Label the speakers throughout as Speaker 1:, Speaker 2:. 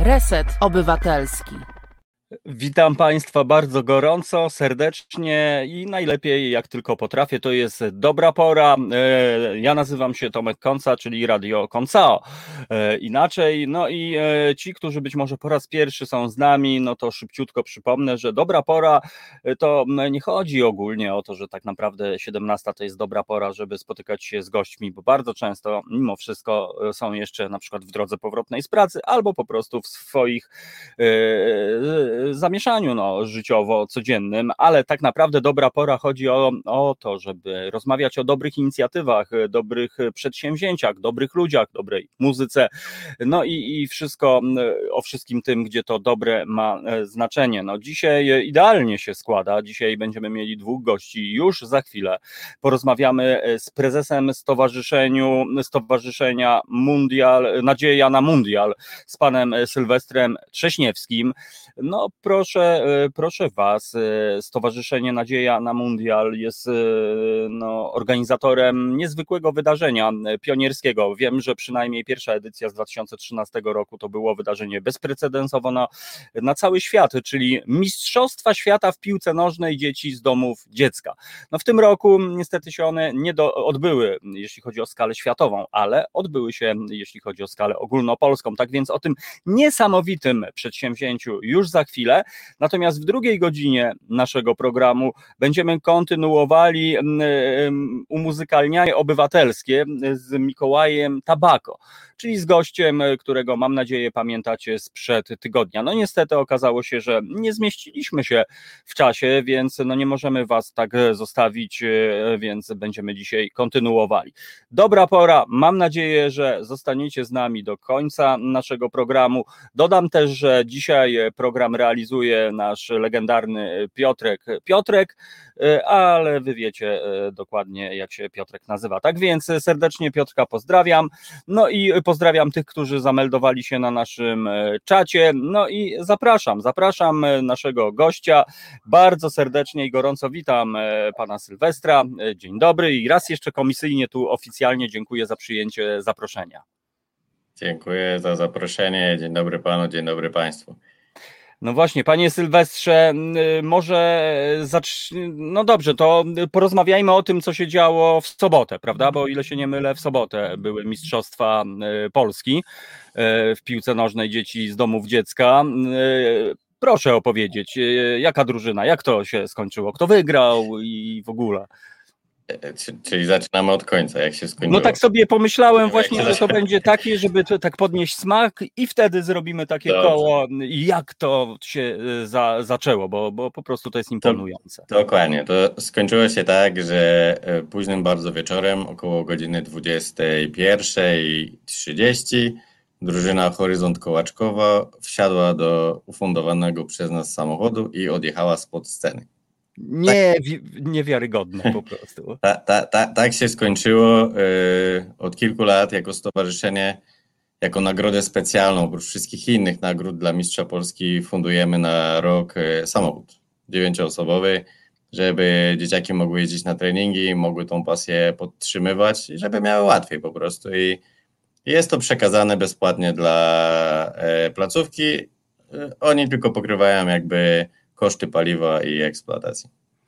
Speaker 1: Reset Obywatelski.
Speaker 2: Witam Państwa bardzo gorąco, serdecznie i najlepiej jak tylko potrafię. To jest dobra pora. Ja nazywam się Tomek Konca, czyli Radio Koncao. Inaczej, no i ci, którzy być może po raz pierwszy są z nami, no to szybciutko przypomnę, że dobra pora to nie chodzi ogólnie o to, że tak naprawdę 17 to jest dobra pora, żeby spotykać się z gośćmi, bo bardzo często mimo wszystko są jeszcze na przykład w drodze powrotnej z pracy albo po prostu w swoich zamieszaniu życiowo codziennym, ale tak naprawdę dobra pora chodzi o to, żeby rozmawiać o dobrych inicjatywach, dobrych przedsięwzięciach, dobrych ludziach, dobrej muzyce, no i wszystko o wszystkim tym, gdzie to dobre ma znaczenie. No dzisiaj idealnie się składa, dzisiaj będziemy mieli dwóch gości, już za chwilę porozmawiamy z prezesem Stowarzyszenia Mundial, Nadzieja na Mundial, z panem Sylwestrem Trześniewskim. No proszę Was, Stowarzyszenie Nadzieja na Mundial jest organizatorem niezwykłego wydarzenia pionierskiego. Wiem, że przynajmniej pierwsza edycja z 2013 roku to było wydarzenie bezprecedensowe na cały świat, czyli Mistrzostwa Świata w piłce nożnej dzieci z domów dziecka. No w tym roku niestety się one nie odbyły, jeśli chodzi o skalę światową, ale odbyły się, jeśli chodzi o skalę ogólnopolską. Tak więc o tym niesamowitym przedsięwzięciu już za chwilę. Natomiast w drugiej godzinie naszego programu będziemy kontynuowali umuzykalnianie obywatelskie z Mikołajem Tabako, czyli z gościem, którego mam nadzieję pamiętacie sprzed tygodnia. No niestety okazało się, że nie zmieściliśmy się w czasie, więc nie możemy Was tak zostawić, więc będziemy dzisiaj kontynuowali. Dobra pora, mam nadzieję, że zostaniecie z nami do końca naszego programu. Dodam też, że dzisiaj program realizuje nasz legendarny Piotrek, ale wy wiecie dokładnie, jak się Piotrek nazywa. Tak więc serdecznie Piotrka pozdrawiam, no i pozdrawiam tych, którzy zameldowali się na naszym czacie, no i zapraszam naszego gościa, bardzo serdecznie i gorąco witam pana Sylwestra, dzień dobry i raz jeszcze komisyjnie tu oficjalnie dziękuję za przyjęcie zaproszenia.
Speaker 3: Dziękuję za zaproszenie, dzień dobry panu, dzień dobry państwu.
Speaker 2: No właśnie, panie Sylwestrze, może no dobrze, to porozmawiajmy o tym, co się działo w sobotę, prawda? Bo o ile się nie mylę, w sobotę były Mistrzostwa Polski w piłce nożnej dzieci z domów dziecka. Proszę opowiedzieć, jaka drużyna, jak to się skończyło, kto wygrał i w ogóle.
Speaker 3: Czyli zaczynamy od końca, jak się skończyło.
Speaker 2: No tak sobie pomyślałem właśnie, że to będzie takie, żeby to tak podnieść smak i wtedy zrobimy takie koło, jak to się zaczęło, bo po prostu to jest imponujące.
Speaker 3: Dokładnie, to skończyło się tak, że późnym bardzo wieczorem, około godziny 21:30, drużyna Horyzont Kołaczkowa wsiadła do ufundowanego przez nas samochodu i odjechała spod sceny.
Speaker 2: Niewiarygodne po prostu.
Speaker 3: Tak się skończyło. Od kilku lat jako stowarzyszenie, jako nagrodę specjalną, oprócz wszystkich innych nagród dla Mistrza Polski fundujemy na rok samochód 9-osobowy, żeby dzieciaki mogły jeździć na treningi, mogły tą pasję podtrzymywać i żeby miały łatwiej po prostu. I jest to przekazane bezpłatnie dla placówki. Oni tylko pokrywają jakby koszty paliwa i eksploatacji.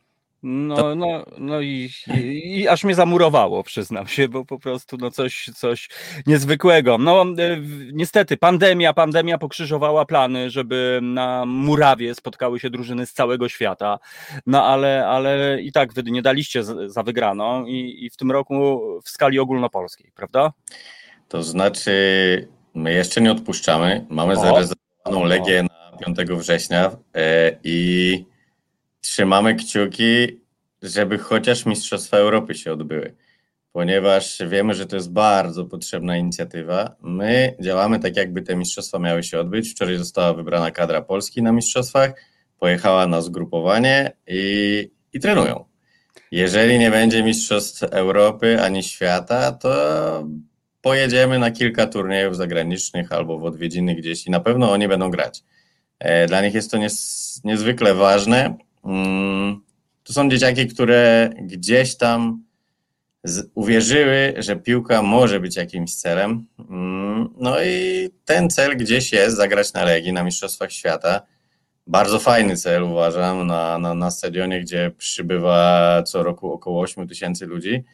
Speaker 2: No i aż mnie zamurowało, przyznam się, bo po prostu coś niezwykłego. No niestety pandemia pokrzyżowała plany, żeby na murawie spotkały się drużyny z całego świata, no ale i tak wy nie daliście za wygraną i w tym roku w skali ogólnopolskiej, prawda?
Speaker 3: To znaczy my jeszcze nie odpuszczamy, mamy zarezerwowaną Legię na 5 września i trzymamy kciuki, żeby chociaż Mistrzostwa Europy się odbyły, ponieważ wiemy, że to jest bardzo potrzebna inicjatywa. My działamy tak, jakby te mistrzostwa miały się odbyć. Wczoraj została wybrana kadra Polski na mistrzostwach, pojechała na zgrupowanie i trenują. Jeżeli nie będzie Mistrzostw Europy ani świata, to pojedziemy na kilka turniejów zagranicznych albo w odwiedziny gdzieś i na pewno oni będą grać. Dla nich jest to niezwykle ważne. To są dzieciaki, które gdzieś tam uwierzyły, że piłka może być jakimś celem. No i ten cel gdzieś jest, zagrać na Legii, na Mistrzostwach Świata. Bardzo fajny cel, uważam, na stadionie, gdzie przybywa co roku około 8 000 ludzi.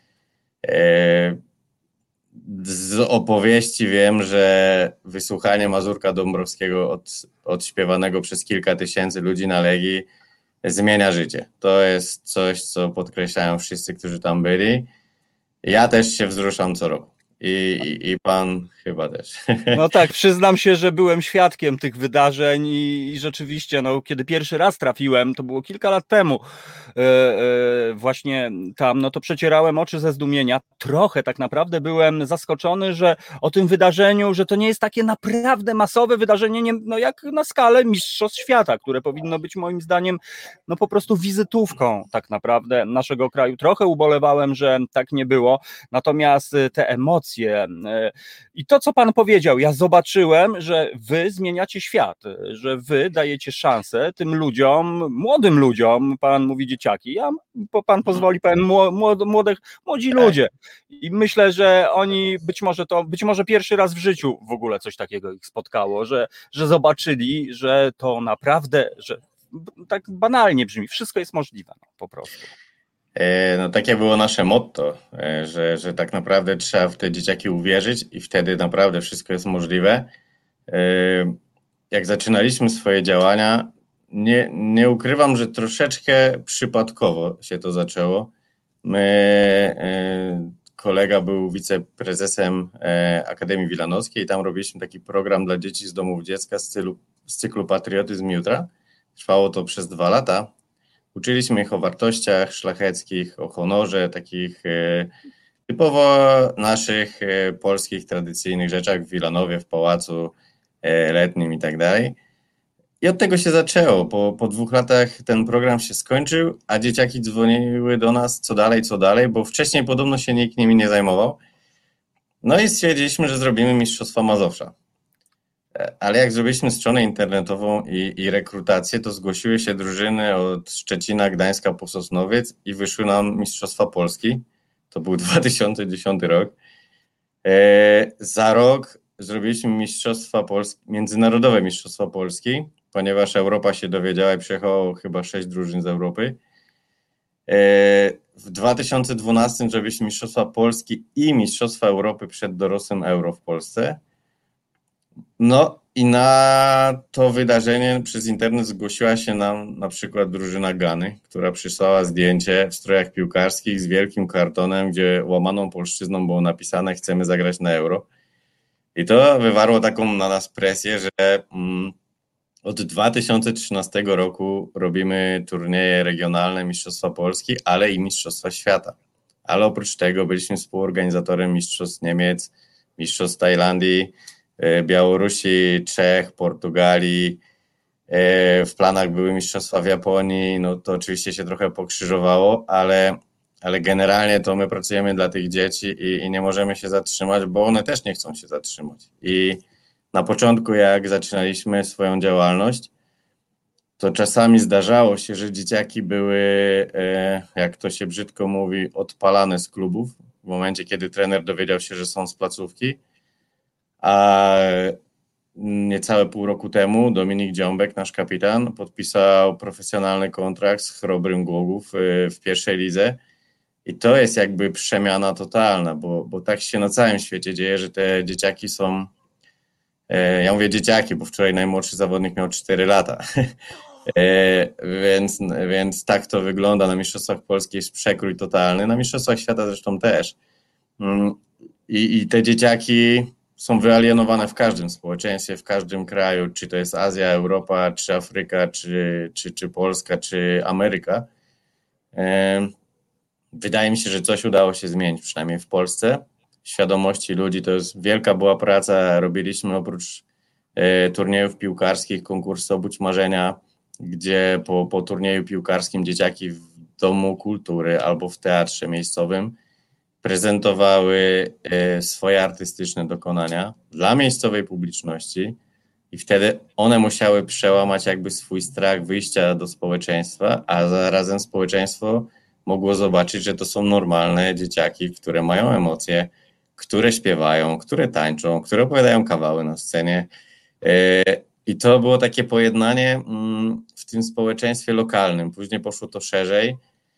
Speaker 3: Z opowieści wiem, że wysłuchanie Mazurka Dąbrowskiego odśpiewanego przez kilka tysięcy ludzi na Legii zmienia życie. To jest coś, co podkreślają wszyscy, którzy tam byli. Ja też się wzruszam co roku. I pan chyba też.
Speaker 2: No tak, przyznam się, że byłem świadkiem tych wydarzeń i rzeczywiście, no, kiedy pierwszy raz trafiłem, to było kilka lat temu, właśnie tam, no to przecierałem oczy ze zdumienia. Trochę tak naprawdę byłem zaskoczony, że o tym wydarzeniu, że to nie jest takie naprawdę masowe wydarzenie, nie, no jak na skalę Mistrzostw Świata, które powinno być moim zdaniem no po prostu wizytówką tak naprawdę naszego kraju. Trochę ubolewałem, że tak nie było, natomiast te emocje i to, co pan powiedział, ja zobaczyłem, że wy zmieniacie świat, że wy dajecie szansę tym ludziom, młodym ludziom, pan mówi dzieciaki, pan pozwoli, pan młodzi ludzie. I myślę, że oni być może pierwszy raz w życiu w ogóle coś takiego ich spotkało, że zobaczyli, że to naprawdę, że tak banalnie brzmi, wszystko jest możliwe, no, po prostu.
Speaker 3: No takie było nasze motto, że tak naprawdę trzeba w te dzieciaki uwierzyć i wtedy naprawdę wszystko jest możliwe. Jak zaczynaliśmy swoje działania, nie ukrywam, że troszeczkę przypadkowo się to zaczęło. Kolega był wiceprezesem Akademii Wilanowskiej i tam robiliśmy taki program dla dzieci z domów dziecka z cyklu Patriotyzm Jutra. Trwało to przez 2 lata. Uczyliśmy ich o wartościach szlacheckich, o honorze, takich typowo naszych polskich, tradycyjnych rzeczach w Wilanowie, w pałacu letnim i tak dalej. I od tego się zaczęło. Po 2 latach ten program się skończył, a dzieciaki dzwoniły do nas co dalej, bo wcześniej podobno się nikt nimi nie zajmował. No i stwierdziliśmy, że zrobimy Mistrzostwa Mazowsza. Ale jak zrobiliśmy stronę internetową i rekrutację, to zgłosiły się drużyny od Szczecina, Gdańska po Sosnowiec i wyszły nam Mistrzostwa Polski. To był 2010 rok. Za rok zrobiliśmy Międzynarodowe Mistrzostwa Polski, ponieważ Europa się dowiedziała i przyjechało chyba 6 drużyn z Europy. W 2012 zrobiliśmy Mistrzostwa Polski i Mistrzostwa Europy przed dorosłym Euro w Polsce. No i na to wydarzenie przez internet zgłosiła się nam na przykład drużyna Gany, która przysłała zdjęcie w strojach piłkarskich z wielkim kartonem, gdzie łamaną polszczyzną było napisane: chcemy zagrać na Euro. I to wywarło taką na nas presję, że od 2013 roku robimy turnieje regionalne, Mistrzostwa Polski, ale i Mistrzostwa Świata. Ale oprócz tego byliśmy współorganizatorem Mistrzostw Niemiec, Mistrzostw Tajlandii, Białorusi, Czech, Portugalii. W planach były mistrzostwa w Japonii, no to oczywiście się trochę pokrzyżowało, ale generalnie to my pracujemy dla tych dzieci i nie możemy się zatrzymać, bo one też nie chcą się zatrzymać. I na początku, jak zaczynaliśmy swoją działalność, to czasami zdarzało się, że dzieciaki były, jak to się brzydko mówi, odpalane z klubów w momencie, kiedy trener dowiedział się, że są z placówki. A niecałe pół roku temu Dominik Dziąbek, nasz kapitan, podpisał profesjonalny kontrakt z Chrobrym Głogów w pierwszej lidze i to jest jakby przemiana totalna, bo tak się na całym świecie dzieje, że te dzieciaki są, ja mówię dzieciaki, bo wczoraj najmłodszy zawodnik miał 4 lata, więc tak to wygląda. Na Mistrzostwach Polski jest przekrój totalny, na Mistrzostwach Świata zresztą też. I te dzieciaki są wyalienowane w każdym społeczeństwie, w każdym kraju, czy to jest Azja, Europa, czy Afryka, czy Polska, czy Ameryka. Wydaje mi się, że coś udało się zmienić, przynajmniej w Polsce. W świadomości ludzi to jest wielka była praca. Robiliśmy oprócz turniejów piłkarskich konkursy Obudź Marzenia, gdzie po turnieju piłkarskim dzieciaki w Domu Kultury albo w teatrze miejscowym prezentowały swoje artystyczne dokonania dla miejscowej publiczności i wtedy one musiały przełamać jakby swój strach wyjścia do społeczeństwa, a zarazem społeczeństwo mogło zobaczyć, że to są normalne dzieciaki, które mają emocje, które śpiewają, które tańczą, które opowiadają kawały na scenie. I to było takie pojednanie w tym społeczeństwie lokalnym. Później poszło to szerzej.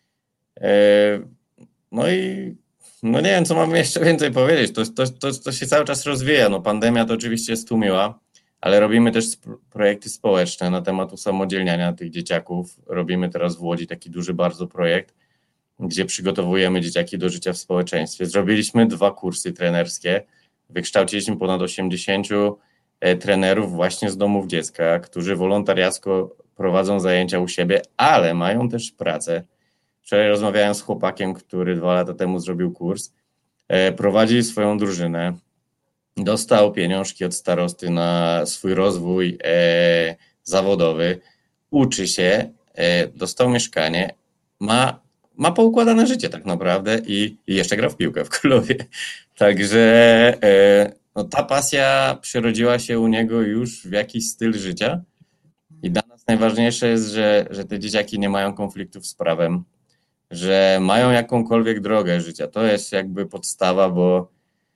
Speaker 3: No i no nie wiem, co mam jeszcze więcej powiedzieć. To się cały czas rozwija. No, pandemia to oczywiście stłumiła, ale robimy też projekty społeczne na temat usamodzielniania tych dzieciaków. Robimy teraz w Łodzi taki duży bardzo projekt, gdzie przygotowujemy dzieciaki do życia w społeczeństwie. Zrobiliśmy 2 kursy trenerskie. Wykształciliśmy ponad 80 trenerów właśnie z domów dziecka, którzy wolontariacko prowadzą zajęcia u siebie, ale mają też pracę. Wczoraj rozmawiałem z chłopakiem, który 2 lata temu zrobił kurs, prowadzi swoją drużynę, dostał pieniążki od starosty na swój rozwój zawodowy, uczy się, dostał mieszkanie, ma poukładane życie tak naprawdę i jeszcze gra w piłkę w Królowie. Także no, ta pasja przerodziła się u niego już w jakiś styl życia i dla nas najważniejsze jest, że te dzieciaki nie mają konfliktów z prawem, że mają jakąkolwiek drogę życia. To jest jakby podstawa, bo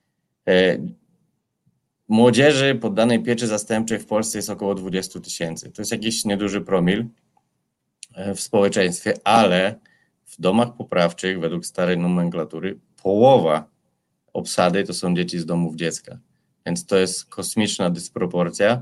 Speaker 3: młodzieży poddanej pieczy zastępczej w Polsce jest około 20 000. To jest jakiś nieduży promil w społeczeństwie, ale w domach poprawczych według starej nomenklatury połowa obsady to są dzieci z domów dziecka. Więc to jest kosmiczna dysproporcja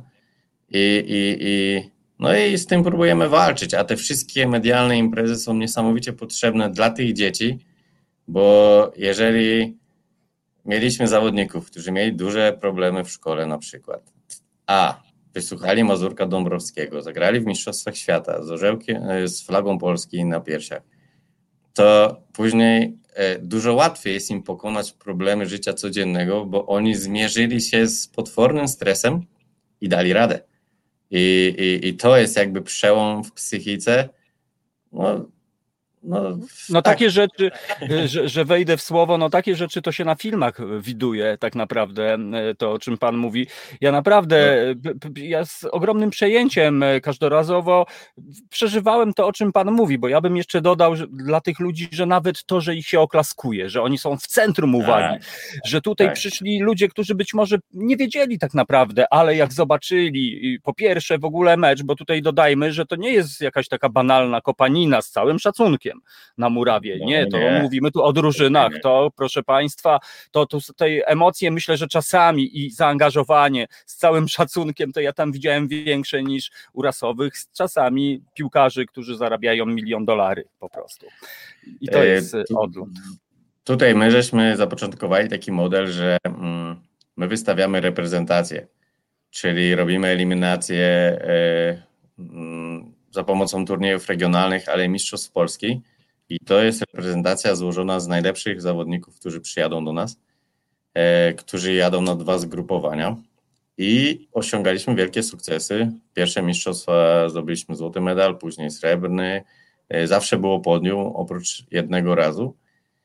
Speaker 3: no i z tym próbujemy walczyć, a te wszystkie medialne imprezy są niesamowicie potrzebne dla tych dzieci, bo jeżeli mieliśmy zawodników, którzy mieli duże problemy w szkole na przykład, a wysłuchali Mazurka Dąbrowskiego, zagrali w Mistrzostwach Świata z flagą Polski na piersiach, to później dużo łatwiej jest im pokonać problemy życia codziennego, bo oni zmierzyli się z potwornym stresem i dali radę. I to jest jakby przełom w psychice.
Speaker 2: No
Speaker 3: tak.
Speaker 2: takie rzeczy, że wejdę w słowo, no takie rzeczy to się na filmach widuje tak naprawdę, to o czym pan mówi. Ja naprawdę, ja z ogromnym przejęciem każdorazowo przeżywałem to, o czym pan mówi, bo ja bym jeszcze dodał że dla tych ludzi, że nawet to, że ich się oklaskuje, że oni są w centrum uwagi, że tutaj przyszli ludzie, którzy być może nie wiedzieli tak naprawdę, ale jak zobaczyli po pierwsze w ogóle mecz, bo tutaj dodajmy, że to nie jest jakaś taka banalna kopanina z całym szacunkiem na murawie. Nie, to mówimy tu o drużynach. To, proszę państwa, to tutaj emocje myślę, że czasami i zaangażowanie z całym szacunkiem, to ja tam widziałem większe niż u rasowych, z czasami piłkarzy, którzy zarabiają $1 000 000 po prostu. I to jest odlot.
Speaker 3: Tutaj my żeśmy zapoczątkowali taki model, że my wystawiamy reprezentację, czyli robimy eliminację za pomocą turniejów regionalnych, ale mistrzostw Polski. I to jest reprezentacja złożona z najlepszych zawodników, którzy przyjadą do nas, którzy jadą na 2 zgrupowania i osiągaliśmy wielkie sukcesy. Pierwsze mistrzostwa zdobyliśmy złoty medal, później srebrny. Zawsze było podium, oprócz jednego razu.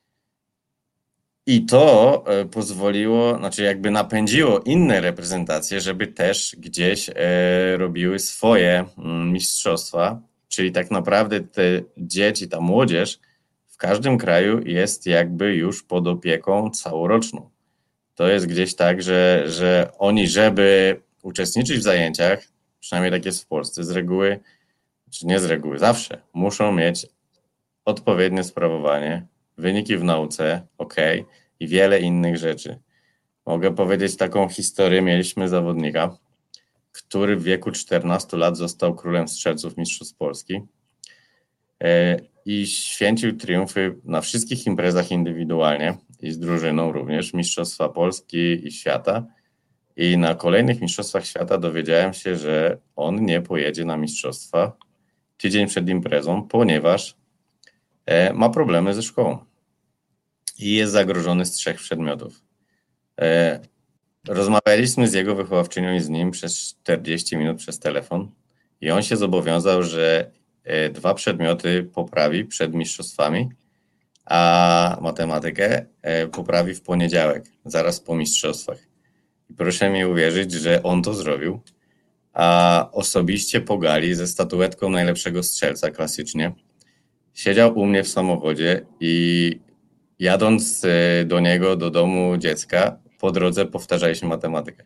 Speaker 3: I to pozwoliło, znaczy jakby napędziło inne reprezentacje, żeby też gdzieś robiły swoje mistrzostwa, czyli tak naprawdę te dzieci, ta młodzież w każdym kraju jest jakby już pod opieką całoroczną. To jest gdzieś tak, że oni, żeby uczestniczyć w zajęciach, przynajmniej tak jest w Polsce, z reguły, czy nie z reguły, zawsze muszą mieć odpowiednie sprawowanie, wyniki w nauce, i wiele innych rzeczy. Mogę powiedzieć taką historię. Mieliśmy zawodnika, który w wieku 14 lat został królem strzelców mistrzostw Polski i święcił triumfy na wszystkich imprezach indywidualnie i z drużyną również, mistrzostwa Polski i świata. I na kolejnych mistrzostwach świata dowiedziałem się, że on nie pojedzie na mistrzostwa tydzień przed imprezą, ponieważ ma problemy ze szkołą i jest zagrożony z 3 przedmiotów. Rozmawialiśmy z jego wychowawczynią i z nim przez 40 minut przez telefon i on się zobowiązał, że 2 przedmioty poprawi przed mistrzostwami, a matematykę poprawi w poniedziałek, zaraz po mistrzostwach. I proszę mi uwierzyć, że on to zrobił, a osobiście pogali ze statuetką najlepszego strzelca klasycznie. siedział u mnie w samochodzie i jadąc do niego, do domu dziecka, po drodze powtarzaliśmy matematykę.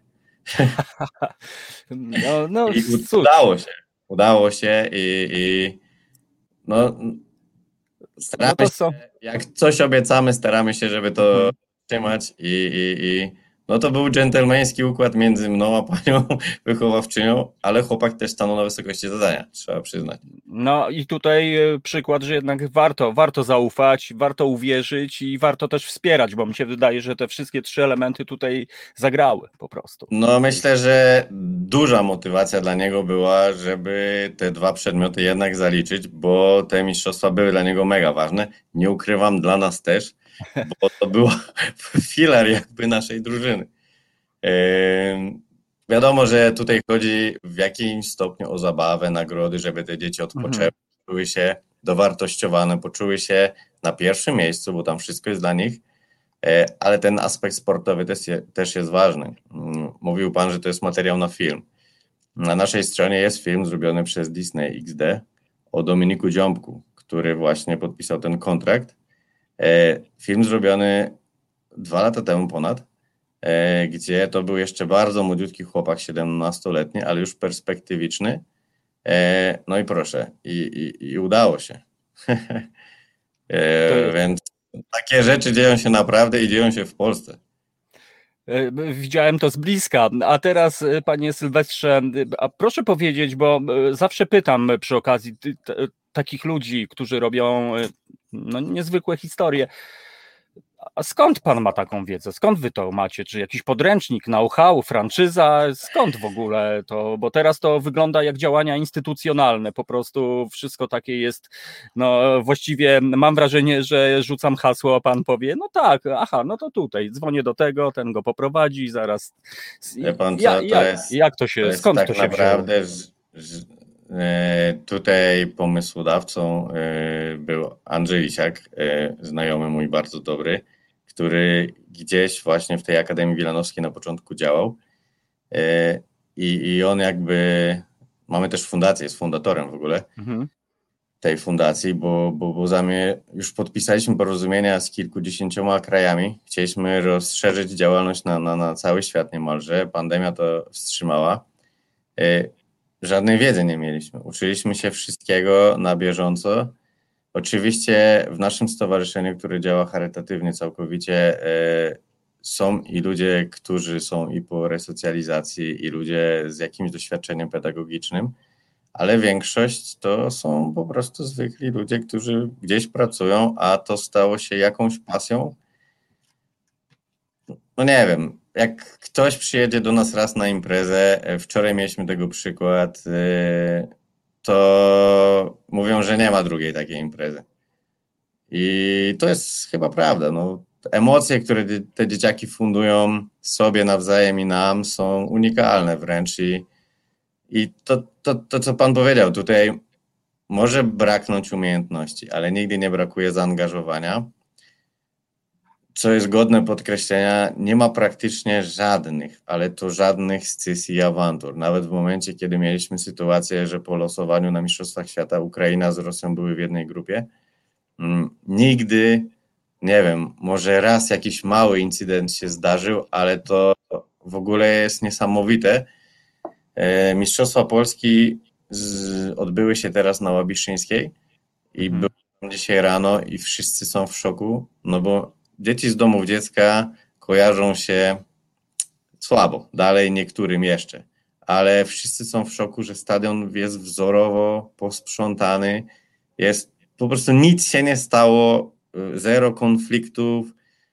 Speaker 2: No
Speaker 3: I
Speaker 2: cóż.
Speaker 3: udało się i no staramy
Speaker 2: No to są.
Speaker 3: się, jak coś obiecamy, staramy się, żeby to trzymać i no to był dżentelmeński układ między mną a panią wychowawczynią, ale chłopak też stanął na wysokości zadania, trzeba przyznać.
Speaker 2: No i tutaj przykład, że jednak warto zaufać, warto uwierzyć i warto też wspierać, bo mi się wydaje, że te wszystkie 3 elementy tutaj zagrały po prostu.
Speaker 3: No myślę, że duża motywacja dla niego była, żeby te 2 przedmioty jednak zaliczyć, bo te mistrzostwa były dla niego mega ważne. Nie ukrywam, dla nas też, bo to był filar jakby naszej drużyny. Wiadomo, że tutaj chodzi w jakimś stopniu o zabawę, nagrody, żeby te dzieci odpoczęły, poczuły się dowartościowane, poczuły się na pierwszym miejscu, bo tam wszystko jest dla nich, ale ten aspekt sportowy też jest ważny. Mówił pan, że to jest materiał na film. Na naszej stronie jest film zrobiony przez Disney XD o Dominiku Dziąbku, który właśnie podpisał ten kontrakt. Film zrobiony 2 lata temu ponad, gdzie to był jeszcze bardzo młodziutki chłopak, 17-letni, ale już perspektywiczny. No i proszę, i udało się. Więc takie rzeczy dzieją się naprawdę i dzieją się w Polsce.
Speaker 2: Widziałem to z bliska. A teraz, panie Sylwestrze, a proszę powiedzieć, bo zawsze pytam przy okazji takich ludzi, którzy robią no, niezwykłe historie. A skąd pan ma taką wiedzę? Skąd wy to macie? Czy jakiś podręcznik, know-how, franczyza? Skąd w ogóle to? Bo teraz to wygląda jak działania instytucjonalne. Po prostu wszystko takie jest, no właściwie mam wrażenie, że rzucam hasło, a pan powie, no tak, aha, no to tutaj, dzwonię do tego, ten go poprowadzi, zaraz.
Speaker 3: Wie pan co,
Speaker 2: Jak to się, skąd
Speaker 3: tak
Speaker 2: to się
Speaker 3: naprawdę tutaj pomysłodawcą był Andrzej Lisiak, znajomy mój bardzo dobry, który gdzieś właśnie w tej Akademii Wilanowskiej na początku działał i on jakby, mamy też fundację, jest fundatorem w ogóle tej fundacji, bo już podpisaliśmy porozumienia z kilkudziesięcioma krajami, chcieliśmy rozszerzyć działalność na cały świat niemalże, pandemia to wstrzymała. Żadnej wiedzy nie mieliśmy. Uczyliśmy się wszystkiego na bieżąco. Oczywiście w naszym stowarzyszeniu, które działa charytatywnie całkowicie, są i ludzie, którzy są i po resocjalizacji, i ludzie z jakimś doświadczeniem pedagogicznym, ale większość to są po prostu zwykli ludzie, którzy gdzieś pracują, a to stało się jakąś pasją. No nie wiem, jak ktoś przyjedzie do nas raz na imprezę, wczoraj mieliśmy tego przykład, to mówią, że nie ma drugiej takiej imprezy. I to jest chyba prawda. No, emocje, które te dzieciaki fundują sobie nawzajem i nam, są unikalne wręcz. I to, co pan powiedział, tutaj może braknąć umiejętności, ale nigdy nie brakuje zaangażowania. Co jest godne podkreślenia, nie ma praktycznie żadnych, ale to żadnych scysji i awantur. Nawet w momencie, kiedy mieliśmy sytuację, że po losowaniu na Mistrzostwach Świata Ukraina z Rosją były w jednej grupie, nigdy, nie wiem, może raz jakiś mały incydent się zdarzył, ale to w ogóle jest niesamowite. Mistrzostwa Polski odbyły się teraz na Łabiszyńskiej i byłem dzisiaj rano i wszyscy są w szoku, no bo dzieci z domów dziecka kojarzą się słabo, dalej niektórym jeszcze, ale wszyscy są w szoku, że stadion jest wzorowo posprzątany, jest po prostu nic się nie stało, zero konfliktów.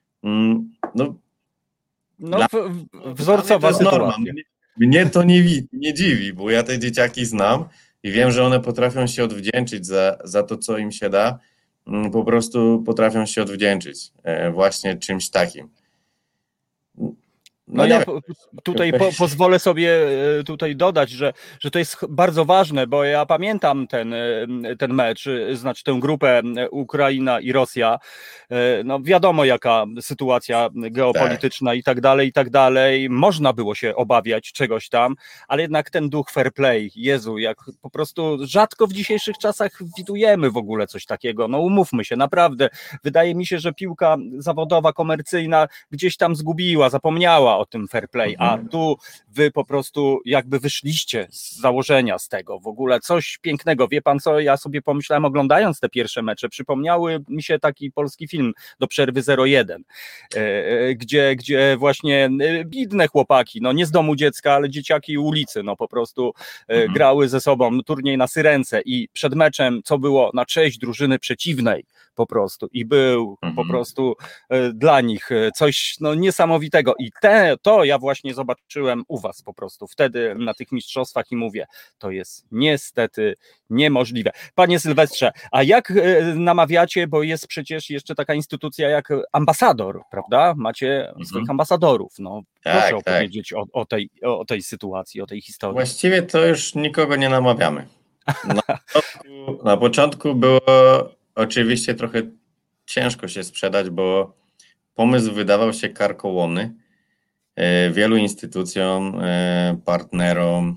Speaker 2: Wzorcowa sytuacja.
Speaker 3: Mnie to nie dziwi, bo ja te dzieciaki znam i wiem, że one potrafią się odwdzięczyć za to, co im się da. Po prostu potrafią się odwdzięczyć właśnie czymś takim.
Speaker 2: No
Speaker 3: nie
Speaker 2: ja
Speaker 3: wiem.
Speaker 2: tutaj pozwolę sobie tutaj dodać, że to jest bardzo ważne, bo ja pamiętam ten mecz, znaczy tę grupę Ukraina i Rosja. No wiadomo jaka sytuacja geopolityczna i tak dalej. Można było się obawiać czegoś tam, ale jednak ten duch fair play, Jezu, jak po prostu rzadko w dzisiejszych czasach widujemy w ogóle coś takiego. No umówmy się, naprawdę. Wydaje mi się, że piłka zawodowa, komercyjna gdzieś tam zgubiła, zapomniała o tym fair play, a tu wy po prostu jakby wyszliście z założenia z tego, w ogóle coś pięknego. Wie pan co, ja sobie pomyślałem oglądając te pierwsze mecze, przypomniały mi się taki polski film Do przerwy 01, gdzie właśnie bidne chłopaki, no nie z domu dziecka, ale dzieciaki ulicy, no po prostu grały ze sobą turniej na Syrence i przed meczem, co było na cześć drużyny przeciwnej po prostu i był po prostu dla nich coś no, niesamowitego i to ja właśnie zobaczyłem u was po prostu wtedy na tych mistrzostwach i mówię, to jest niestety niemożliwe. Panie Sylwestrze, a jak namawiacie, bo jest przecież jeszcze taka instytucja jak ambasador, prawda? Macie swoich ambasadorów, no proszę opowiedzieć o tej sytuacji, o tej historii.
Speaker 3: Właściwie to już nikogo nie namawiamy. Na początku było oczywiście trochę ciężko się sprzedać, bo pomysł wydawał się karkołomny wielu instytucjom, partnerom,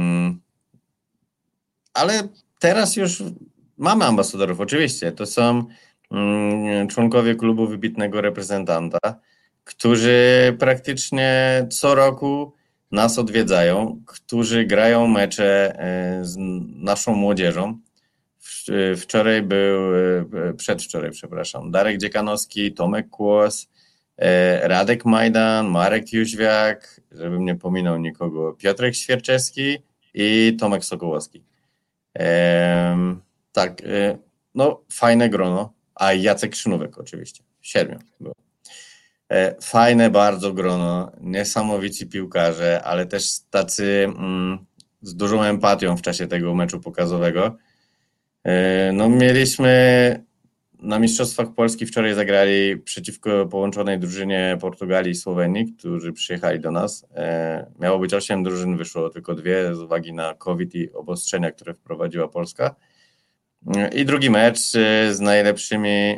Speaker 3: ale teraz już mamy ambasadorów, oczywiście. To są członkowie klubu wybitnego reprezentanta, którzy praktycznie co roku nas odwiedzają, którzy grają mecze z naszą młodzieżą. Przedwczoraj, Darek Dziekanowski, Tomek Kłos, Radek Majdan, Marek Jóźwiak, żebym nie pominął nikogo, Piotrek Świerczewski i Tomek Sokołowski. No fajne grono, a Jacek Szynówek oczywiście, 7 było. Fajne bardzo grono, niesamowici piłkarze, ale też tacy z dużą empatią w czasie tego meczu pokazowego. No mieliśmy na Mistrzostwach Polski wczoraj zagrali przeciwko połączonej drużynie Portugalii i Słowenii, którzy przyjechali do nas. Miało być 8 drużyn, wyszło tylko 2 z uwagi na COVID i obostrzenia, które wprowadziła Polska. I drugi mecz z najlepszymi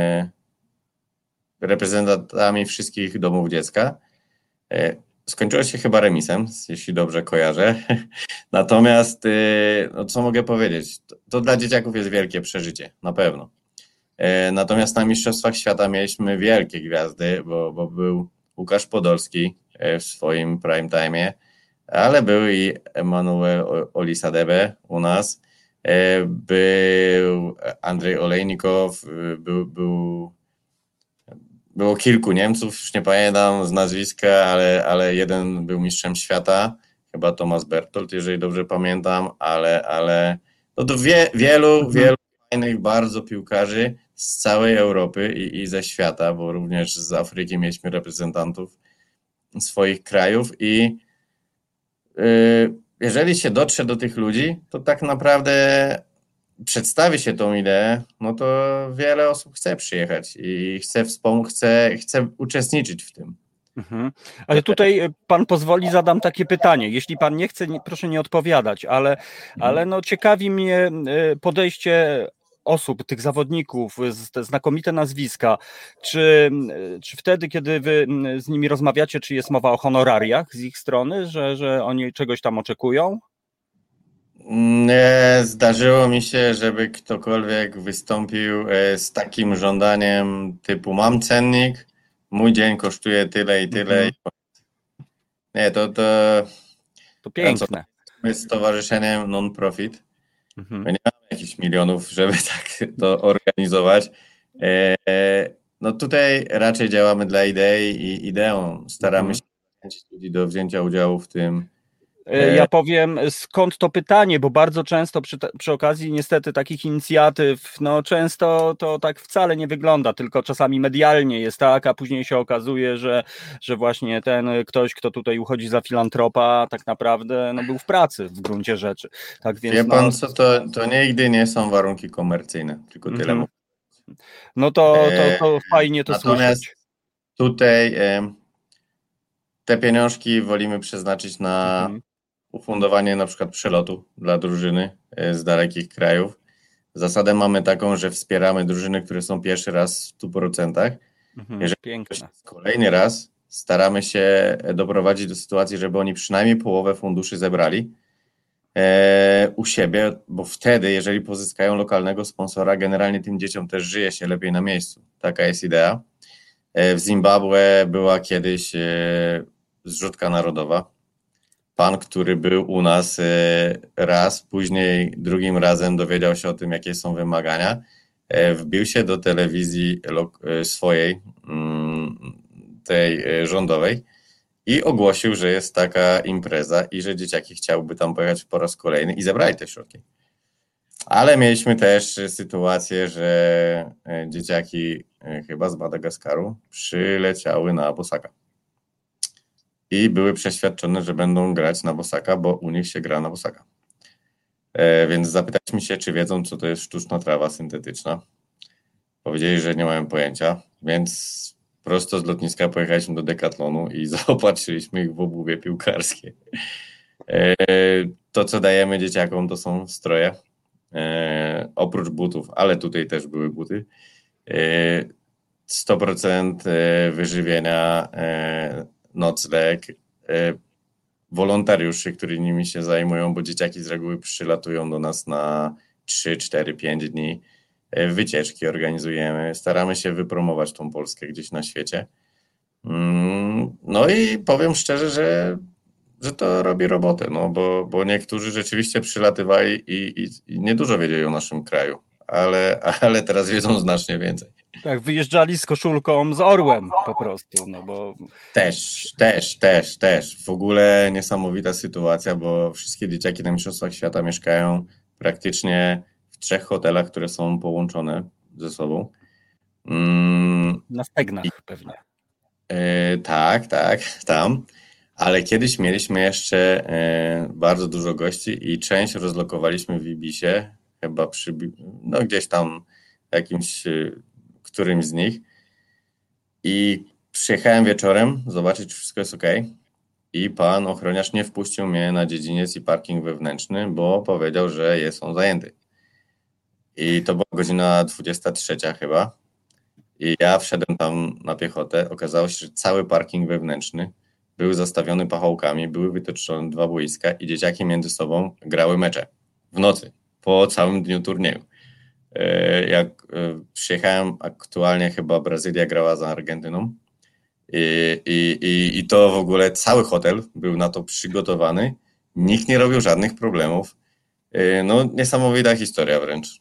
Speaker 3: reprezentantami wszystkich domów dziecka. Skończyło się chyba remisem, jeśli dobrze kojarzę. Natomiast, no co mogę powiedzieć, to dla dzieciaków jest wielkie przeżycie, na pewno. Natomiast na Mistrzostwach Świata mieliśmy wielkie gwiazdy, bo był Łukasz Podolski w swoim prime time'ie, ale był i Emanuel Olisadebe u nas, był Andrzej Olejnikow, było kilku Niemców, już nie pamiętam z nazwiska, ale jeden był mistrzem świata, chyba Thomas Berthold, jeżeli dobrze pamiętam, ale no to wielu fajnych bardzo piłkarzy z całej Europy i ze świata, bo również z Afryki mieliśmy reprezentantów swoich krajów i jeżeli się dotrze do tych ludzi, to tak naprawdę przedstawi się tą ideę, no to wiele osób chce przyjechać i chce uczestniczyć w tym.
Speaker 2: Ale tutaj pan pozwoli, zadam takie pytanie. Jeśli pan nie chce, proszę nie odpowiadać, ale no ciekawi mnie podejście osób, tych zawodników, te znakomite nazwiska. Czy wtedy, kiedy wy z nimi rozmawiacie, czy jest mowa o honorariach z ich strony, że oni czegoś tam oczekują?
Speaker 3: Nie zdarzyło mi się, żeby ktokolwiek wystąpił z takim żądaniem typu mam cennik, mój dzień kosztuje tyle i tyle. Nie, to
Speaker 2: piękne.
Speaker 3: My stowarzyszeniem non-profit. My nie mamy jakichś milionów, żeby tak to organizować. No tutaj raczej działamy dla idei i ideą. Staramy się zachęcić ludzi do wzięcia udziału w tym.
Speaker 2: Ja powiem, skąd to pytanie, bo bardzo często przy okazji niestety takich inicjatyw, no często to tak wcale nie wygląda, tylko czasami medialnie jest tak, a później się okazuje, że właśnie ten ktoś, kto tutaj uchodzi za filantropa, tak naprawdę no, był w pracy w gruncie rzeczy. Tak więc,
Speaker 3: wie pan co, to nigdy nie są warunki komercyjne, tylko tyle.
Speaker 2: No to fajnie to
Speaker 3: natomiast
Speaker 2: słyszeć.
Speaker 3: Tutaj te pieniążki wolimy przeznaczyć na ufundowanie na przykład przelotu dla drużyny z dalekich krajów. Zasadę mamy taką, że wspieramy drużyny, które są pierwszy raz w 100%. Jeżeli
Speaker 2: Piękne.
Speaker 3: kolejny raz staramy się doprowadzić do sytuacji, żeby oni przynajmniej połowę funduszy zebrali u siebie, bo wtedy, jeżeli pozyskają lokalnego sponsora, generalnie tym dzieciom też żyje się lepiej na miejscu. Taka jest idea. W Zimbabwe była kiedyś zrzutka narodowa. Pan, który był u nas raz, później drugim razem dowiedział się o tym, jakie są wymagania, wbił się do telewizji swojej, tej rządowej i ogłosił, że jest taka impreza i że dzieciaki chciałyby tam pojechać po raz kolejny i zebrali te środki. Ale mieliśmy też sytuację, że dzieciaki chyba z Madagaskaru przyleciały na Bosaka. I były przeświadczone, że będą grać na Bosaka, bo u nich się gra na Bosaka. Więc zapytaliśmy się, czy wiedzą, co to jest sztuczna trawa syntetyczna. Powiedzieli, że nie mają pojęcia, więc prosto z lotniska pojechaliśmy do Decathlonu i zaopatrzyliśmy ich w obuwie piłkarskie. To, co dajemy dzieciakom, to są stroje. Oprócz butów, ale tutaj też były buty. 100% wyżywienia, nocleg, wolontariuszy, którzy nimi się zajmują, bo dzieciaki z reguły przylatują do nas na 3, 4, 5 dni. Wycieczki organizujemy, staramy się wypromować tą Polskę gdzieś na świecie. No i powiem szczerze, że to robi robotę, no bo niektórzy rzeczywiście przylatywali i niedużo wiedzieli o naszym kraju, ale teraz wiedzą znacznie więcej.
Speaker 2: Tak, wyjeżdżali z koszulką z orłem po prostu, no bo... Też. W ogóle niesamowita sytuacja, bo wszystkie dzieciaki na Mistrzostwach Świata mieszkają praktycznie w 3 hotelach, które są połączone ze sobą. Na Stegnach pewnie.
Speaker 3: Tak, tam. Ale kiedyś mieliśmy jeszcze bardzo dużo gości i część rozlokowaliśmy w Ibisie, chyba gdzieś tam jakimś, którymś z nich. I przyjechałem wieczorem zobaczyć, czy wszystko jest ok. I pan ochroniarz nie wpuścił mnie na dziedziniec i parking wewnętrzny, bo powiedział, że są zajęty. I to była godzina 23 chyba. I ja wszedłem tam na piechotę. Okazało się, że cały parking wewnętrzny był zastawiony pachołkami, były wytyczone 2 boiska i dzieciaki między sobą grały mecze w nocy, po całym dniu turnieju. Jak przyjechałem, aktualnie chyba Brazylia grała za Argentyną i to w ogóle cały hotel był na to przygotowany, nikt nie robił żadnych problemów. No niesamowita historia wręcz.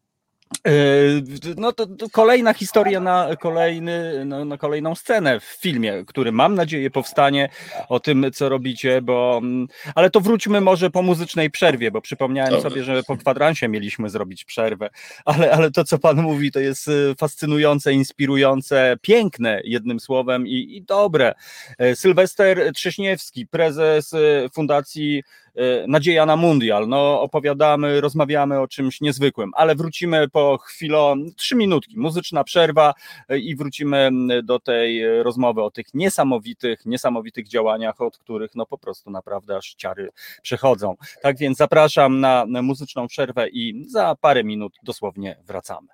Speaker 2: No to kolejna historia na kolejną scenę w filmie, który mam nadzieję powstanie o tym, co robicie, ale to wróćmy może po muzycznej przerwie, bo przypomniałem sobie, że po kwadransie mieliśmy zrobić przerwę, ale to, co pan mówi, to jest fascynujące, inspirujące, piękne jednym słowem i dobre. Sylwester Trześniewski, prezes Fundacji Nadzieja na Mundial. No, opowiadamy, rozmawiamy o czymś niezwykłym, ale wrócimy po chwilę, 3 minutki, muzyczna przerwa i wrócimy do tej rozmowy o tych niesamowitych działaniach, od których no po prostu naprawdę aż ciary przechodzą. Tak więc zapraszam na muzyczną przerwę i za parę minut dosłownie wracamy.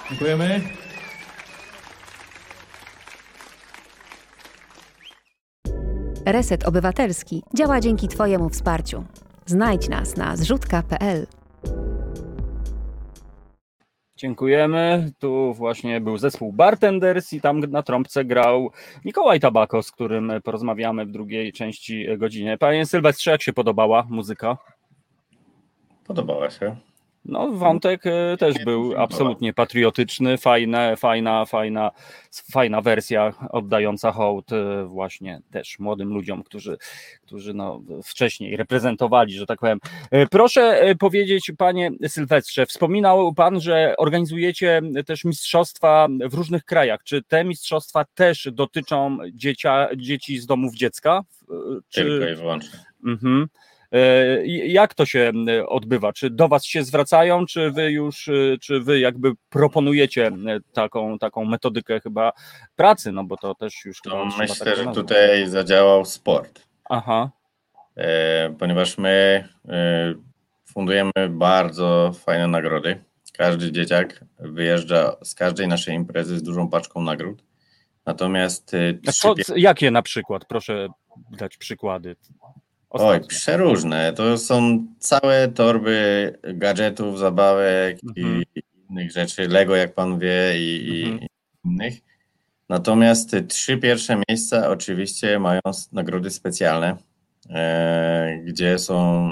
Speaker 4: Dziękujemy.
Speaker 5: Reset Obywatelski działa dzięki Twojemu wsparciu. Znajdź nas na zrzutka.pl.
Speaker 2: Dziękujemy. Tu właśnie był zespół Bartenders i tam na trąbce grał Mikołaj Tabako, z którym porozmawiamy w drugiej części godziny. Panie Sylwestrze, jak się podobała muzyka?
Speaker 3: Podobała się.
Speaker 2: No, wątek też był absolutnie patriotyczny, fajna wersja oddająca hołd właśnie też młodym ludziom, którzy no, wcześniej reprezentowali, że tak powiem. Proszę powiedzieć, panie Sylwestrze, wspominał pan, że organizujecie też mistrzostwa w różnych krajach. Czy te mistrzostwa też dotyczą dzieci z domów dziecka?
Speaker 3: Tylko i wyłącznie.
Speaker 2: Mhm. Jak to się odbywa? Czy do was się zwracają, czy wy jakby proponujecie taką metodykę chyba pracy, no bo to też już
Speaker 3: To
Speaker 2: chyba
Speaker 3: myślę,
Speaker 2: tak
Speaker 3: że
Speaker 2: nazwać.
Speaker 3: tutaj zadziałał sport.
Speaker 2: Aha.
Speaker 3: Ponieważ my fundujemy bardzo fajne nagrody. Każdy dzieciak wyjeżdża z każdej naszej imprezy z dużą paczką nagród. Natomiast
Speaker 2: Jakie na przykład? Proszę dać przykłady. Ostatnio.
Speaker 3: Przeróżne. To są całe torby gadżetów, zabawek i innych rzeczy. Lego, jak pan wie, i innych. Natomiast 3 pierwsze miejsca oczywiście mają nagrody specjalne, gdzie są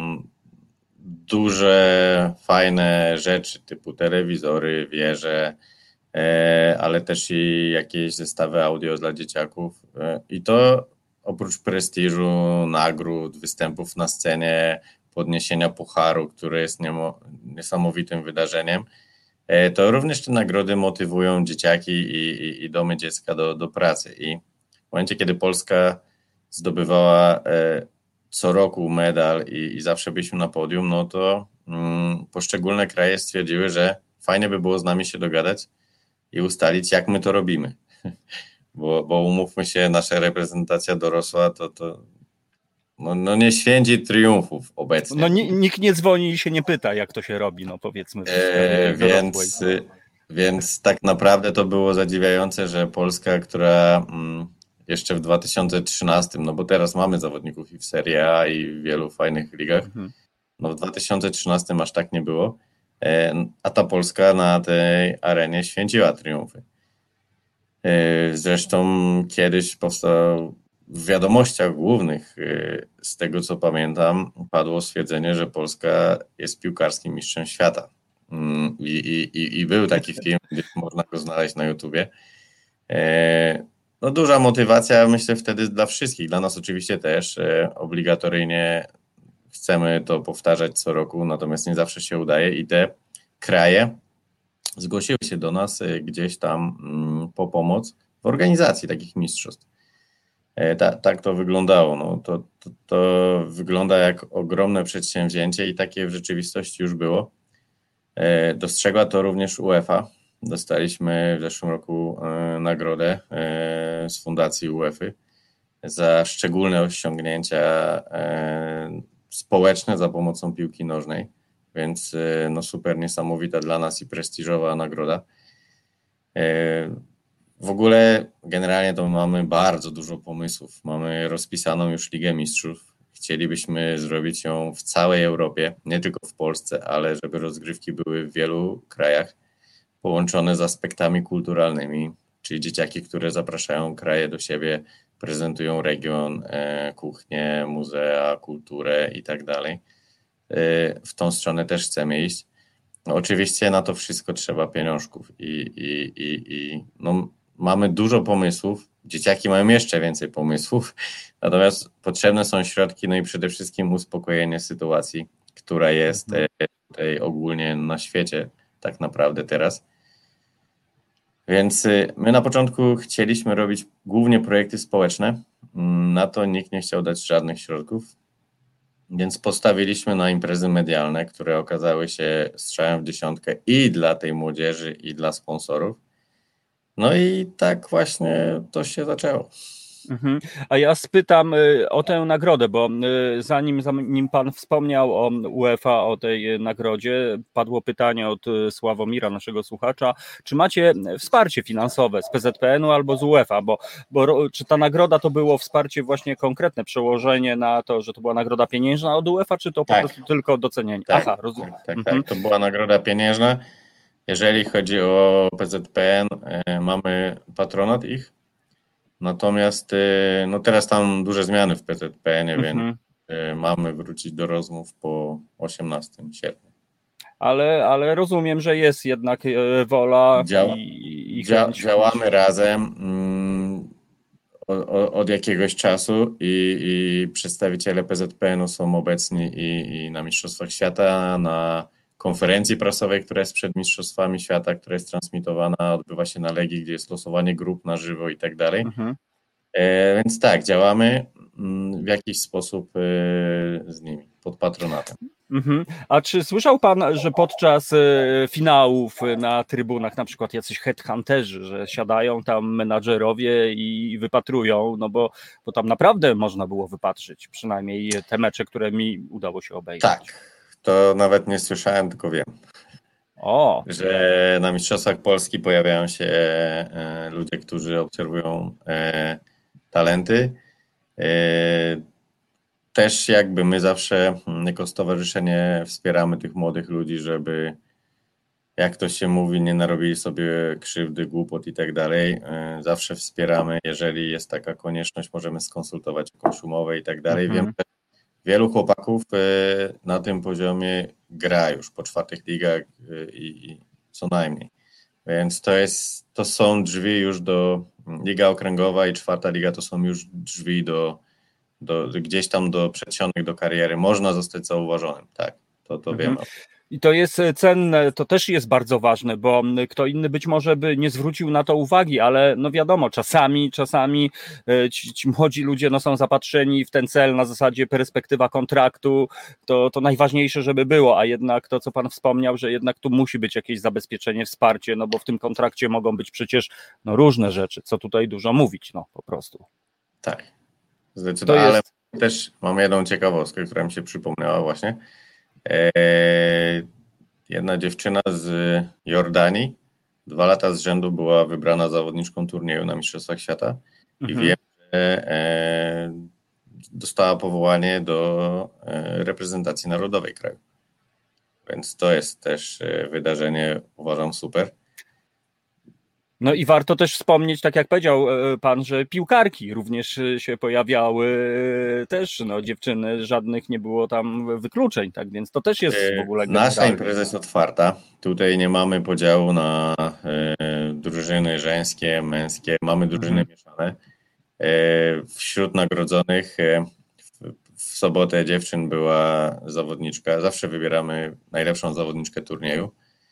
Speaker 3: duże, fajne rzeczy typu telewizory, wieże, ale też i jakieś zestawy audio dla dzieciaków. I to oprócz prestiżu, nagród, występów na scenie, podniesienia pucharu, który jest niesamowitym wydarzeniem, to również te nagrody motywują dzieciaki i domy dziecka do pracy. I w momencie, kiedy Polska zdobywała co roku medal i zawsze byliśmy na podium, no to poszczególne kraje stwierdziły, że fajnie by było z nami się dogadać i ustalić, jak my to robimy. Bo umówmy się, nasza reprezentacja dorosła to nie święci triumfów obecnie.
Speaker 2: No nikt nie dzwoni i się nie pyta, jak to się robi, no powiedzmy.
Speaker 3: Więc tak naprawdę to było zadziwiające, że Polska, która jeszcze w 2013, no bo teraz mamy zawodników i w Serie A i w wielu fajnych ligach, no w 2013 aż tak nie było, a ta Polska na tej arenie święciła triumfy. Zresztą kiedyś powstał w wiadomościach głównych, z tego co pamiętam, padło stwierdzenie, że Polska jest piłkarskim mistrzem świata. I był taki film, gdzie można go znaleźć na YouTubie. No duża motywacja, myślę, wtedy dla wszystkich, dla nas oczywiście też. Obligatoryjnie chcemy to powtarzać co roku, natomiast nie zawsze się udaje i te kraje zgłosiły się do nas gdzieś tam po pomoc w organizacji takich mistrzostw. Tak to wyglądało. No, to wygląda jak ogromne przedsięwzięcie i takie w rzeczywistości już było. Dostrzegła to również UEFA. Dostaliśmy w zeszłym roku nagrodę z Fundacji UEFA za szczególne osiągnięcia społeczne za pomocą piłki nożnej. Więc no super niesamowita dla nas i prestiżowa nagroda. W ogóle generalnie to mamy bardzo dużo pomysłów. Mamy rozpisaną już Ligę Mistrzów. Chcielibyśmy zrobić ją w całej Europie, nie tylko w Polsce, ale żeby rozgrywki były w wielu krajach połączone z aspektami kulturalnymi, czyli dzieciaki, które zapraszają kraje do siebie, prezentują region, kuchnię, muzea, kulturę i tak dalej. W tą stronę też chcemy iść. No, oczywiście na to wszystko trzeba pieniążków i mamy dużo pomysłów. Dzieciaki mają jeszcze więcej pomysłów, natomiast potrzebne są środki, no i przede wszystkim uspokojenie sytuacji, która jest tutaj ogólnie na świecie tak naprawdę teraz. Więc my na początku chcieliśmy robić głównie projekty społeczne, na to nikt nie chciał dać żadnych środków, więc postawiliśmy na imprezy medialne, które okazały się strzałem w dziesiątkę i dla tej młodzieży, i dla sponsorów. No i tak właśnie to się zaczęło.
Speaker 2: Mhm. A ja spytam o tę nagrodę, bo zanim pan wspomniał o UEFA, o tej nagrodzie, padło pytanie od Sławomira, naszego słuchacza, czy macie wsparcie finansowe z PZPN-u albo z UEFA, bo czy ta nagroda to było wsparcie właśnie konkretne, przełożenie na to, że to była nagroda pieniężna od UEFA, czy to po prostu tylko docenienie?
Speaker 3: Tak,
Speaker 2: Aha, rozumiem.
Speaker 3: tak, to była nagroda pieniężna. Jeżeli chodzi o PZPN, mamy patronat ich, natomiast no teraz tam duże zmiany w PZPN-ie, więc mamy wrócić do rozmów po 18 sierpnia.
Speaker 2: Ale rozumiem, że jest jednak wola i chęć.
Speaker 3: Działamy razem od jakiegoś czasu i przedstawiciele PZPN-u są obecni i na Mistrzostwach Świata, na konferencji prasowej, która jest przed Mistrzostwami Świata, która jest transmitowana, odbywa się na Legii, gdzie jest losowanie grup na żywo i tak dalej. Więc tak, działamy w jakiś sposób z nimi, pod patronatem.
Speaker 2: A czy słyszał pan, że podczas finałów na trybunach na przykład jacyś headhunterzy, że siadają tam menadżerowie i wypatrują, no bo tam naprawdę można było wypatrzyć, przynajmniej te mecze, które mi udało się obejrzeć.
Speaker 3: Tak, to nawet nie słyszałem, tylko wiem. Że na Mistrzostwach Polski pojawiają się ludzie, którzy obserwują talenty. Też jakby my zawsze jako stowarzyszenie wspieramy tych młodych ludzi, żeby, jak to się mówi, nie narobili sobie krzywdy, głupot i tak dalej. Zawsze wspieramy, jeżeli jest taka konieczność, możemy skonsultować jakąś umowę i tak dalej. Wiem, że wielu chłopaków na tym poziomie gra już po 4 ligach i co najmniej. Więc to są drzwi już do Liga Okręgowa i 4 liga to są już drzwi do gdzieś tam do przedsionek do kariery. Można zostać zauważonym, tak, to wiem.
Speaker 2: I to jest cenne, to też jest bardzo ważne, bo kto inny być może by nie zwrócił na to uwagi, ale no wiadomo, czasami ci młodzi ludzie no, są zapatrzeni w ten cel na zasadzie perspektywa kontraktu, to najważniejsze, żeby było, a jednak to, co pan wspomniał, że jednak tu musi być jakieś zabezpieczenie, wsparcie, no bo w tym kontrakcie mogą być przecież no, różne rzeczy, co tutaj dużo mówić, no po prostu.
Speaker 3: Tak, zdecydowanie, ale też mam jedną ciekawostkę, która mi się przypomniała właśnie. Jedna dziewczyna z Jordanii 2 lata z rzędu była wybrana zawodniczką turnieju na Mistrzostwach Świata i wiem, że dostała powołanie do reprezentacji narodowej kraju. Więc to jest też wydarzenie, uważam, super.
Speaker 2: No i warto też wspomnieć, tak jak powiedział pan, że piłkarki również się pojawiały, też no, dziewczyny, żadnych nie było tam wykluczeń, tak więc to też jest w ogóle
Speaker 3: Nasza impreza jest otwarta, tutaj nie mamy podziału na drużyny żeńskie, męskie, mamy drużyny mieszane. Wśród nagrodzonych w sobotę dziewczyn była zawodniczka, zawsze wybieramy najlepszą zawodniczkę turnieju.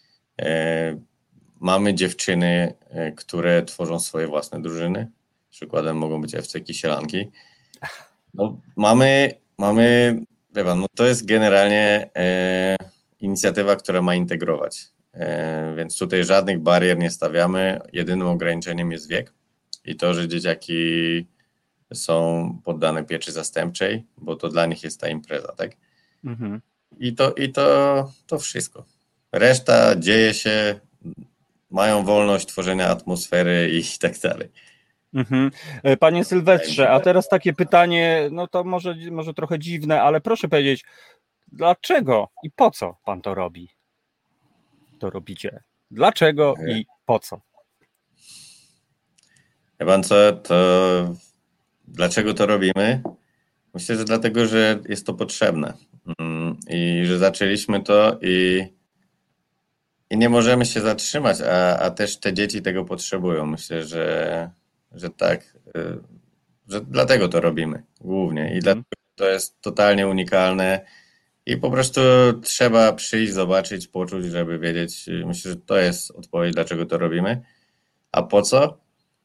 Speaker 3: Mamy dziewczyny, które tworzą swoje własne drużyny. Przykładem mogą być FC Kisielanki. No, mamy, wie pan, no to jest generalnie inicjatywa, która ma integrować. Więc tutaj żadnych barier nie stawiamy. Jedynym ograniczeniem jest wiek i to, że dzieciaki są poddane pieczy zastępczej, bo to dla nich jest ta impreza, tak? I to wszystko. Reszta dzieje się, mają wolność tworzenia atmosfery i tak dalej.
Speaker 2: Panie Sylwestrze, a teraz takie pytanie, no to może trochę dziwne, ale proszę powiedzieć, dlaczego i po co pan to robi? To robicie. Dlaczego i po co?
Speaker 3: Wie pan co, dlaczego to robimy? Myślę, że dlatego, że jest to potrzebne i że zaczęliśmy to i nie możemy się zatrzymać, a też te dzieci tego potrzebują. Myślę, że tak, że dlatego to robimy głównie i dlatego to jest totalnie unikalne i po prostu trzeba przyjść, zobaczyć, poczuć, żeby wiedzieć. Myślę, że to jest odpowiedź, dlaczego to robimy. A po co?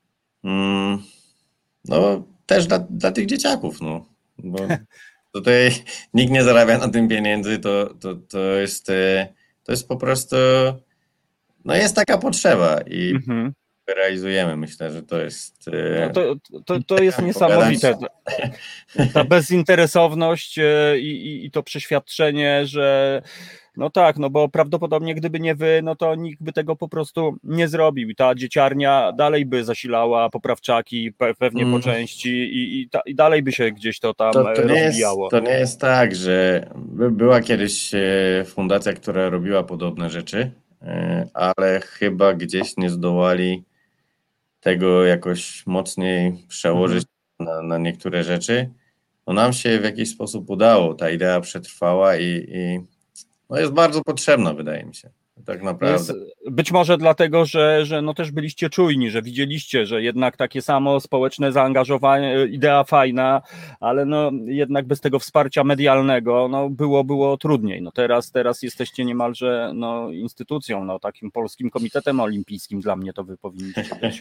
Speaker 3: No też dla tych dzieciaków, no. Bo tutaj nikt nie zarabia na tym pieniędzy, to jest po prostu, no jest taka potrzeba i realizujemy. Myślę, że to jest...
Speaker 2: To jest niesamowite. Ta bezinteresowność i to przeświadczenie, że no tak, no bo prawdopodobnie gdyby nie wy, no to nikt by tego po prostu nie zrobił i ta dzieciarnia dalej by zasilała poprawczaki pewnie po części i dalej by się gdzieś to tam rozwijało.
Speaker 3: To nie jest tak, że była kiedyś fundacja, która robiła podobne rzeczy, ale chyba gdzieś nie zdołali tego jakoś mocniej przełożyć na niektóre rzeczy. No nam się w jakiś sposób udało, ta idea przetrwała i no jest bardzo potrzebna, wydaje mi się. Tak naprawdę.
Speaker 2: Być może dlatego, że no też byliście czujni, że widzieliście, że jednak takie samo społeczne zaangażowanie, idea fajna, ale no jednak bez tego wsparcia medialnego no było trudniej. No teraz jesteście niemalże no, instytucją, no, takim Polskim Komitetem Olimpijskim, dla mnie to wy powinniście być.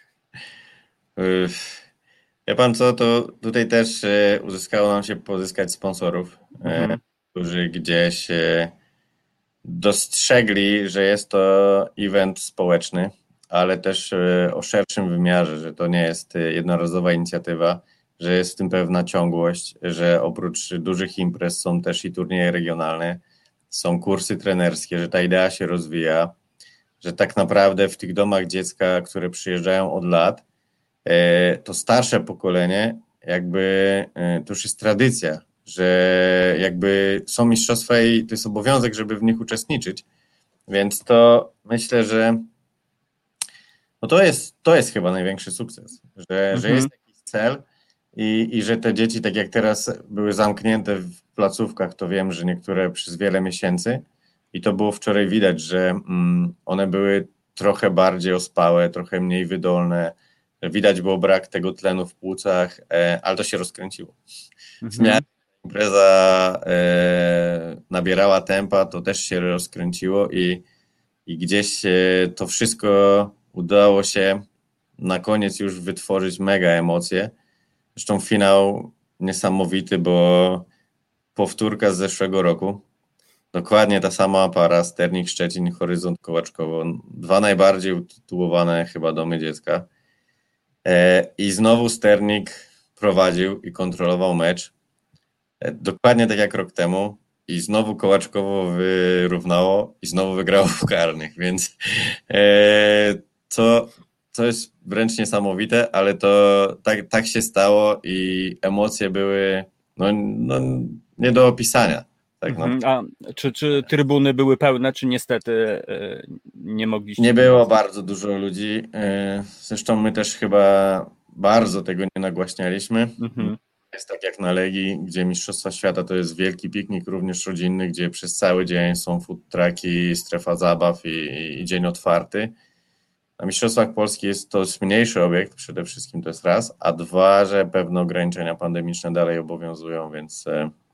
Speaker 3: Wie pan co, to tutaj też uzyskało nam się pozyskać sponsorów, którzy gdzieś dostrzegli, że jest to event społeczny, ale też o szerszym wymiarze, że to nie jest jednorazowa inicjatywa, że jest w tym pewna ciągłość, że oprócz dużych imprez są też i turnieje regionalne, są kursy trenerskie, że ta idea się rozwija, że tak naprawdę w tych domach dziecka, które przyjeżdżają od lat, to starsze pokolenie jakby to już jest tradycja, że jakby są mistrzostwa i to jest obowiązek, żeby w nich uczestniczyć, więc to myślę, że no to jest chyba największy sukces, że jest jakiś cel i że te dzieci, tak jak teraz były zamknięte w placówkach, to wiem, że niektóre przez wiele miesięcy i to było wczoraj widać, że one były trochę bardziej ospałe, trochę mniej wydolne, widać było brak tego tlenu w płucach, ale to się rozkręciło. W miarę impreza nabierała tempa, to też się rozkręciło i gdzieś to wszystko udało się na koniec już wytworzyć mega emocje. Zresztą finał niesamowity, bo powtórka z zeszłego roku. Dokładnie ta sama para, Sternik Szczecin, Horyzont Kołaczkowo. 2 najbardziej utytułowane chyba domy dziecka. I znowu Sternik prowadził i kontrolował mecz. Dokładnie tak jak rok temu. I znowu Kołaczkowo wyrównało i znowu wygrało w karnych, więc to jest wręcz niesamowite, ale to tak się stało i emocje były no, nie do opisania. Tak, no.
Speaker 2: A czy trybuny były pełne, czy niestety nie mogliście?
Speaker 3: Nie było bardzo dużo ludzi. Zresztą my też chyba bardzo tego nie nagłaśnialiśmy. Jest tak jak na Legii, gdzie Mistrzostwa Świata to jest wielki piknik również rodzinny, gdzie przez cały dzień są food trucki, strefa zabaw i dzień otwarty. Na Mistrzostwach Polski jest to mniejszy obiekt, przede wszystkim to jest raz, a dwa, że pewne ograniczenia pandemiczne dalej obowiązują, więc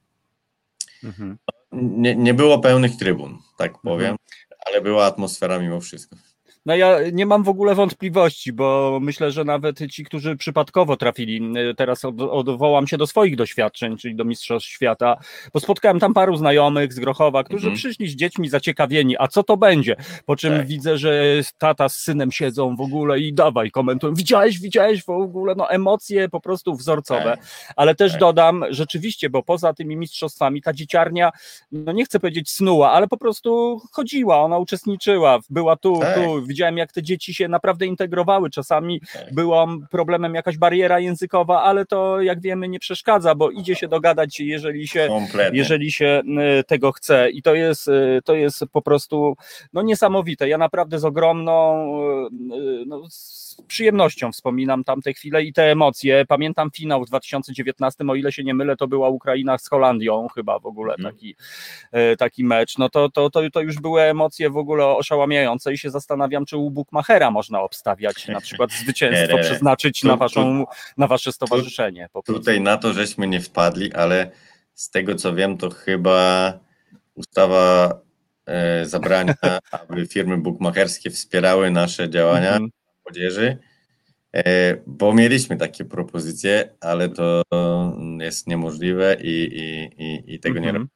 Speaker 3: nie było pełnych trybun, tak powiem, ale była atmosfera mimo wszystko.
Speaker 2: No ja nie mam w ogóle wątpliwości, bo myślę, że nawet ci, którzy przypadkowo trafili, teraz odwołam się do swoich doświadczeń, czyli do Mistrzostw Świata, bo spotkałem tam paru znajomych z Grochowa, którzy przyszli z dziećmi zaciekawieni, a co to będzie? Po czym widzę, że tata z synem siedzą w ogóle i dawaj, komentują, widziałeś w ogóle, no emocje po prostu wzorcowe, ale też dodam, rzeczywiście, bo poza tymi mistrzostwami ta dzieciarnia, no nie chcę powiedzieć snuła, ale po prostu chodziła, ona uczestniczyła, była tu, widziałem, jak te dzieci się naprawdę integrowały. Czasami była problemem jakaś bariera językowa, ale to, jak wiemy, nie przeszkadza, bo idzie się dogadać, jeżeli się tego chce. I to jest po prostu no, niesamowite. Ja naprawdę z ogromną z przyjemnością wspominam tamte chwile i te emocje. Pamiętam finał w 2019, o ile się nie mylę, to była Ukraina z Holandią, chyba w ogóle taki mecz. No to już były emocje w ogóle oszałamiające i się zastanawiam, czy u Bukmachera można obstawiać na przykład zwycięstwo, przeznaczyć na wasze stowarzyszenie.
Speaker 3: Tutaj na to żeśmy nie wpadli, ale z tego co wiem, to chyba ustawa zabrania, aby firmy bukmacherskie wspierały nasze działania młodzieży, bo mieliśmy takie propozycje, ale to jest niemożliwe i tego nie robimy.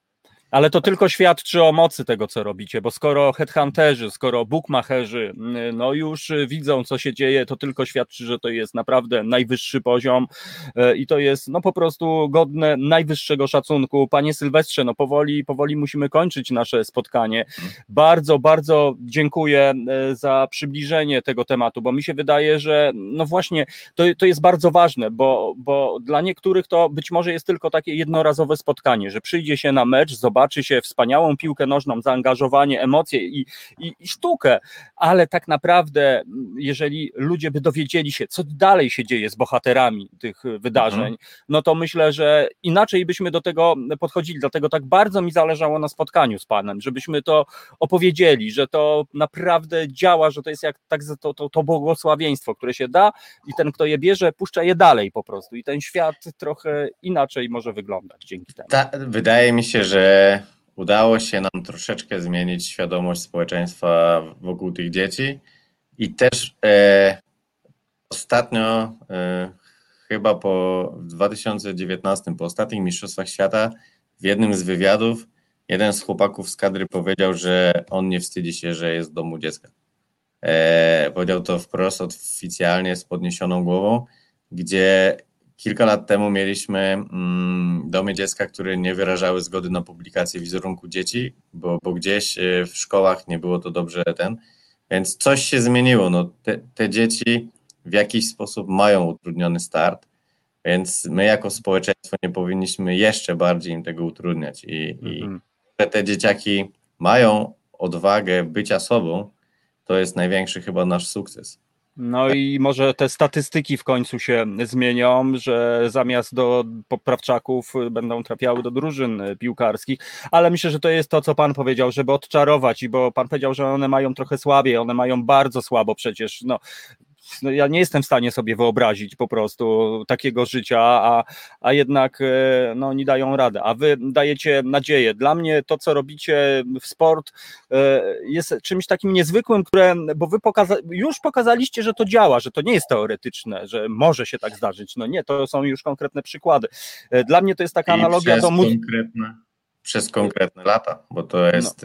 Speaker 2: Ale to tylko świadczy o mocy tego, co robicie, bo skoro headhunterzy, skoro bookmacherzy no już widzą, co się dzieje, to tylko świadczy, że to jest naprawdę najwyższy poziom i to jest no po prostu godne najwyższego szacunku. Panie Sylwestrze, no powoli musimy kończyć nasze spotkanie. Bardzo, bardzo dziękuję za przybliżenie tego tematu, bo mi się wydaje, że no właśnie to jest bardzo ważne, bo dla niektórych to być może jest tylko takie jednorazowe spotkanie, że przyjdzie się na mecz, zobaczy się wspaniałą piłkę nożną, zaangażowanie, emocje i sztukę, ale tak naprawdę, jeżeli ludzie by dowiedzieli się, co dalej się dzieje z bohaterami tych wydarzeń, no to myślę, że inaczej byśmy do tego podchodzili, dlatego tak bardzo mi zależało na spotkaniu z panem, żebyśmy to opowiedzieli, że to naprawdę działa, że to jest jak tak to błogosławieństwo, które się da i ten, kto je bierze, puszcza je dalej po prostu i ten świat trochę inaczej może wyglądać dzięki temu.
Speaker 3: Wydaje mi się, że udało się nam troszeczkę zmienić świadomość społeczeństwa wokół tych dzieci i też ostatnio, chyba w 2019, po ostatnich Mistrzostwach Świata, w jednym z wywiadów jeden z chłopaków z kadry powiedział, że on nie wstydzi się, że jest w domu dziecka. Powiedział to wprost, oficjalnie, z podniesioną głową, gdzie kilka lat temu mieliśmy domy dziecka, które nie wyrażały zgody na publikację wizerunku dzieci, bo gdzieś w szkołach nie było to dobrze więc coś się zmieniło. No, te dzieci w jakiś sposób mają utrudniony start, więc my jako społeczeństwo nie powinniśmy jeszcze bardziej im tego utrudniać i te dzieciaki mają odwagę bycia sobą, to jest największy chyba nasz sukces.
Speaker 2: No i może te statystyki w końcu się zmienią, że zamiast do poprawczaków będą trafiały do drużyn piłkarskich, ale myślę, że to jest to, co pan powiedział, żeby odczarować, bo pan powiedział, że one mają trochę słabiej, one mają bardzo słabo przecież, no ja nie jestem w stanie sobie wyobrazić po prostu takiego życia, a jednak no, oni dają radę, a wy dajecie nadzieję. Dla mnie to, co robicie w sport jest czymś takim niezwykłym, bo wy już pokazaliście, że to działa, że to nie jest teoretyczne, że może się tak zdarzyć. No nie, to są już konkretne przykłady. Dla mnie to jest taka analogia do muzyki.
Speaker 3: Przez konkretne lata, bo to jest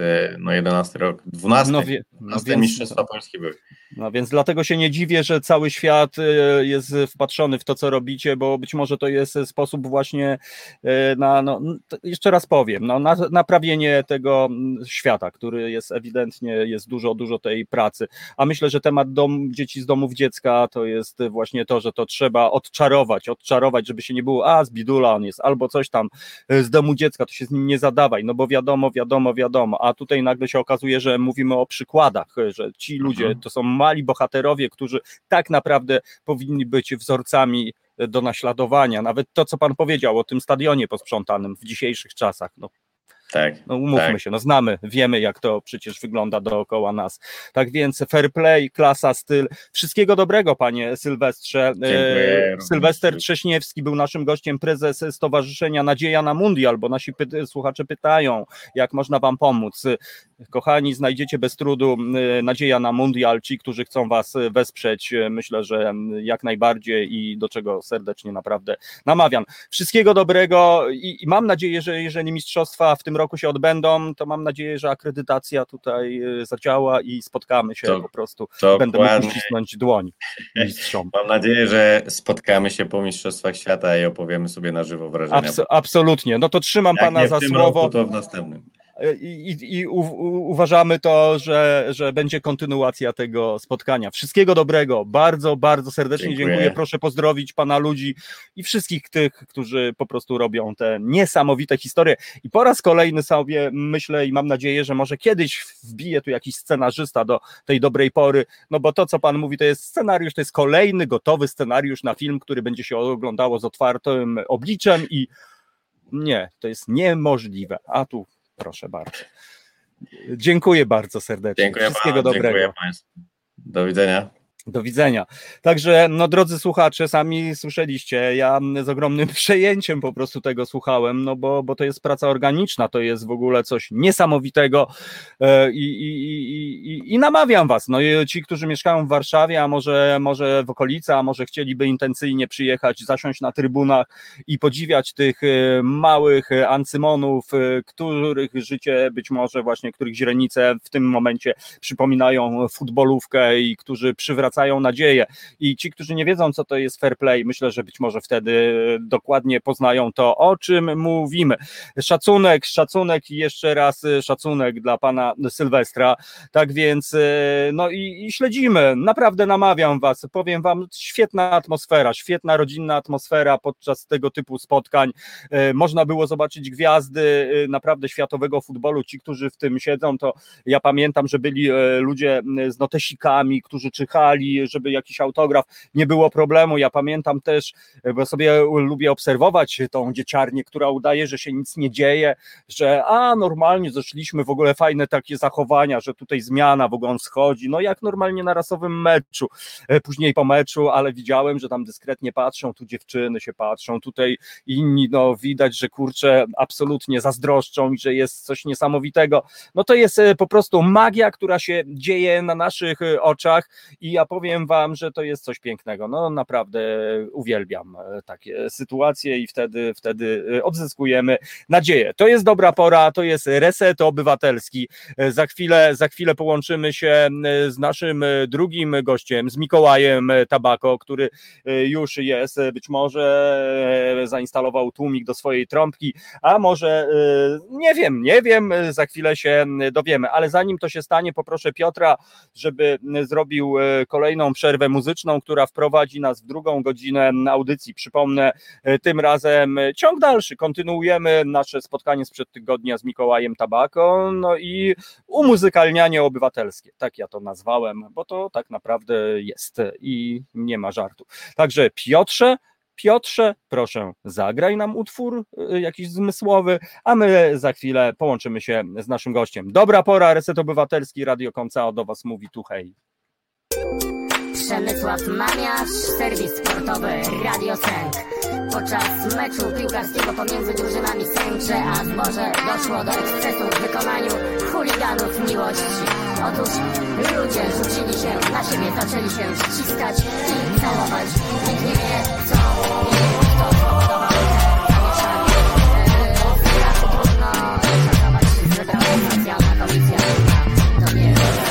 Speaker 3: 11 rok, 12, Mistrzostwa Polski były.
Speaker 2: No więc dlatego się nie dziwię, że cały świat jest wpatrzony w to, co robicie, bo być może to jest sposób właśnie na, jeszcze raz powiem, na naprawienie tego świata, który jest ewidentnie, jest dużo tej pracy, a myślę, że temat dzieci z domów dziecka to jest właśnie to, że to trzeba odczarować, żeby się nie było, z bidula on jest, albo coś tam z domu dziecka, to się z nim nie zadawaj, no bo wiadomo, a tutaj nagle się okazuje, że mówimy o przykładach, że ci ludzie to są mali bohaterowie, którzy tak naprawdę powinni być wzorcami do naśladowania. Nawet to, co pan powiedział o tym stadionie posprzątanym w dzisiejszych czasach. No,
Speaker 3: tak,
Speaker 2: no umówmy się, no znamy, wiemy, jak to przecież wygląda dookoła nas. Tak więc fair play, klasa, styl. Wszystkiego dobrego, panie Sylwestrze.
Speaker 3: Dziękuję.
Speaker 2: Sylwester Trześniewski był naszym gościem, prezes Stowarzyszenia Nadzieja na Mundial, bo nasi słuchacze pytają, jak można wam pomóc. Kochani, znajdziecie bez trudu Nadzieja na Mundial. Ci, którzy chcą was wesprzeć, myślę, że jak najbardziej i do czego serdecznie naprawdę namawiam. Wszystkiego dobrego i mam nadzieję, że jeżeli mistrzostwa w tym roku się odbędą, to mam nadzieję, że akredytacja tutaj zadziała i spotkamy się po prostu. Będę mógł ścisnąć dłoń mistrzom.
Speaker 3: Mam nadzieję, że spotkamy się po Mistrzostwach Świata i opowiemy sobie na żywo wrażenia.
Speaker 2: Absolutnie. No to trzymam pana za słowo.
Speaker 3: Roku, to w następnym.
Speaker 2: I uważamy to, że będzie kontynuacja tego spotkania. Wszystkiego dobrego. Bardzo, bardzo serdecznie dziękuję. Proszę pozdrowić pana ludzi i wszystkich tych, którzy po prostu robią te niesamowite historie. I po raz kolejny sobie myślę i mam nadzieję, że może kiedyś wbije tu jakiś scenarzysta do tej dobrej pory, no bo to, co pan mówi, to jest scenariusz, to jest kolejny gotowy scenariusz na film, który będzie się oglądało z otwartym obliczem i nie, to jest niemożliwe. A tu proszę bardzo. Dziękuję bardzo serdecznie.
Speaker 3: Dziękuję
Speaker 2: Wszystkiego dobrego.
Speaker 3: Dziękuję państwu. Do widzenia.
Speaker 2: Do widzenia. Także, no drodzy słuchacze, sami słyszeliście, ja z ogromnym przejęciem po prostu tego słuchałem, no bo to jest praca organiczna, to jest w ogóle coś niesamowitego I namawiam was, no ci, którzy mieszkają w Warszawie, a może w okolicy, a może chcieliby intencyjnie przyjechać, zasiąść na trybunach i podziwiać tych małych ancymonów, których życie być może właśnie, których źrenice w tym momencie przypominają futbolówkę i którzy przywracają nadzieję. I ci, którzy nie wiedzą, co to jest fair play, myślę, że być może wtedy dokładnie poznają to, o czym mówimy. Szacunek i jeszcze raz szacunek dla pana Sylwestra. Tak więc no i śledzimy. Naprawdę namawiam was, powiem wam, świetna atmosfera, świetna rodzinna atmosfera podczas tego typu spotkań. Można było zobaczyć gwiazdy naprawdę światowego futbolu. Ci, którzy w tym siedzą, to ja pamiętam, że byli ludzie z notesikami, którzy czyhali, żeby jakiś autograf, nie było problemu. Ja pamiętam też, bo sobie lubię obserwować tą dzieciarnię, która udaje, że się nic nie dzieje, że normalnie zeszliśmy, w ogóle fajne takie zachowania, że tutaj zmiana, w ogóle on schodzi, no jak normalnie na rasowym meczu. Później po meczu, ale widziałem, że tam dyskretnie patrzą, tu dziewczyny się patrzą, tutaj inni, no widać, że kurczę, absolutnie zazdroszczą i że jest coś niesamowitego. No to jest po prostu magia, która się dzieje na naszych oczach i ja powiem wam, że to jest coś pięknego. No naprawdę uwielbiam takie sytuacje i wtedy odzyskujemy nadzieję. To jest dobra pora, to jest Reset Obywatelski. Za chwilę połączymy się z naszym drugim gościem, z Mikołajem Tabako, który już jest, być może zainstalował tłumik do swojej trąbki, a może nie wiem, za chwilę się dowiemy, ale zanim to się stanie, poproszę Piotra, żeby zrobił kolejną przerwę muzyczną, która wprowadzi nas w drugą godzinę audycji. Przypomnę, tym razem ciąg dalszy, kontynuujemy nasze spotkanie sprzed tygodnia z Mikołajem Tabako, no i umuzykalnianie obywatelskie, tak ja to nazwałem, bo to tak naprawdę jest i nie ma żartu. Także Piotrze, proszę, zagraj nam utwór jakiś zmysłowy, a my za chwilę połączymy się z naszym gościem. Dobra pora, Reset Obywatelski, Radio Koncao do was mówi tu hej.
Speaker 4: Przemysław Mamiarz, serwis sportowy Radio Sęk. Podczas meczu piłkarskiego pomiędzy drużynami Sękrze a Zboże doszło do ekscesu w wykonaniu chuliganów miłości. Otóż ludzie rzucili się na siebie, zaczęli się ściskać i całować. Nikt nie wie co i kto spowodował te zamieszanie. Strasznie trudno szacować, zebrała specjalna komisja. To nie jest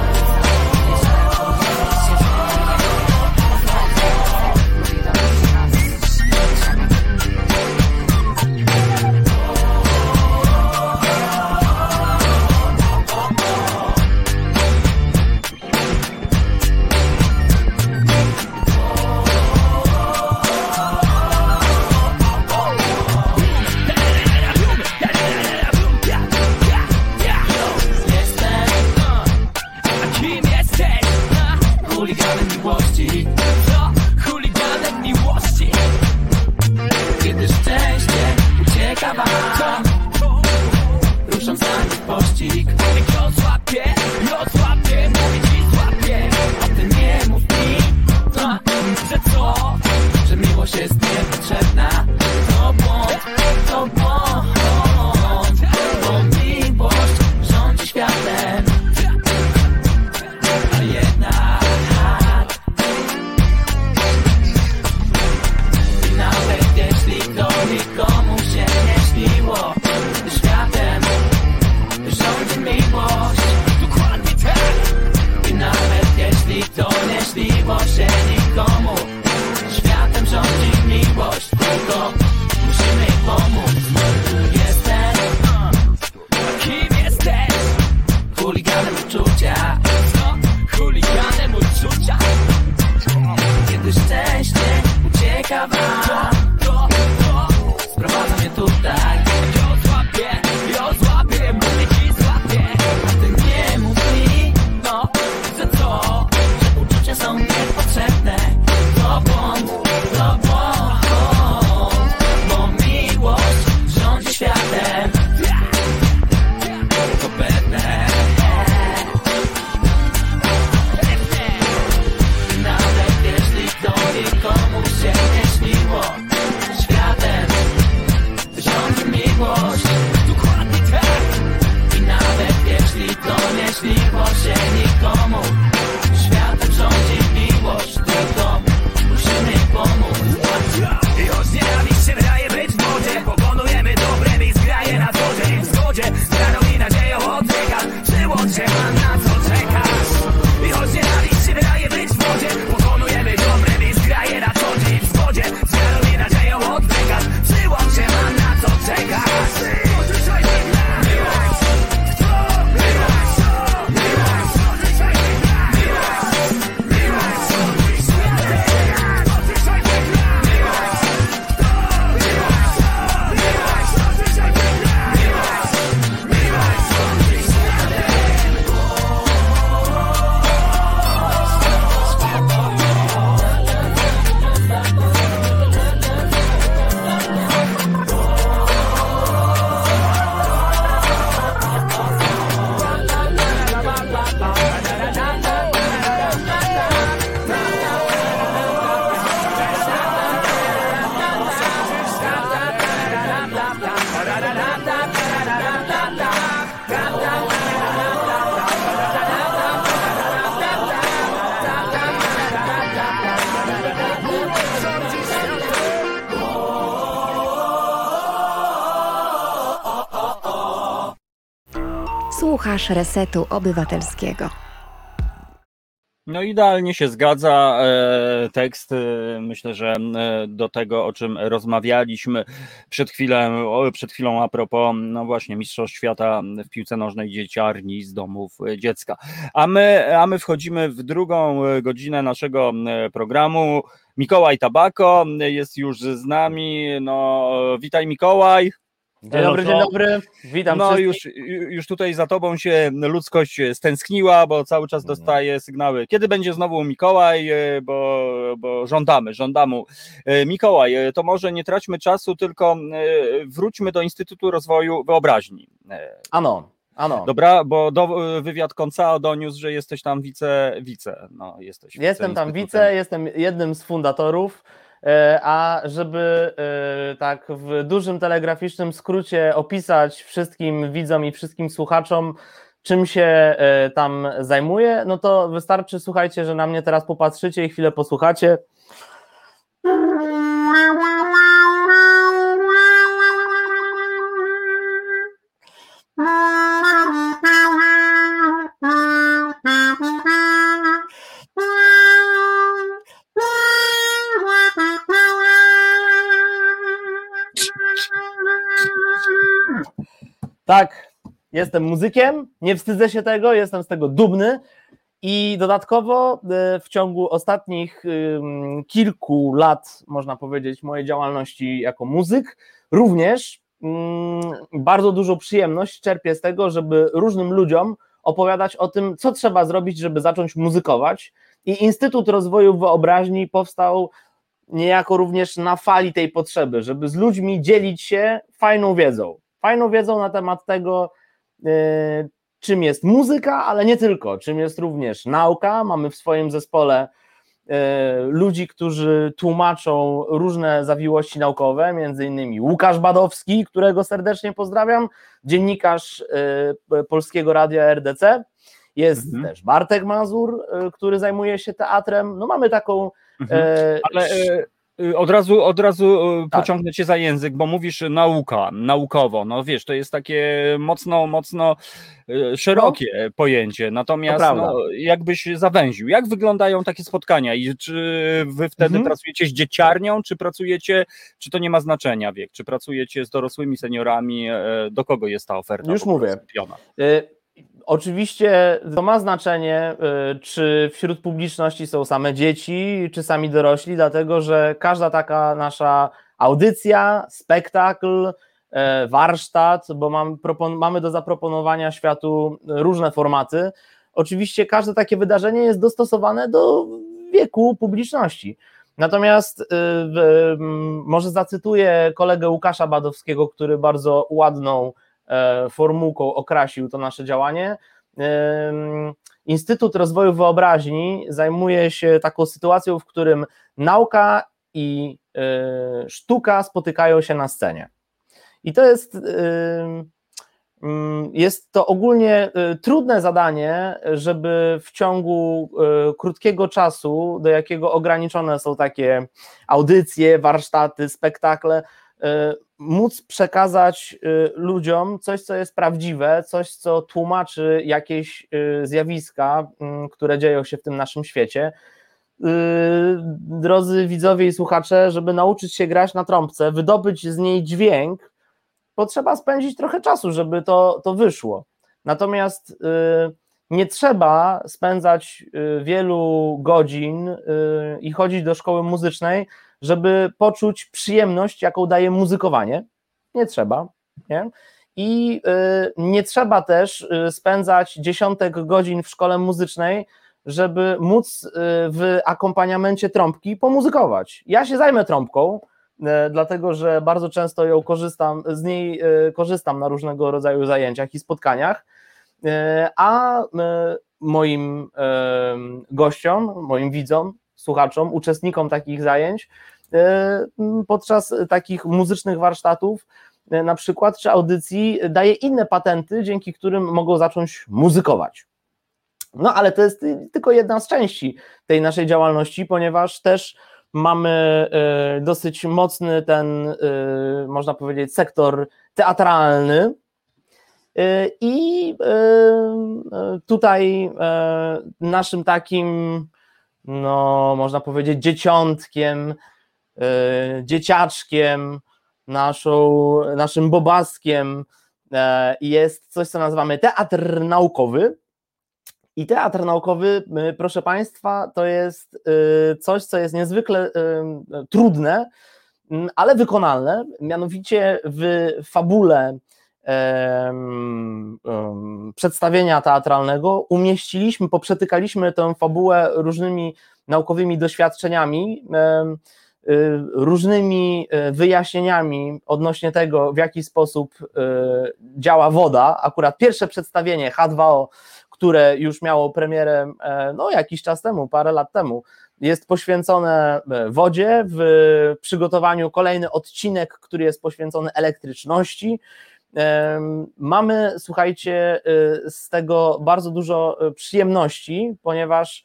Speaker 6: kiedy szczęście ucieka wam, ruszam za nim w pościg. Kto złapie, mówię ci złapie. A ty nie mów mi, że co, że miłość jest niepotrzebna. To błąd, bo miłość rządzi światem. A jednak nikomu. Światem rządzi miłość, tylko musimy pomóc. I choć nienawiść się wydaje być w wodzie, pokonujemy dobre i zgraje na co dzień w zgodzie. Z wiarą i nadzieją odbiega, przyłącz się, mam na co czekasz. I choć nienawiść się wydaje być w wodzie, pokonujemy dobre i zgraje na co dzień w zgodzie. Z wiarą i nadzieją odbiega, przyłącz się, mam na co czekasz.
Speaker 5: Słuchasz Resetu Obywatelskiego.
Speaker 2: No idealnie się zgadza tekst, myślę, że do tego, o czym rozmawialiśmy przed chwilą a propos, no właśnie, Mistrzostw Świata w piłce nożnej dzieciarni z domów dziecka. A my wchodzimy w drugą godzinę naszego programu. Mikołaj Tabako jest już z nami. No, witaj Mikołaj.
Speaker 7: Dzień dobry, witam
Speaker 2: no
Speaker 7: wszystkich.
Speaker 2: już tutaj za tobą się ludzkość stęskniła, bo cały czas dostaje sygnały, kiedy będzie znowu Mikołaj, bo żądamy. Mikołaj, to może nie traćmy czasu, tylko wróćmy do Instytutu Rozwoju Wyobraźni.
Speaker 7: Ano.
Speaker 2: Dobra, bo wywiad Koncao doniósł, że jesteś tam wice. No,
Speaker 7: Jestem tam wice, jestem jednym z fundatorów. A żeby tak w dużym telegraficznym skrócie opisać wszystkim widzom i wszystkim słuchaczom, czym się tam zajmuję, no to wystarczy, słuchajcie, że na mnie teraz popatrzycie i chwilę posłuchacie. Tak, jestem muzykiem, nie wstydzę się tego, jestem z tego dumny i dodatkowo w ciągu ostatnich kilku lat, można powiedzieć, mojej działalności jako muzyk, również bardzo dużą przyjemność czerpię z tego, żeby różnym ludziom opowiadać o tym, co trzeba zrobić, żeby zacząć muzykować, i Instytut Rozwoju Wyobraźni powstał niejako również na fali tej potrzeby, żeby z ludźmi dzielić się fajną wiedzą na temat tego, czym jest muzyka, ale nie tylko, czym jest również nauka. Mamy w swoim zespole ludzi, którzy tłumaczą różne zawiłości naukowe, między innymi Łukasz Badowski, którego serdecznie pozdrawiam, dziennikarz Polskiego Radia RDC, jest też Bartek Mazur, który zajmuje się teatrem. No mamy taką...
Speaker 2: Ale od razu pociągnę cię za język, bo mówisz naukowo, no wiesz, to jest takie mocno szerokie pojęcie, natomiast jakbyś zawęził, jak wyglądają takie spotkania i czy wy wtedy pracujecie z dzieciarnią, czy to nie ma znaczenia wiek, czy pracujecie z dorosłymi seniorami, do kogo jest ta oferta?
Speaker 7: Już mówię. Oczywiście to ma znaczenie, czy wśród publiczności są same dzieci, czy sami dorośli, dlatego że każda taka nasza audycja, spektakl, warsztat, bo mamy do zaproponowania światu różne formaty. Oczywiście każde takie wydarzenie jest dostosowane do wieku publiczności. Natomiast może zacytuję kolegę Łukasza Badowskiego, który bardzo ładną formułką okrasił to nasze działanie. Instytut Rozwoju Wyobraźni zajmuje się taką sytuacją, w którym nauka i sztuka spotykają się na scenie. I to jest Jest to ogólnie trudne zadanie, żeby w ciągu krótkiego czasu, do jakiego ograniczone są takie audycje, warsztaty, spektakle, móc przekazać ludziom coś, co jest prawdziwe, coś, co tłumaczy jakieś zjawiska, które dzieją się w tym naszym świecie. Drodzy widzowie i słuchacze, żeby nauczyć się grać na trąbce, wydobyć z niej dźwięk, potrzeba spędzić trochę czasu, żeby to wyszło. Natomiast nie trzeba spędzać wielu godzin i chodzić do szkoły muzycznej, żeby poczuć przyjemność, jaką daje muzykowanie. Nie trzeba. Nie? I nie trzeba też spędzać dziesiątek godzin w szkole muzycznej, żeby móc w akompaniamencie trąbki pomuzykować. Ja się zajmę trąbką, dlatego że bardzo często z niej korzystam na różnego rodzaju zajęciach i spotkaniach, a moim gościom, moim widzom, słuchaczom, uczestnikom takich zajęć podczas takich muzycznych warsztatów na przykład, czy audycji daję inne patenty, dzięki którym mogą zacząć muzykować. No ale to jest tylko jedna z części tej naszej działalności, ponieważ też mamy dosyć mocny ten, można powiedzieć, sektor teatralny i tutaj naszym takim, no można powiedzieć, dzieciątkiem, dzieciaczkiem, naszym bobaskiem jest coś, co nazywamy teatr naukowy. I teatr naukowy, proszę Państwa, to jest coś, co jest niezwykle trudne, ale wykonalne. Mianowicie w fabule przedstawienia teatralnego poprzetykaliśmy tę fabułę różnymi naukowymi doświadczeniami, różnymi wyjaśnieniami odnośnie tego, w jaki sposób działa woda. Akurat pierwsze przedstawienie H2O, które już miało premierę jakiś czas temu, parę lat temu, jest poświęcone wodzie, w przygotowaniu kolejny odcinek, który jest poświęcony elektryczności. Mamy, słuchajcie, z tego bardzo dużo przyjemności, ponieważ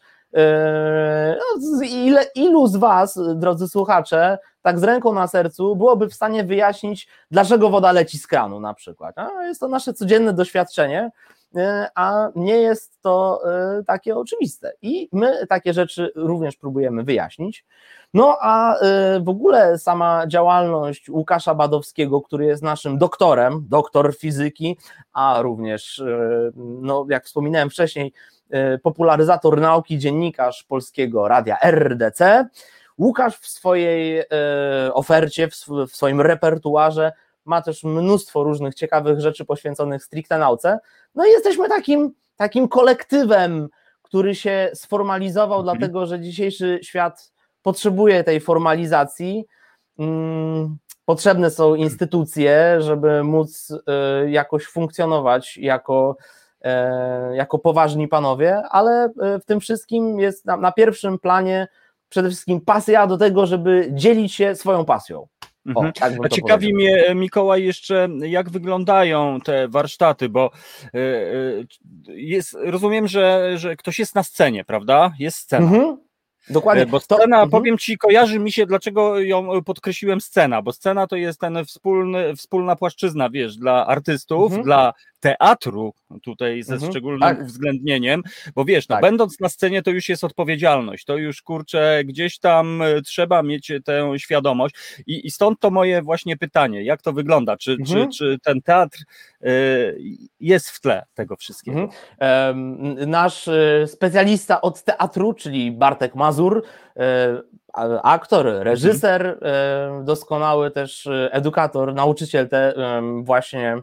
Speaker 7: ilu z Was, drodzy słuchacze, tak z ręką na sercu byłoby w stanie wyjaśnić, dlaczego woda leci z kranu na przykład. Jest to nasze codzienne doświadczenie, a nie jest to takie oczywiste. I my takie rzeczy również próbujemy wyjaśnić. No a w ogóle sama działalność Łukasza Badowskiego, który jest naszym doktorem, doktor fizyki, a również, jak wspominałem wcześniej, popularyzator nauki, dziennikarz Polskiego Radia RDC. Łukasz w swojej ofercie, w swoim repertuarze ma też mnóstwo różnych ciekawych rzeczy poświęconych stricte nauce. No i jesteśmy takim kolektywem, który się sformalizował, dlatego że dzisiejszy świat potrzebuje tej formalizacji. Potrzebne są instytucje, żeby móc jakoś funkcjonować jako poważni panowie, ale w tym wszystkim jest na pierwszym planie przede wszystkim pasja do tego, żeby dzielić się swoją pasją.
Speaker 2: A ciekawi mnie, Mikołaj, jeszcze jak wyglądają te warsztaty, bo rozumiem, że ktoś jest na scenie, prawda? Jest scena.
Speaker 7: Dokładnie.
Speaker 2: Bo scena, powiem Ci, kojarzy mi się, dlaczego ją podkreśliłem scena, bo scena to jest ten wspólna płaszczyzna, wiesz, dla artystów, dla teatru, tutaj ze szczególnym uwzględnieniem, bo wiesz, będąc na scenie, to już jest odpowiedzialność, to już, kurczę, gdzieś tam trzeba mieć tę świadomość i stąd to moje właśnie pytanie, jak to wygląda, czy ten teatr jest w tle tego wszystkiego?
Speaker 7: Nasz specjalista od teatru, czyli Bartek Mazur, aktor, reżyser, doskonały też edukator, nauczyciel właśnie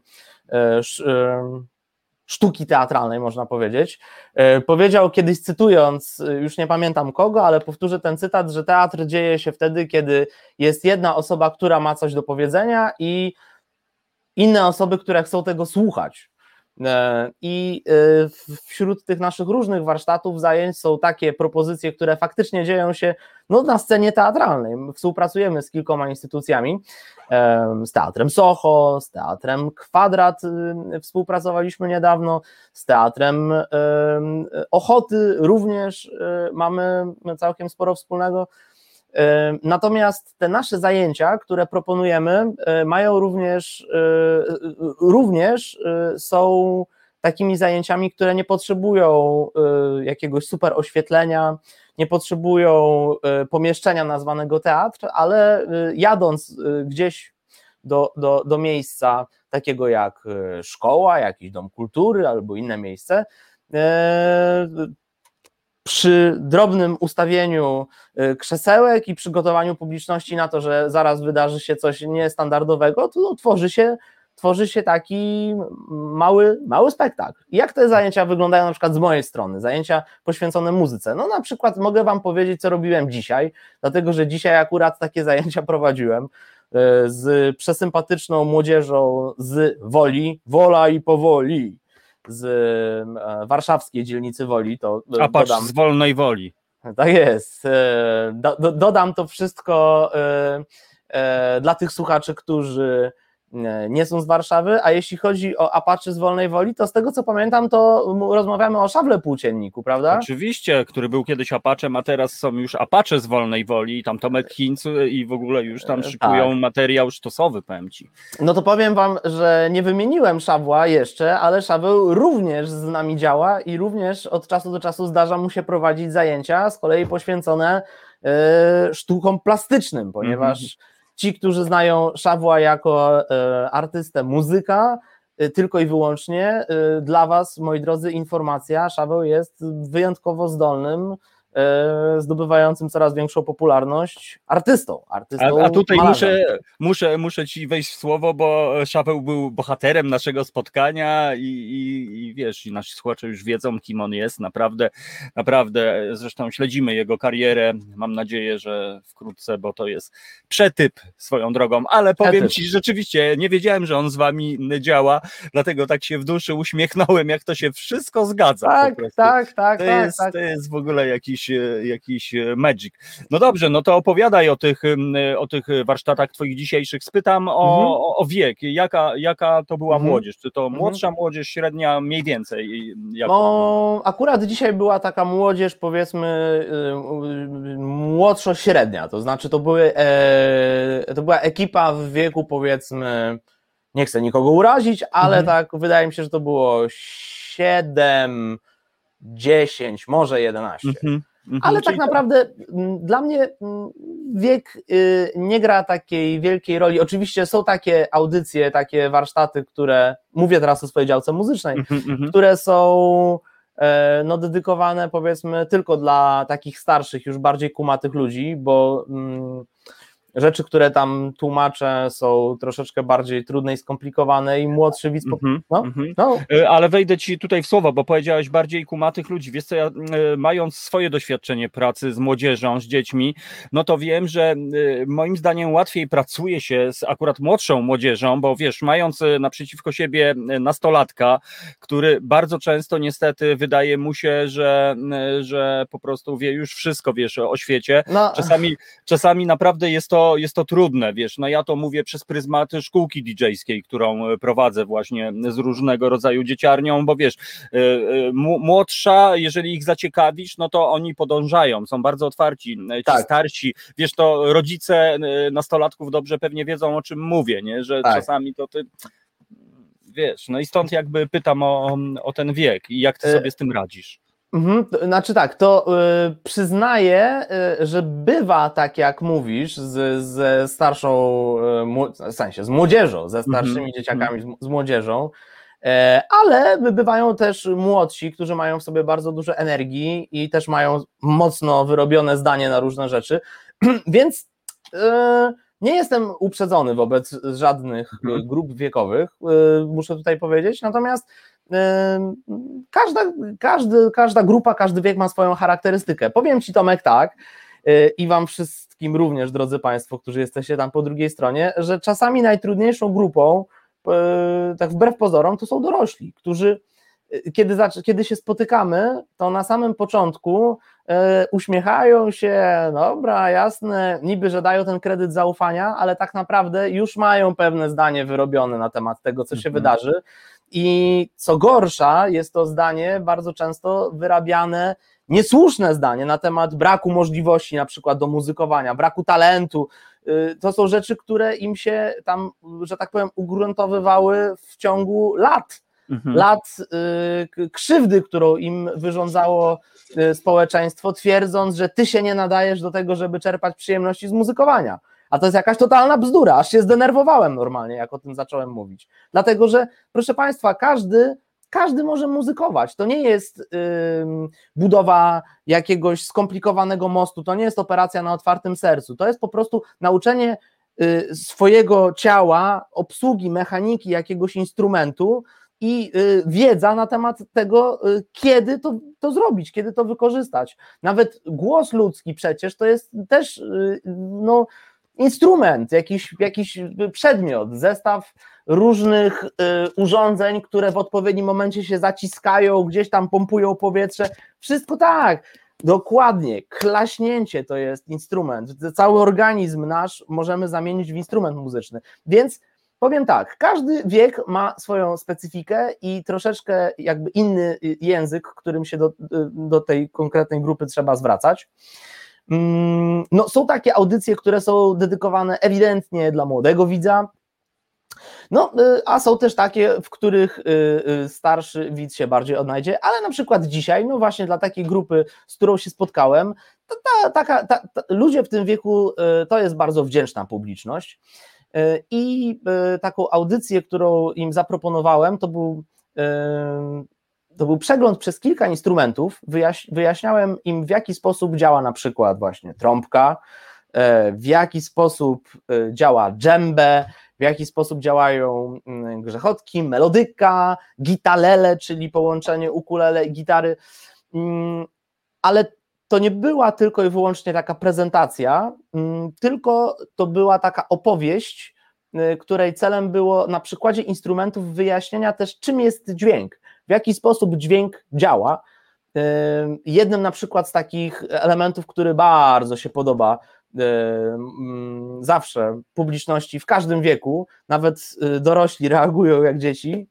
Speaker 7: sztuki teatralnej, można powiedzieć, powiedział kiedyś, cytując, już nie pamiętam kogo, ale powtórzę ten cytat, że teatr dzieje się wtedy, kiedy jest jedna osoba, która ma coś do powiedzenia i inne osoby, które chcą tego słuchać. I wśród tych naszych różnych warsztatów, zajęć są takie propozycje, które faktycznie dzieją się na scenie teatralnej. Współpracujemy z kilkoma instytucjami z Teatrem Soho, z Teatrem Kwadrat współpracowaliśmy niedawno, z Teatrem Ochoty również mamy całkiem sporo wspólnego. Natomiast te nasze zajęcia, które proponujemy, mają również są takimi zajęciami, które nie potrzebują jakiegoś super oświetlenia, nie potrzebują pomieszczenia nazwanego teatr, ale jadąc gdzieś do miejsca takiego jak szkoła, jakiś dom kultury albo inne miejsce, przy drobnym ustawieniu krzesełek i przygotowaniu publiczności na to, że zaraz wydarzy się coś niestandardowego, to tworzy się taki mały spektakl. Jak te zajęcia wyglądają na przykład z mojej strony, zajęcia poświęcone muzyce? No na przykład mogę wam powiedzieć, co robiłem dzisiaj, dlatego że dzisiaj akurat takie zajęcia prowadziłem z przesympatyczną młodzieżą z Woli, Wola i Powoli, z warszawskiej dzielnicy Woli.
Speaker 2: A patrz, z Wolnej Woli.
Speaker 7: Tak jest. Dodam to wszystko dla tych słuchaczy, którzy nie są z Warszawy, a jeśli chodzi o Apaczy z Wolnej Woli, to z tego co pamiętam, to rozmawiamy o Szawle Płócienniku, prawda?
Speaker 2: Oczywiście, który był kiedyś Apaczem, a teraz są już Apacze z Wolnej Woli, tam Tomek Hinz i w ogóle już tam szykują materiał sztosowy, powiem ci.
Speaker 7: No to powiem wam, że nie wymieniłem Szawła jeszcze, ale Szaweł również z nami działa i również od czasu do czasu zdarza mu się prowadzić zajęcia, z kolei poświęcone sztukom plastycznym, ponieważ ci, którzy znają Szawła jako artystę, muzyka, tylko i wyłącznie, dla was, moi drodzy, informacja, Szaweł jest wyjątkowo zdolnym, zdobywającym coraz większą popularność artystą.
Speaker 2: A tutaj
Speaker 7: malarzem.
Speaker 2: muszę ci wejść w słowo, bo Szaweł był bohaterem naszego spotkania i wiesz, i nasi słuchacze już wiedzą, kim on jest, naprawdę, zresztą śledzimy jego karierę, mam nadzieję, że wkrótce, bo to jest przetyp swoją drogą, ale powiem ci, rzeczywiście nie wiedziałem, że on z wami działa, dlatego tak się w duszy uśmiechnąłem, jak to się wszystko zgadza.
Speaker 7: Tak.
Speaker 2: To jest w ogóle jakiś magic. No dobrze, no to opowiadaj o tych warsztatach twoich dzisiejszych. Spytam o wiek. Jaka to była młodzież? Czy to młodsza młodzież, średnia, mniej więcej?
Speaker 7: Akurat dzisiaj była taka młodzież, powiedzmy, młodszo-średnia, to znaczy to była ekipa w wieku, powiedzmy, nie chcę nikogo urazić, ale tak wydaje mi się, że to było 7, 10, może 11. Ale tak naprawdę dla mnie wiek nie gra takiej wielkiej roli. Oczywiście są takie audycje, takie warsztaty, które, mówię teraz o swojej działce muzycznej, które są dedykowane, powiedzmy, tylko dla takich starszych, już bardziej kumatych ludzi, bo rzeczy, które tam tłumaczę, są troszeczkę bardziej trudne i skomplikowane i młodszy widz...
Speaker 2: Ale wejdę ci tutaj w słowo, bo powiedziałeś bardziej kumatych ludzi. Wiesz co, ja mając swoje doświadczenie pracy z młodzieżą, z dziećmi, no to wiem, że moim zdaniem łatwiej pracuje się z akurat młodszą młodzieżą, bo wiesz, mając naprzeciwko siebie nastolatka, który bardzo często niestety wydaje mu się, że po prostu wie już wszystko, wiesz, o świecie. Czasami naprawdę jest to trudne, wiesz, no ja to mówię przez pryzmat szkółki DJ-skiej, którą prowadzę właśnie z różnego rodzaju dzieciarnią, bo wiesz, młodsza, jeżeli ich zaciekawisz, no to oni podążają, są bardzo otwarci, ci starsi, wiesz, to rodzice nastolatków dobrze pewnie wiedzą, o czym mówię, nie, że czasami to ty, wiesz, no i stąd jakby pytam o ten wiek i jak ty sobie z tym radzisz.
Speaker 7: Znaczy tak, to przyznaję, że bywa tak jak mówisz ze starszą, w sensie z młodzieżą, ze starszymi dzieciakami, z młodzieżą, ale bywają też młodsi, którzy mają w sobie bardzo dużo energii i też mają mocno wyrobione zdanie na różne rzeczy, więc nie jestem uprzedzony wobec żadnych grup wiekowych, muszę tutaj powiedzieć, natomiast każda grupa, każdy wiek ma swoją charakterystykę. Powiem ci, Tomek, tak, i wam wszystkim również, drodzy państwo, którzy jesteście tam po drugiej stronie, że czasami najtrudniejszą grupą, tak wbrew pozorom, to są dorośli, którzy kiedy się spotykamy, to na samym początku uśmiechają się, dobra, jasne, niby, że dają ten kredyt zaufania, ale tak naprawdę już mają pewne zdanie wyrobione na temat tego, co się wydarzy. I co gorsza, jest to zdanie bardzo często wyrabiane, niesłuszne zdanie na temat braku możliwości na przykład do muzykowania, braku talentu. To są rzeczy, które im się tam, że tak powiem, ugruntowywały w ciągu lat. Krzywdy, którą im wyrządzało społeczeństwo, twierdząc, że ty się nie nadajesz do tego, żeby czerpać przyjemności z muzykowania. A to jest jakaś totalna bzdura, aż się zdenerwowałem normalnie, jak o tym zacząłem mówić. Dlatego, że proszę Państwa, każdy może muzykować. To nie jest budowa jakiegoś skomplikowanego mostu, to nie jest operacja na otwartym sercu, to jest po prostu nauczenie swojego ciała, obsługi, mechaniki jakiegoś instrumentu i wiedza na temat tego, kiedy to zrobić, kiedy to wykorzystać. Nawet głos ludzki przecież to jest też instrument, jakiś przedmiot, zestaw różnych urządzeń, które w odpowiednim momencie się zaciskają, gdzieś tam pompują powietrze, wszystko tak, dokładnie, klaśnięcie to jest instrument, cały organizm nasz możemy zamienić w instrument muzyczny, więc powiem tak, każdy wiek ma swoją specyfikę i troszeczkę jakby inny język, którym się do tej konkretnej grupy trzeba zwracać. No, są takie audycje, które są dedykowane ewidentnie dla młodego widza, a są też takie, w których starszy widz się bardziej odnajdzie, ale na przykład dzisiaj, no właśnie dla takiej grupy, z którą się spotkałem, ludzie w tym wieku to jest bardzo wdzięczna publiczność i taką audycję, którą im zaproponowałem, to był przegląd przez kilka instrumentów, wyjaśniałem im, w jaki sposób działa na przykład właśnie trąbka, w jaki sposób działa dżembę, w jaki sposób działają grzechotki, melodyka, gitalele, czyli połączenie ukulele i gitary, ale to nie była tylko i wyłącznie taka prezentacja, tylko to była taka opowieść, której celem było na przykładzie instrumentów wyjaśnienia też, czym jest dźwięk, w jaki sposób dźwięk działa. Jednym na przykład z takich elementów, który bardzo się podoba zawsze publiczności w każdym wieku, nawet dorośli reagują jak dzieci,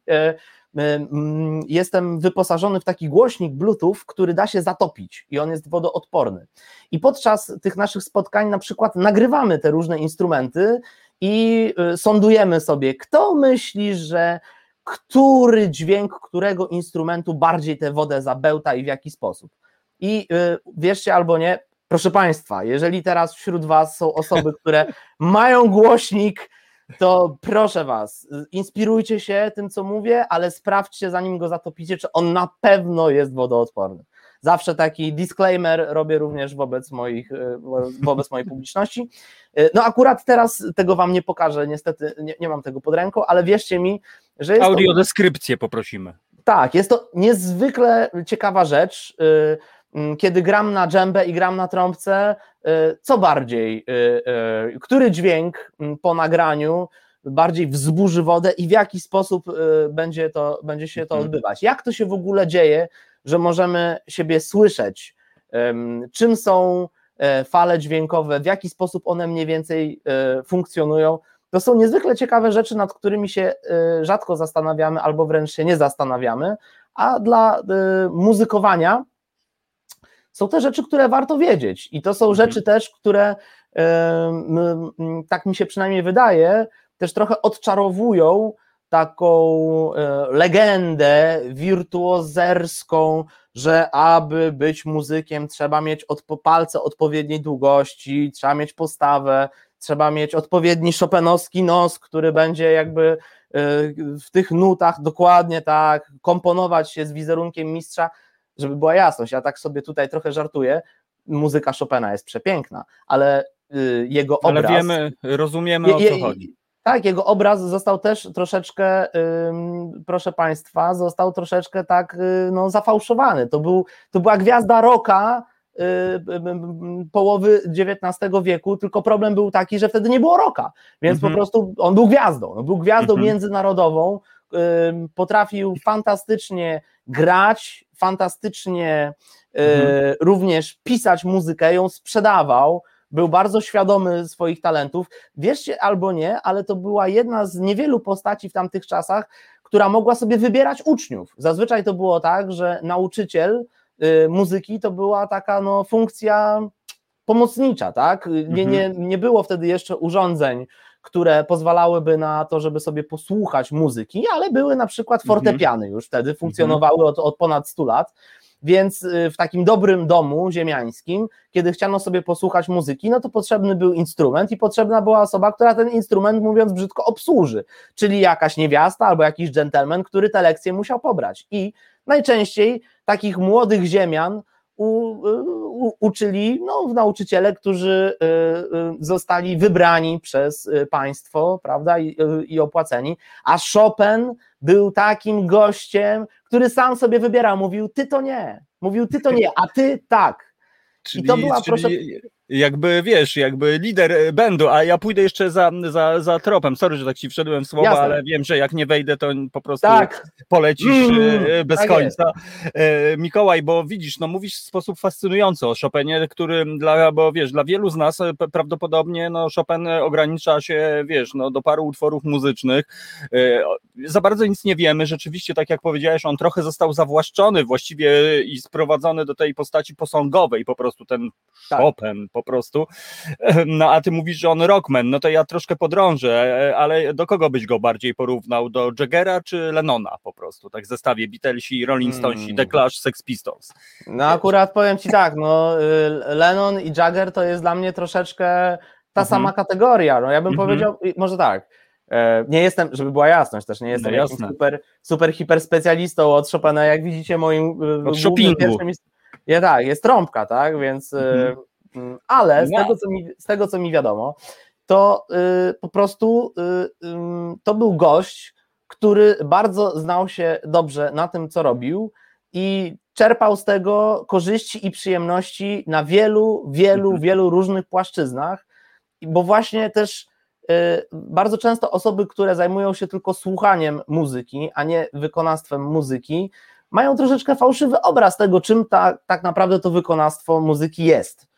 Speaker 7: jestem wyposażony w taki głośnik Bluetooth, który da się zatopić i on jest wodoodporny. I podczas tych naszych spotkań na przykład nagrywamy te różne instrumenty i sądujemy sobie, kto myśli, że który dźwięk którego instrumentu bardziej tę wodę zabełta i w jaki sposób. I wierzcie albo nie, proszę Państwa, jeżeli teraz wśród Was są osoby, które mają głośnik, to proszę Was, inspirujcie się tym, co mówię, ale sprawdźcie, zanim go zatopicie, czy on na pewno jest wodoodporny. Zawsze taki disclaimer robię również wobec mojej publiczności. No akurat teraz tego Wam nie pokażę, niestety nie mam tego pod ręką, ale wierzcie mi, że jest
Speaker 2: audiodeskrypcję poprosimy.
Speaker 7: Tak, jest to niezwykle ciekawa rzecz. Kiedy gram na dżembę i gram na trąbce, co bardziej, który dźwięk po nagraniu bardziej wzburzy wodę i w jaki sposób będzie się to odbywać. Jak to się w ogóle dzieje, że możemy siebie słyszeć, czym są fale dźwiękowe, w jaki sposób one mniej więcej funkcjonują. To są niezwykle ciekawe rzeczy, nad którymi się rzadko zastanawiamy albo wręcz się nie zastanawiamy, a dla muzykowania są te rzeczy, które warto wiedzieć i to są rzeczy też, które tak mi się przynajmniej wydaje, też trochę odczarowują taką legendę wirtuozerską, że aby być muzykiem trzeba mieć palce odpowiedniej długości, trzeba mieć postawę, trzeba mieć odpowiedni chopinowski nos, który będzie jakby w tych nutach dokładnie tak komponować się z wizerunkiem mistrza. Żeby była jasność, ja tak sobie tutaj trochę żartuję, muzyka Chopina jest przepiękna, ale jego obraz...
Speaker 2: Ale wiemy, rozumiemy, o co chodzi.
Speaker 7: Tak, jego obraz został też troszeczkę, proszę Państwa, został troszeczkę tak zafałszowany. To była gwiazda rocka połowy XIX wieku, tylko problem był taki, że wtedy nie było rocka, więc po prostu on był gwiazdą międzynarodową, potrafił fantastycznie grać, fantastycznie również pisać muzykę, ją sprzedawał, był bardzo świadomy swoich talentów. Wierzcie albo nie, ale to była jedna z niewielu postaci w tamtych czasach, która mogła sobie wybierać uczniów. Zazwyczaj to było tak, że nauczyciel muzyki to była taka funkcja pomocnicza, tak? Nie było wtedy jeszcze urządzeń, które pozwalałyby na to, żeby sobie posłuchać muzyki, ale były na przykład fortepiany już wtedy, funkcjonowały od ponad 100 lat, więc w takim dobrym domu ziemiańskim, kiedy chciano sobie posłuchać muzyki, no to potrzebny był instrument i potrzebna była osoba, która ten instrument, mówiąc brzydko, obsłuży, czyli jakaś niewiasta albo jakiś dżentelmen, który te lekcje musiał pobrać. I najczęściej takich młodych ziemian uczyli nauczyciele, którzy zostali wybrani przez państwo, prawda, i opłaceni, a Chopin był takim gościem, który sam sobie wybierał, mówił ty to nie, a ty tak.
Speaker 2: Czyli,
Speaker 7: I to była, proszę...
Speaker 2: jakby jakby lider bandu, a ja pójdę jeszcze za tropem. Sorry, że tak ci wszedłem w słowa, ale wiem, że jak nie wejdę, to po prostu polecisz bez końca. Mikołaj, bo widzisz, mówisz w sposób fascynujący o Chopinie, który dla wielu z nas prawdopodobnie Chopin ogranicza się, do paru utworów muzycznych. Za bardzo nic nie wiemy. Rzeczywiście, tak jak powiedziałeś, on trochę został zawłaszczony właściwie i sprowadzony do tej postaci posągowej, po prostu ten Chopin po prostu, a ty mówisz, że on rockman, to ja troszkę podrążę, ale do kogo byś go bardziej porównał? Do Jaggera czy Lennona po prostu, tak w zestawie Beatlesi, Rolling Stonesi, The Clash, Sex Pistols?
Speaker 7: Akurat powiem ci tak, Lennon i Jagger to jest dla mnie troszeczkę ta sama kategoria, ja bym powiedział, może tak, nie jestem, żeby była jasność, też nie jestem jakimś super hiper specjalistą od Chopina, jak widzicie moim pierwszym jest trąbka, tak, więc ale z tego co mi wiadomo, to po prostu to był gość, który bardzo znał się dobrze na tym, co robił i czerpał z tego korzyści i przyjemności na wielu różnych płaszczyznach, bo właśnie też bardzo często osoby, które zajmują się tylko słuchaniem muzyki, a nie wykonawstwem muzyki, mają troszeczkę fałszywy obraz tego, czym tak naprawdę to wykonawstwo muzyki jest.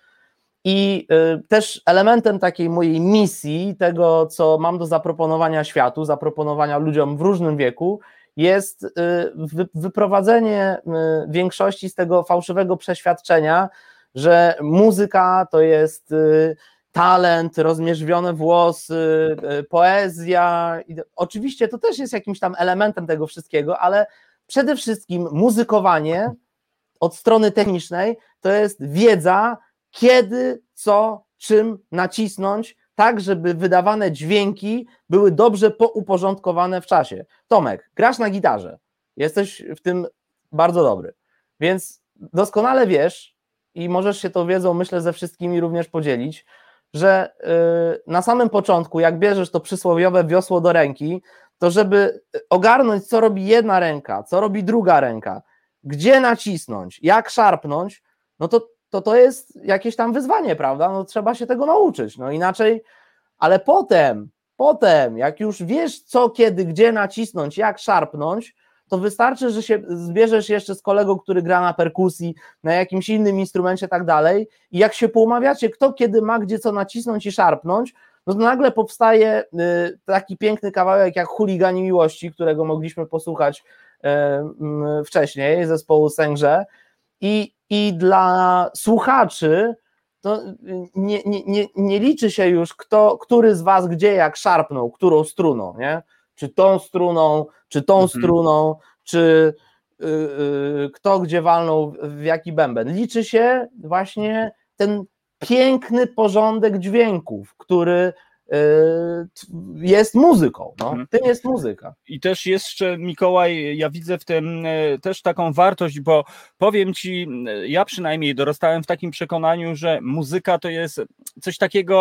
Speaker 7: I też elementem takiej mojej misji, tego co mam do zaproponowania światu, zaproponowania ludziom w różnym wieku, jest wyprowadzenie większości z tego fałszywego przeświadczenia, że muzyka to jest talent, rozmierzwione włosy, poezja. Oczywiście to też jest jakimś tam elementem tego wszystkiego, ale przede wszystkim muzykowanie od strony technicznej to jest wiedza, kiedy, co, czym nacisnąć, tak żeby wydawane dźwięki były dobrze pouporządkowane w czasie. Tomek, grasz na gitarze, jesteś w tym bardzo dobry, więc doskonale wiesz i możesz się tą wiedzą, myślę, ze wszystkimi również podzielić, że na samym początku, jak bierzesz to przysłowiowe wiosło do ręki, to żeby ogarnąć, co robi jedna ręka, co robi druga ręka, gdzie nacisnąć, jak szarpnąć, to jest jakieś tam wyzwanie, prawda? Trzeba się tego nauczyć, inaczej, ale potem, jak już wiesz co, kiedy, gdzie nacisnąć, jak szarpnąć, to wystarczy, że się zbierzesz jeszcze z kolegą, który gra na perkusji, na jakimś innym instrumencie i tak dalej i jak się poumawiacie, kto kiedy ma gdzie co nacisnąć i szarpnąć, to nagle powstaje taki piękny kawałek jak Chuligani Miłości, którego mogliśmy posłuchać wcześniej, zespołu Sęgrze i dla słuchaczy to nie liczy się już który z was gdzie jak szarpnął, którą struną, nie? Czy tą struną, czy tą struną, czy kto gdzie walnął w jaki bęben. Liczy się właśnie ten piękny porządek dźwięków, który jest muzyką, tym jest muzyka.
Speaker 2: I też jeszcze, Mikołaj, ja widzę w tym też taką wartość, bo powiem ci, ja przynajmniej dorastałem w takim przekonaniu, że muzyka to jest coś takiego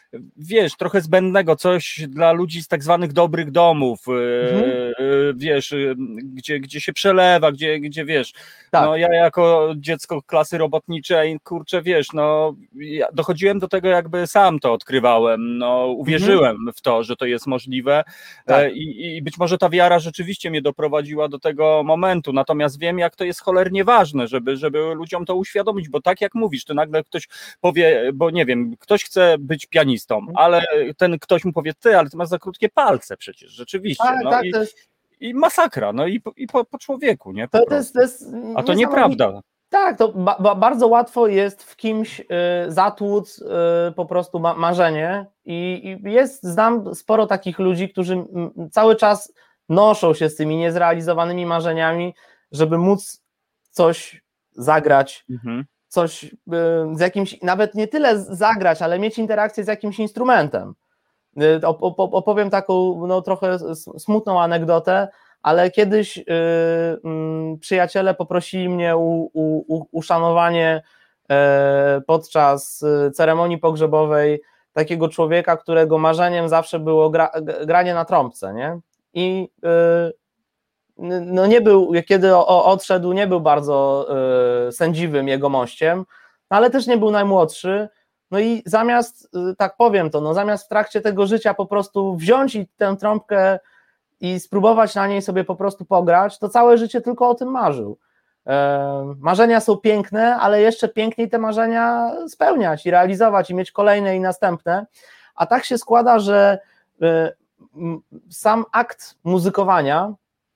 Speaker 2: wiesz, trochę zbędnego, coś dla ludzi z tak zwanych dobrych domów, wiesz, gdzie się przelewa, gdzie wiesz,
Speaker 7: Tak.
Speaker 2: no ja jako dziecko klasy robotniczej, kurczę, wiesz, no ja dochodziłem do tego, jakby sam to odkrywałem, no uwierzyłem w to, że to jest możliwe,
Speaker 7: Tak.
Speaker 2: i być może ta wiara rzeczywiście mnie doprowadziła do tego momentu, natomiast wiem, jak to jest cholernie ważne, żeby ludziom to uświadomić, bo tak jak mówisz, to nagle ktoś powie, bo nie wiem, ktoś chce być pianistą, ale ten ktoś mu powie, ty, ale ty masz za krótkie palce przecież, rzeczywiście.
Speaker 7: Tak,
Speaker 2: No
Speaker 7: tak,
Speaker 2: i,
Speaker 7: to jest,
Speaker 2: i masakra, no i po człowieku, nie? Po
Speaker 7: to
Speaker 2: prostu.
Speaker 7: jest
Speaker 2: A to
Speaker 7: niesamowite.
Speaker 2: nieprawda.
Speaker 7: Tak, to bardzo łatwo jest w kimś zatłuc po prostu marzenie i znam sporo takich ludzi, którzy cały czas noszą się z tymi niezrealizowanymi marzeniami, żeby móc coś zagrać, coś z jakimś, nawet nie tyle zagrać, ale mieć interakcję z jakimś instrumentem. Opowiem taką no, trochę smutną anegdotę, ale kiedyś przyjaciele poprosili mnie uszanowanie podczas ceremonii pogrzebowej takiego człowieka, którego marzeniem zawsze było granie na trąbce, nie? I no nie był, kiedy odszedł, nie był bardzo sędziwym jegomościem, ale też nie był najmłodszy. No i zamiast, tak powiem to, no zamiast w trakcie tego życia po prostu wziąć i tę trąbkę i spróbować na niej sobie po prostu pograć, to całe życie tylko o tym marzył. Marzenia są piękne, ale jeszcze piękniej te marzenia spełniać i realizować i mieć kolejne i następne, a tak się składa, że sam akt muzykowania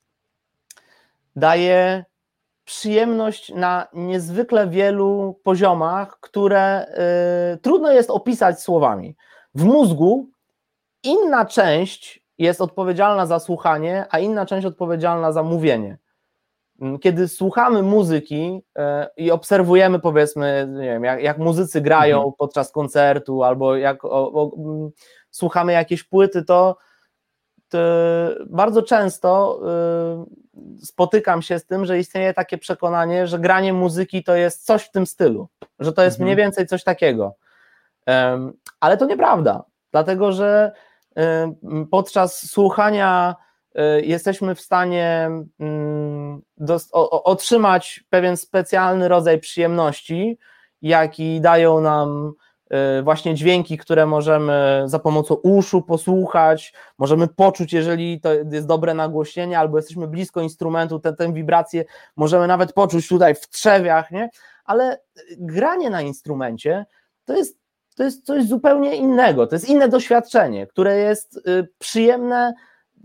Speaker 7: daje przyjemność na niezwykle wielu poziomach, które trudno jest opisać słowami. W mózgu inna część jest odpowiedzialna za słuchanie, a inna część odpowiedzialna za mówienie. Kiedy słuchamy muzyki i obserwujemy, powiedzmy, nie wiem, jak muzycy grają podczas koncertu, albo jak słuchamy jakieś płyty, to bardzo często spotykam się z tym, że istnieje takie przekonanie, że granie muzyki to jest coś w tym stylu, że to jest mniej więcej coś takiego. Ale to nieprawda, dlatego że podczas słuchania jesteśmy w stanie otrzymać pewien specjalny rodzaj przyjemności, jaki dają nam właśnie dźwięki, które możemy za pomocą uszu posłuchać, możemy poczuć, jeżeli to jest dobre nagłośnienie, albo jesteśmy blisko instrumentu, tę wibrację możemy nawet poczuć tutaj w trzewiach, nie? Ale granie na instrumencie to jest coś zupełnie innego, to jest inne doświadczenie, które jest przyjemne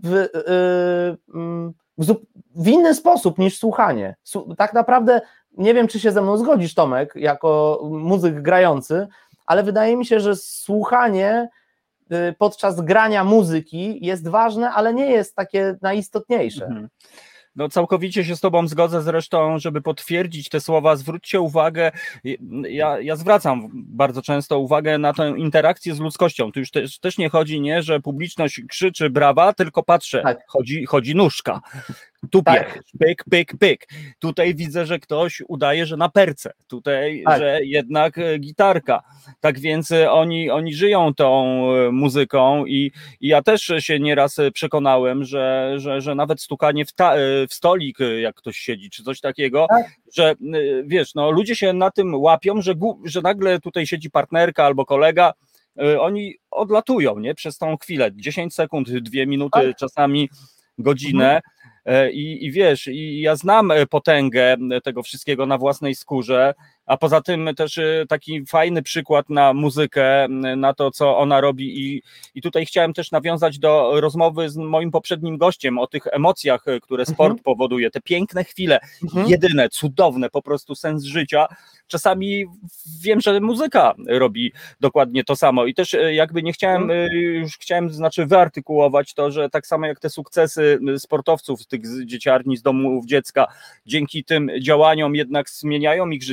Speaker 7: w inny sposób niż słuchanie. Tak naprawdę, nie wiem, czy się ze mną zgodzisz, Tomek, jako muzyk grający, ale wydaje mi się, że słuchanie podczas grania muzyki jest ważne, ale nie jest takie najistotniejsze.
Speaker 2: No całkowicie się z tobą zgodzę, zresztą, żeby potwierdzić te słowa, zwróćcie uwagę, ja zwracam bardzo często uwagę na tę interakcję z ludzkością. Tu już też nie chodzi, nie, że publiczność krzyczy brawa, tylko patrzę,
Speaker 7: tak.
Speaker 2: chodzi nóżka. Tu
Speaker 7: tak.
Speaker 2: pyk, pyk, pyk. Tutaj widzę, że ktoś udaje, że na perce. Tutaj,
Speaker 7: tak.
Speaker 2: że jednak gitarka. Tak więc oni żyją tą muzyką i ja też się nieraz przekonałem, że nawet stukanie w stolik, jak ktoś siedzi, czy coś takiego,
Speaker 7: tak.
Speaker 2: że wiesz, no ludzie się na tym łapią, że nagle tutaj siedzi partnerka albo kolega, oni odlatują, nie? Przez tą chwilę, 10 sekund, 2 minuty, tak. Czasami godzinę. I wiesz, i ja znam potęgę tego wszystkiego na własnej skórze, a poza tym też taki fajny przykład na muzykę, na to, co ona robi i tutaj chciałem też nawiązać do rozmowy z moim poprzednim gościem o tych emocjach, które sport powoduje, te piękne chwile, jedyne, cudowne, po prostu sens życia. Czasami wiem, że muzyka robi dokładnie to samo i też jakby nie chciałem, już chciałem wyartykułować to, że tak samo jak te sukcesy sportowców, tych z dzieciarni, z domów dziecka, dzięki tym działaniom jednak zmieniają ich życie,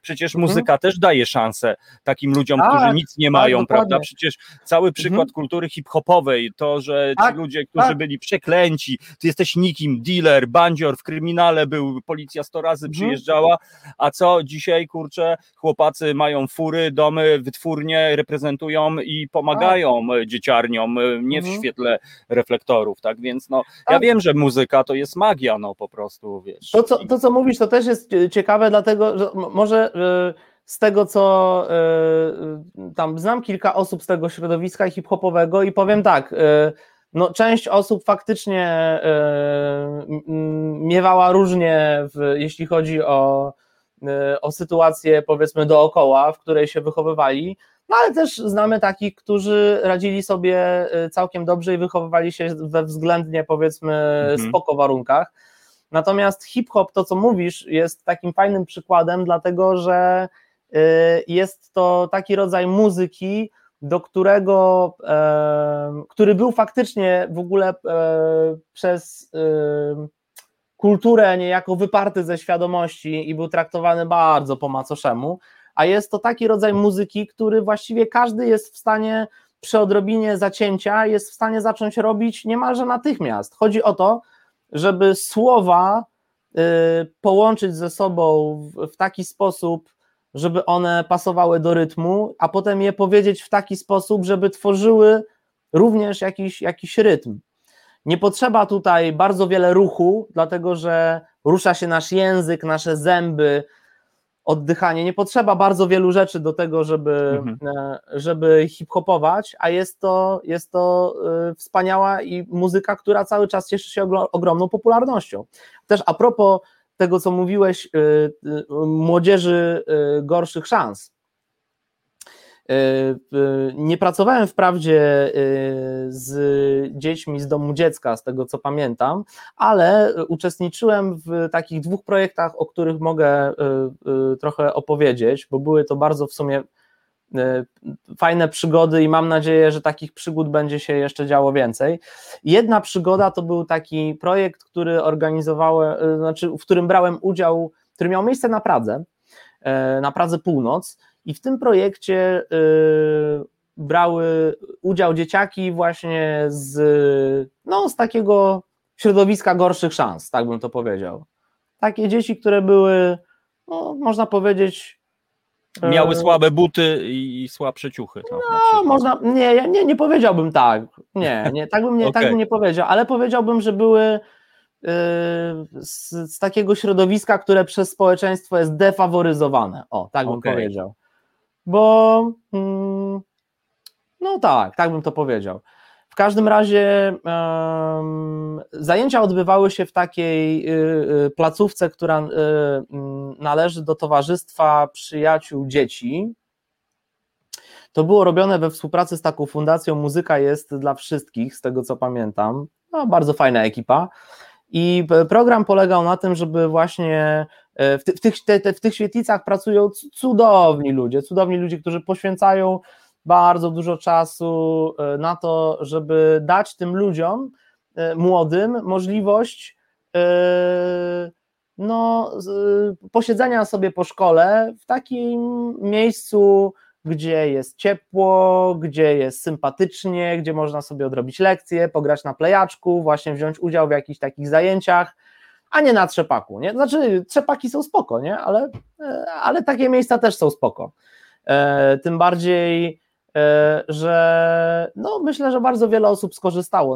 Speaker 2: przecież muzyka też daje szansę takim ludziom,
Speaker 7: Tak,
Speaker 2: którzy nic nie mają,
Speaker 7: dokładnie.
Speaker 2: prawda? Przecież cały przykład kultury hip-hopowej, to, że
Speaker 7: Tak,
Speaker 2: ci ludzie, którzy byli przeklęci, ty jesteś nikim, dealer, bandzior, w kryminale był, policja 100 razy przyjeżdżała, a co dzisiaj, kurczę, chłopacy mają fury, domy, wytwórnie, reprezentują i pomagają dzieciarniom, nie w świetle reflektorów, tak? Więc no, ja wiem, że muzyka to jest magia, no po prostu, wiesz.
Speaker 7: To, co mówisz, to też jest ciekawe, dlatego, że może z tego, co tam znam kilka osób z tego środowiska hip-hopowego i powiem tak, no część osób faktycznie miewała różnie, jeśli chodzi o sytuację, powiedzmy, dookoła, w której się wychowywali, no ale też znamy takich, którzy radzili sobie całkiem dobrze i wychowywali się we względnie, powiedzmy, spoko warunkach. Natomiast hip-hop, to co mówisz, jest takim fajnym przykładem, dlatego że jest to taki rodzaj muzyki, do którego, który był faktycznie w ogóle przez kulturę niejako wyparty ze świadomości i był traktowany bardzo po macoszemu, a jest to taki rodzaj muzyki, który właściwie każdy jest w stanie przy odrobinie zacięcia, jest w stanie zacząć robić niemalże natychmiast. Chodzi o to, żeby słowa połączyć ze sobą w taki sposób, żeby one pasowały do rytmu, a potem je powiedzieć w taki sposób, żeby tworzyły również jakiś rytm. Nie potrzeba tutaj bardzo wiele ruchu, dlatego że rusza się nasz język, nasze zęby, oddychanie. Nie potrzeba bardzo wielu rzeczy do tego, żeby hip-hopować, a jest to wspaniała i muzyka, która cały czas cieszy się ogromną popularnością. Też a propos tego, co mówiłeś, młodzieży gorszych szans. Nie pracowałem wprawdzie z dziećmi z domu dziecka, z tego co pamiętam, ale uczestniczyłem w takich 2 projektach, o których mogę trochę opowiedzieć, bo były to bardzo w sumie fajne przygody i mam nadzieję, że takich przygód będzie się jeszcze działo więcej. Jedna przygoda to był taki projekt, który organizowałem, w którym brałem udział, który miał miejsce na Pradze Północ, i w tym projekcie brały udział dzieciaki właśnie z takiego środowiska gorszych szans, tak bym to powiedział. Takie dzieci, które były, no, można powiedzieć...
Speaker 2: Miały słabe buty i słabsze ciuchy.
Speaker 7: Nie powiedziałbym tak. Tak bym nie powiedział, ale powiedziałbym, że były z takiego środowiska, które przez społeczeństwo jest defaworyzowane. O, tak bym powiedział. Bo no tak bym to powiedział. W każdym razie zajęcia odbywały się w takiej placówce, która należy do Towarzystwa Przyjaciół Dzieci. To było robione we współpracy z taką fundacją Muzyka jest dla wszystkich, z tego co pamiętam. No, bardzo fajna ekipa. I program polegał na tym, żeby właśnie w tych świetlicach pracują cudowni ludzie, którzy poświęcają bardzo dużo czasu na to, żeby dać tym ludziom młodym możliwość posiedzenia sobie po szkole w takim miejscu, gdzie jest ciepło, gdzie jest sympatycznie, gdzie można sobie odrobić lekcje, pograć na plejaczku, właśnie wziąć udział w jakichś takich zajęciach, a nie na trzepaku, nie? Znaczy trzepaki są spoko, nie? Ale takie miejsca też są spoko. Tym bardziej, że no myślę, że bardzo wiele osób skorzystało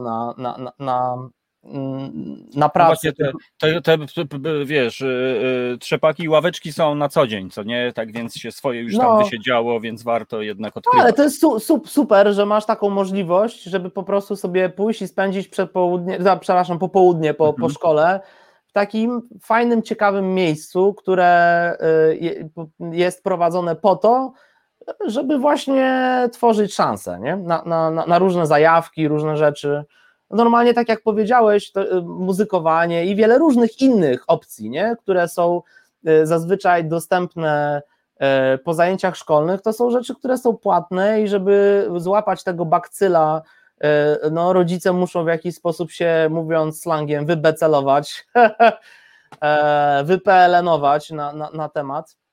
Speaker 7: na pracy.
Speaker 2: Wiesz, trzepaki i ławeczki są na co dzień, co nie? Tak więc się swoje już tam wysiedziało, więc warto jednak odkrywać.
Speaker 7: Ale to jest super, że masz taką możliwość, żeby po prostu sobie pójść i spędzić popołudnie po szkole w takim fajnym, ciekawym miejscu, które jest prowadzone po to, żeby właśnie tworzyć szanse, nie? Na różne zajawki, różne rzeczy. Normalnie, tak jak powiedziałeś, to muzykowanie i wiele różnych innych opcji, nie? Które są zazwyczaj dostępne po zajęciach szkolnych, to są rzeczy, które są płatne i żeby złapać tego bakcyla, no rodzice muszą w jakiś sposób się, mówiąc slangiem, wybecelować, wyPLN-ować na temat.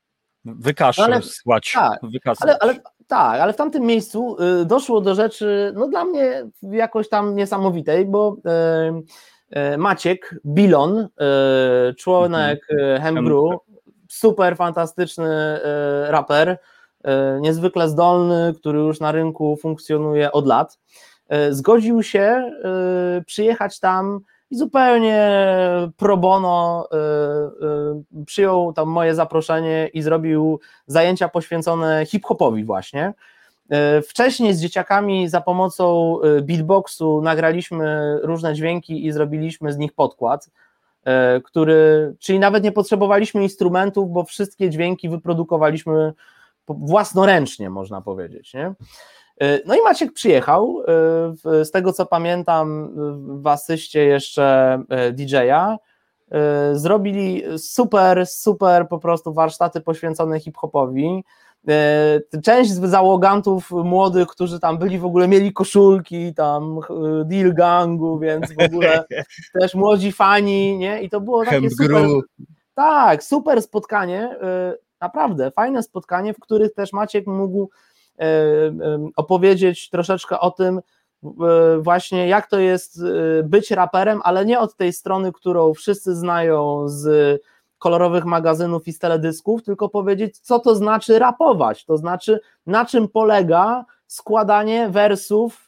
Speaker 2: wykaszłać.
Speaker 7: Ale w tamtym miejscu doszło do rzeczy, no dla mnie jakoś tam niesamowitej, bo Maciek Bilon, członek Hemgru, super fantastyczny raper, niezwykle zdolny, który już na rynku funkcjonuje od lat, zgodził się przyjechać tam i zupełnie pro bono przyjął tam moje zaproszenie i zrobił zajęcia poświęcone hip-hopowi właśnie. Wcześniej z dzieciakami za pomocą beatboxu nagraliśmy różne dźwięki i zrobiliśmy z nich podkład, czyli nawet nie potrzebowaliśmy instrumentów, bo wszystkie dźwięki wyprodukowaliśmy własnoręcznie, można powiedzieć, nie? No i Maciek przyjechał, z tego co pamiętam w asyście jeszcze DJ-a, zrobili super po prostu warsztaty poświęcone hip-hopowi. Część z załogantów młodych, którzy tam byli, w ogóle mieli koszulki tam Deal Gangu, więc w ogóle też młodzi fani, nie? I to było takie super spotkanie, naprawdę fajne spotkanie, w których też Maciek mógł opowiedzieć troszeczkę o tym właśnie, jak to jest być raperem, ale nie od tej strony, którą wszyscy znają z kolorowych magazynów i z teledysków, tylko powiedzieć, co to znaczy rapować, to znaczy na czym polega składanie wersów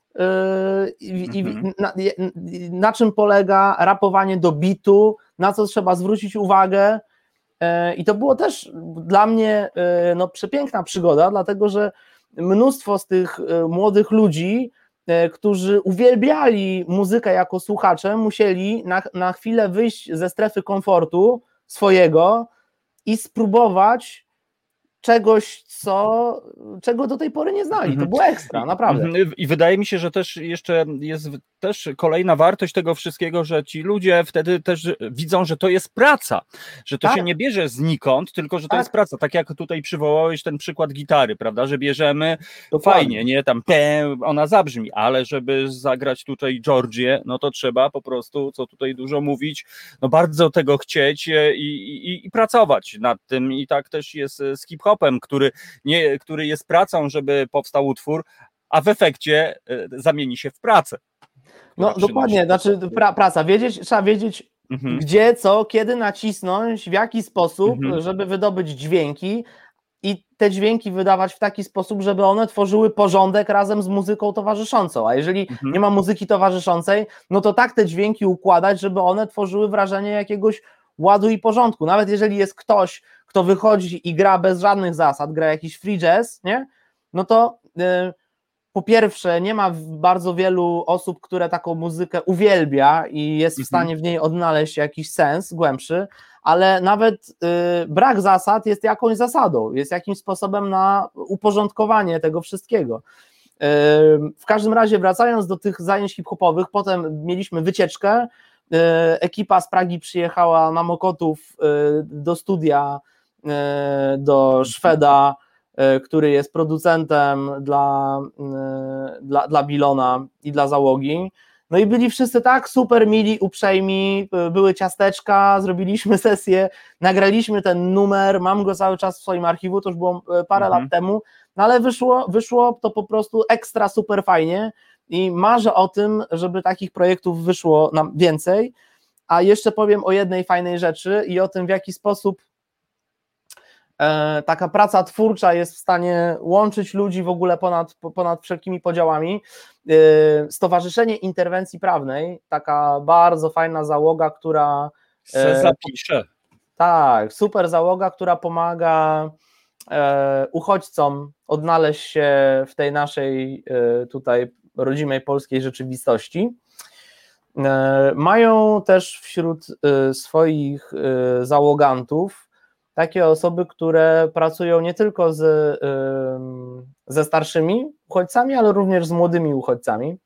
Speaker 7: na czym polega rapowanie do bitu, na co trzeba zwrócić uwagę. I to było też dla mnie przepiękna przygoda, dlatego że mnóstwo z tych młodych ludzi, którzy uwielbiali muzykę jako słuchacze, musieli na chwilę wyjść ze strefy komfortu swojego i spróbować czegoś, czego do tej pory nie znali. To było ekstra, naprawdę.
Speaker 2: I wydaje mi się, że też jeszcze jest też kolejna wartość tego wszystkiego, że ci ludzie wtedy też widzą, że to jest praca, że to się nie bierze znikąd, tylko że to jest praca. Tak jak tutaj przywołałeś ten przykład gitary, prawda, że bierzemy, fajnie, nie, tam ona zabrzmi, ale żeby zagrać tutaj Georgię, no to trzeba po prostu, co tutaj dużo mówić, no bardzo tego chcieć i pracować nad tym. I tak też jest z hip-hopem, który jest pracą, żeby powstał utwór, a w efekcie zamieni się w pracę.
Speaker 7: No dokładnie, znaczy praca, trzeba wiedzieć gdzie, co, kiedy nacisnąć, w jaki sposób, żeby wydobyć dźwięki i te dźwięki wydawać w taki sposób, żeby one tworzyły porządek razem z muzyką towarzyszącą, a jeżeli nie ma muzyki towarzyszącej, no to tak te dźwięki układać, żeby one tworzyły wrażenie jakiegoś ładu i porządku. Nawet jeżeli jest ktoś, kto wychodzi i gra bez żadnych zasad, gra jakiś free jazz, nie? No to po pierwsze nie ma bardzo wielu osób, które taką muzykę uwielbia i jest w stanie w niej odnaleźć jakiś sens głębszy, ale nawet brak zasad jest jakąś zasadą, jest jakimś sposobem na uporządkowanie tego wszystkiego. W każdym razie wracając do tych zajęć hip-hopowych, potem mieliśmy wycieczkę, ekipa z Pragi przyjechała na Mokotów do studia, do Szweda, który jest producentem dla Bilona i dla załogi. No i byli wszyscy tak super mili, uprzejmi, były ciasteczka, zrobiliśmy sesję, nagraliśmy ten numer, mam go cały czas w swoim archiwum, to już było parę lat temu, no ale wyszło to po prostu ekstra super fajnie i marzę o tym, żeby takich projektów wyszło nam więcej, a jeszcze powiem o jednej fajnej rzeczy i o tym, w jaki sposób taka praca twórcza jest w stanie łączyć ludzi w ogóle ponad wszelkimi podziałami. Stowarzyszenie Interwencji Prawnej, taka bardzo fajna załoga, która
Speaker 2: zapiszę.
Speaker 7: Tak, super załoga, która pomaga uchodźcom odnaleźć się w tej naszej tutaj rodzimej polskiej rzeczywistości. Mają też wśród swoich załogantów takie osoby, które pracują nie tylko ze starszymi uchodźcami, ale również z młodymi uchodźcami.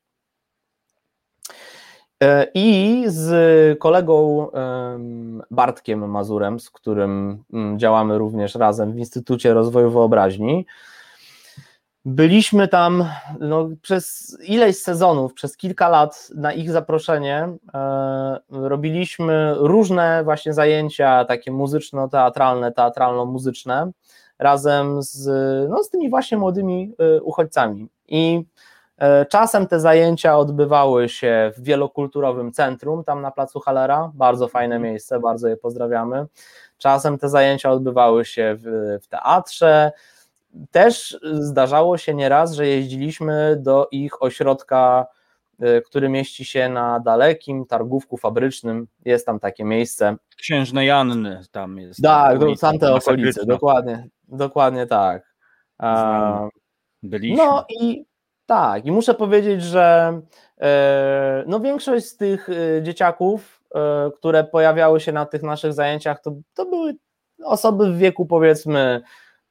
Speaker 7: I z kolegą Bartkiem Mazurem, z którym działamy również razem w Instytucie Rozwoju Wyobraźni, Byliśmy tam przez ileś sezonów, przez kilka lat na ich zaproszenie. Robiliśmy różne właśnie zajęcia takie muzyczno-teatralne, teatralno-muzyczne razem z tymi właśnie młodymi uchodźcami. I czasem te zajęcia odbywały się w wielokulturowym centrum, tam na placu Hallera, bardzo fajne miejsce, bardzo je pozdrawiamy. Czasem te zajęcia odbywały się w teatrze. Też zdarzało się nieraz, że jeździliśmy do ich ośrodka, który mieści się na dalekim Targówku Fabrycznym, jest tam takie miejsce.
Speaker 2: Księżnej Anny tam jest.
Speaker 7: Tak, tam te okolice, dokładnie tak.
Speaker 2: Byliśmy.
Speaker 7: No i tak, i muszę powiedzieć, że większość z tych dzieciaków, które pojawiały się na tych naszych zajęciach, to były osoby w wieku powiedzmy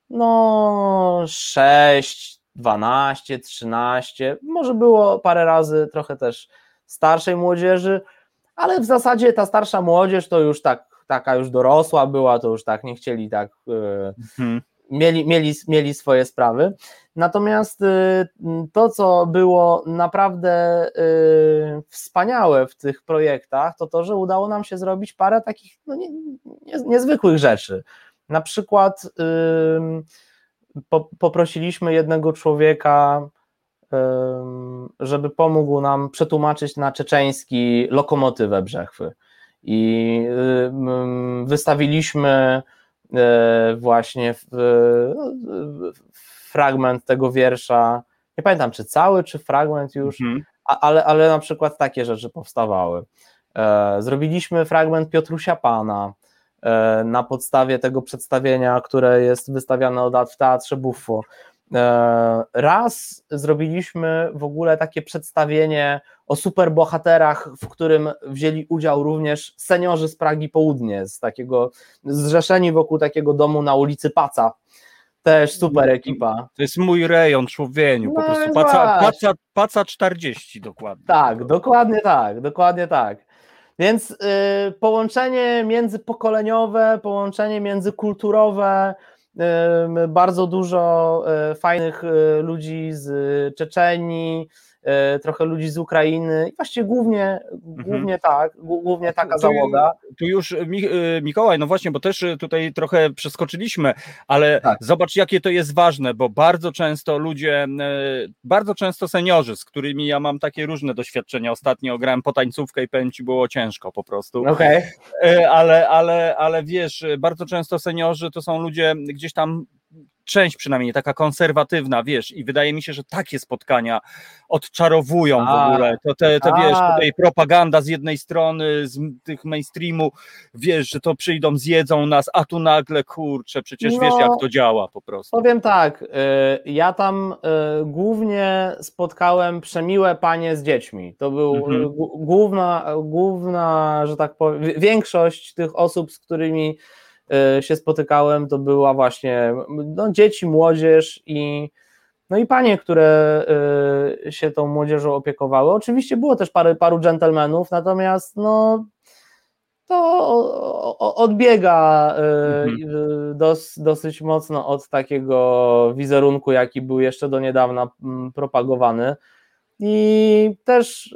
Speaker 7: 6, 12, 13, może było parę razy trochę też starszej młodzieży, ale w zasadzie ta starsza młodzież to już taka już dorosła była, to już tak nie chcieli tak, mieli swoje sprawy. Natomiast to, co było naprawdę wspaniałe w tych projektach, to, że udało nam się zrobić parę takich niezwykłych rzeczy. Na przykład poprosiliśmy jednego człowieka, żeby pomógł nam przetłumaczyć na czeczeński lokomotywę Brzechwy. I wystawiliśmy właśnie fragment tego wiersza, nie pamiętam czy cały, czy fragment już, ale na przykład takie rzeczy powstawały. Zrobiliśmy fragment Piotrusia Pana na podstawie tego przedstawienia, które jest wystawiane od lat w Teatrze Buffo. Raz zrobiliśmy w ogóle takie przedstawienie o superbohaterach, w którym wzięli udział również seniorzy z Pragi Południe, zrzeszeni wokół takiego domu na ulicy Paca. Też super ekipa.
Speaker 2: To jest mój rejon, człowieniu, po prostu Paca 40 dokładnie.
Speaker 7: Tak, dokładnie tak. Więc połączenie międzypokoleniowe, połączenie międzykulturowe, bardzo dużo fajnych ludzi z Czeczenii, trochę ludzi z Ukrainy i właściwie głównie taka załoga.
Speaker 2: Tu już Mikołaj, no właśnie, bo też tutaj trochę przeskoczyliśmy, ale zobacz jakie to jest ważne, bo bardzo często seniorzy, z którymi ja mam takie różne doświadczenia, ostatnio grałem po tańcówkę i powiem ci, było ciężko po prostu, ale wiesz, bardzo często seniorzy to są ludzie gdzieś tam, część przynajmniej taka konserwatywna, wiesz, i wydaje mi się, że takie spotkania odczarowują w ogóle, wiesz, tutaj propaganda z jednej strony, z tych mainstreamu, wiesz, że to przyjdą, zjedzą nas, a tu nagle, kurczę, przecież wiesz jak to działa po prostu.
Speaker 7: Powiem tak, ja tam głównie spotkałem przemiłe panie z dziećmi, to był główna, że tak powiem, większość tych osób, z którymi się spotykałem, to była właśnie dzieci, młodzież i panie, które się tą młodzieżą opiekowały. Oczywiście było też paru dżentelmenów, natomiast to odbiega dosyć mocno od takiego wizerunku, jaki był jeszcze do niedawna propagowany. I też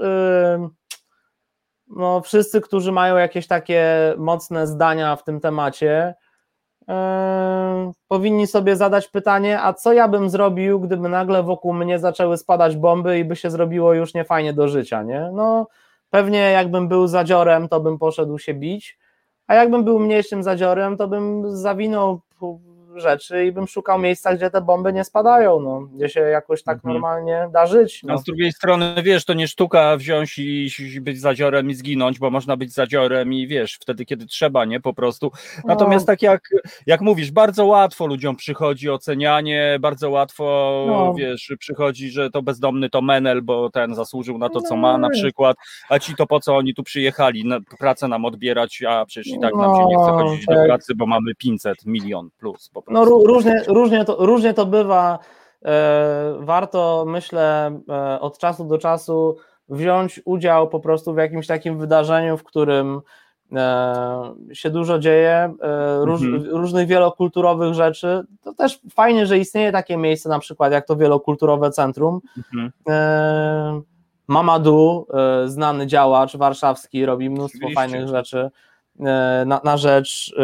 Speaker 7: wszyscy, którzy mają jakieś takie mocne zdania w tym temacie, powinni sobie zadać pytanie, a co ja bym zrobił, gdyby nagle wokół mnie zaczęły spadać bomby i by się zrobiło już niefajnie do życia, nie? Pewnie jakbym był zadziorem, to bym poszedł się bić, a jakbym był mniejszym zadziorem, to bym zawinął rzeczy i bym szukał miejsca, gdzie te bomby nie spadają, gdzie się jakoś tak normalnie da żyć.
Speaker 2: A z drugiej strony, wiesz, to nie sztuka wziąć i być zadziorem i zginąć, bo można być zadziorem i wiesz, wtedy kiedy trzeba, nie, po prostu. Natomiast tak jak mówisz, bardzo łatwo ludziom przychodzi ocenianie, bardzo łatwo, wiesz, przychodzi, że to bezdomny to menel, bo ten zasłużył na to, co ma na przykład, a ci to po co oni tu przyjechali, pracę nam odbierać, a przecież i tak nam się nie chce chodzić do pracy, bo mamy 500 milion plus.
Speaker 7: Różnie to bywa. Warto, myślę, od czasu do czasu wziąć udział po prostu w jakimś takim wydarzeniu, w którym się dużo dzieje, różnych wielokulturowych rzeczy. To też fajnie, że istnieje takie miejsce, na przykład jak to wielokulturowe centrum. Mamadou, znany działacz warszawski, robi mnóstwo fajnych rzeczy na rzecz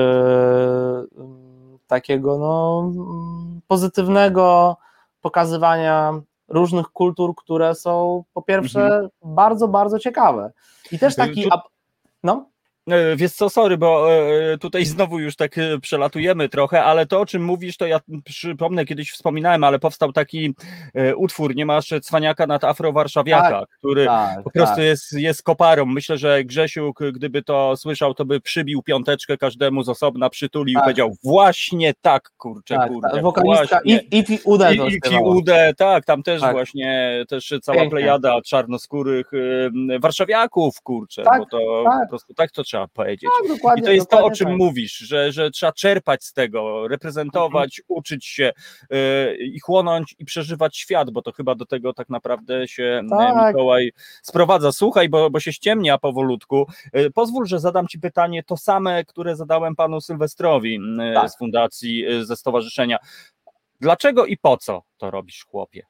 Speaker 7: takiego pozytywnego pokazywania różnych kultur, które są po pierwsze bardzo, bardzo ciekawe. I też taki...
Speaker 2: Wiesz co, sorry, bo tutaj znowu już tak przelatujemy trochę, ale to, o czym mówisz, to ja przypomnę, kiedyś wspominałem, ale powstał taki utwór, nie masz cwaniaka nad afrowarszawiaka, który po prostu jest koparą. Myślę, że Grzesiu, gdyby to słyszał, to by przybił piąteczkę każdemu z osobna, przytulił i powiedział, właśnie tak, kurczę.
Speaker 7: Wokalistka Ifi Ude.
Speaker 2: Ifi Ude, tak, tam też właśnie cała plejada czarnoskórych warszawiaków, kurczę, bo to po prostu tak to trzeba powiedzieć. I to jest to, o czym mówisz, że trzeba czerpać z tego, reprezentować, uczyć się i chłonąć i przeżywać świat, bo to chyba do tego tak naprawdę się Mikołaj sprowadza. Słuchaj, bo się ściemnia powolutku. Pozwól, że zadam ci pytanie to same, które zadałem panu Sylwestrowi z fundacji, ze stowarzyszenia. Dlaczego i po co to robisz, chłopie?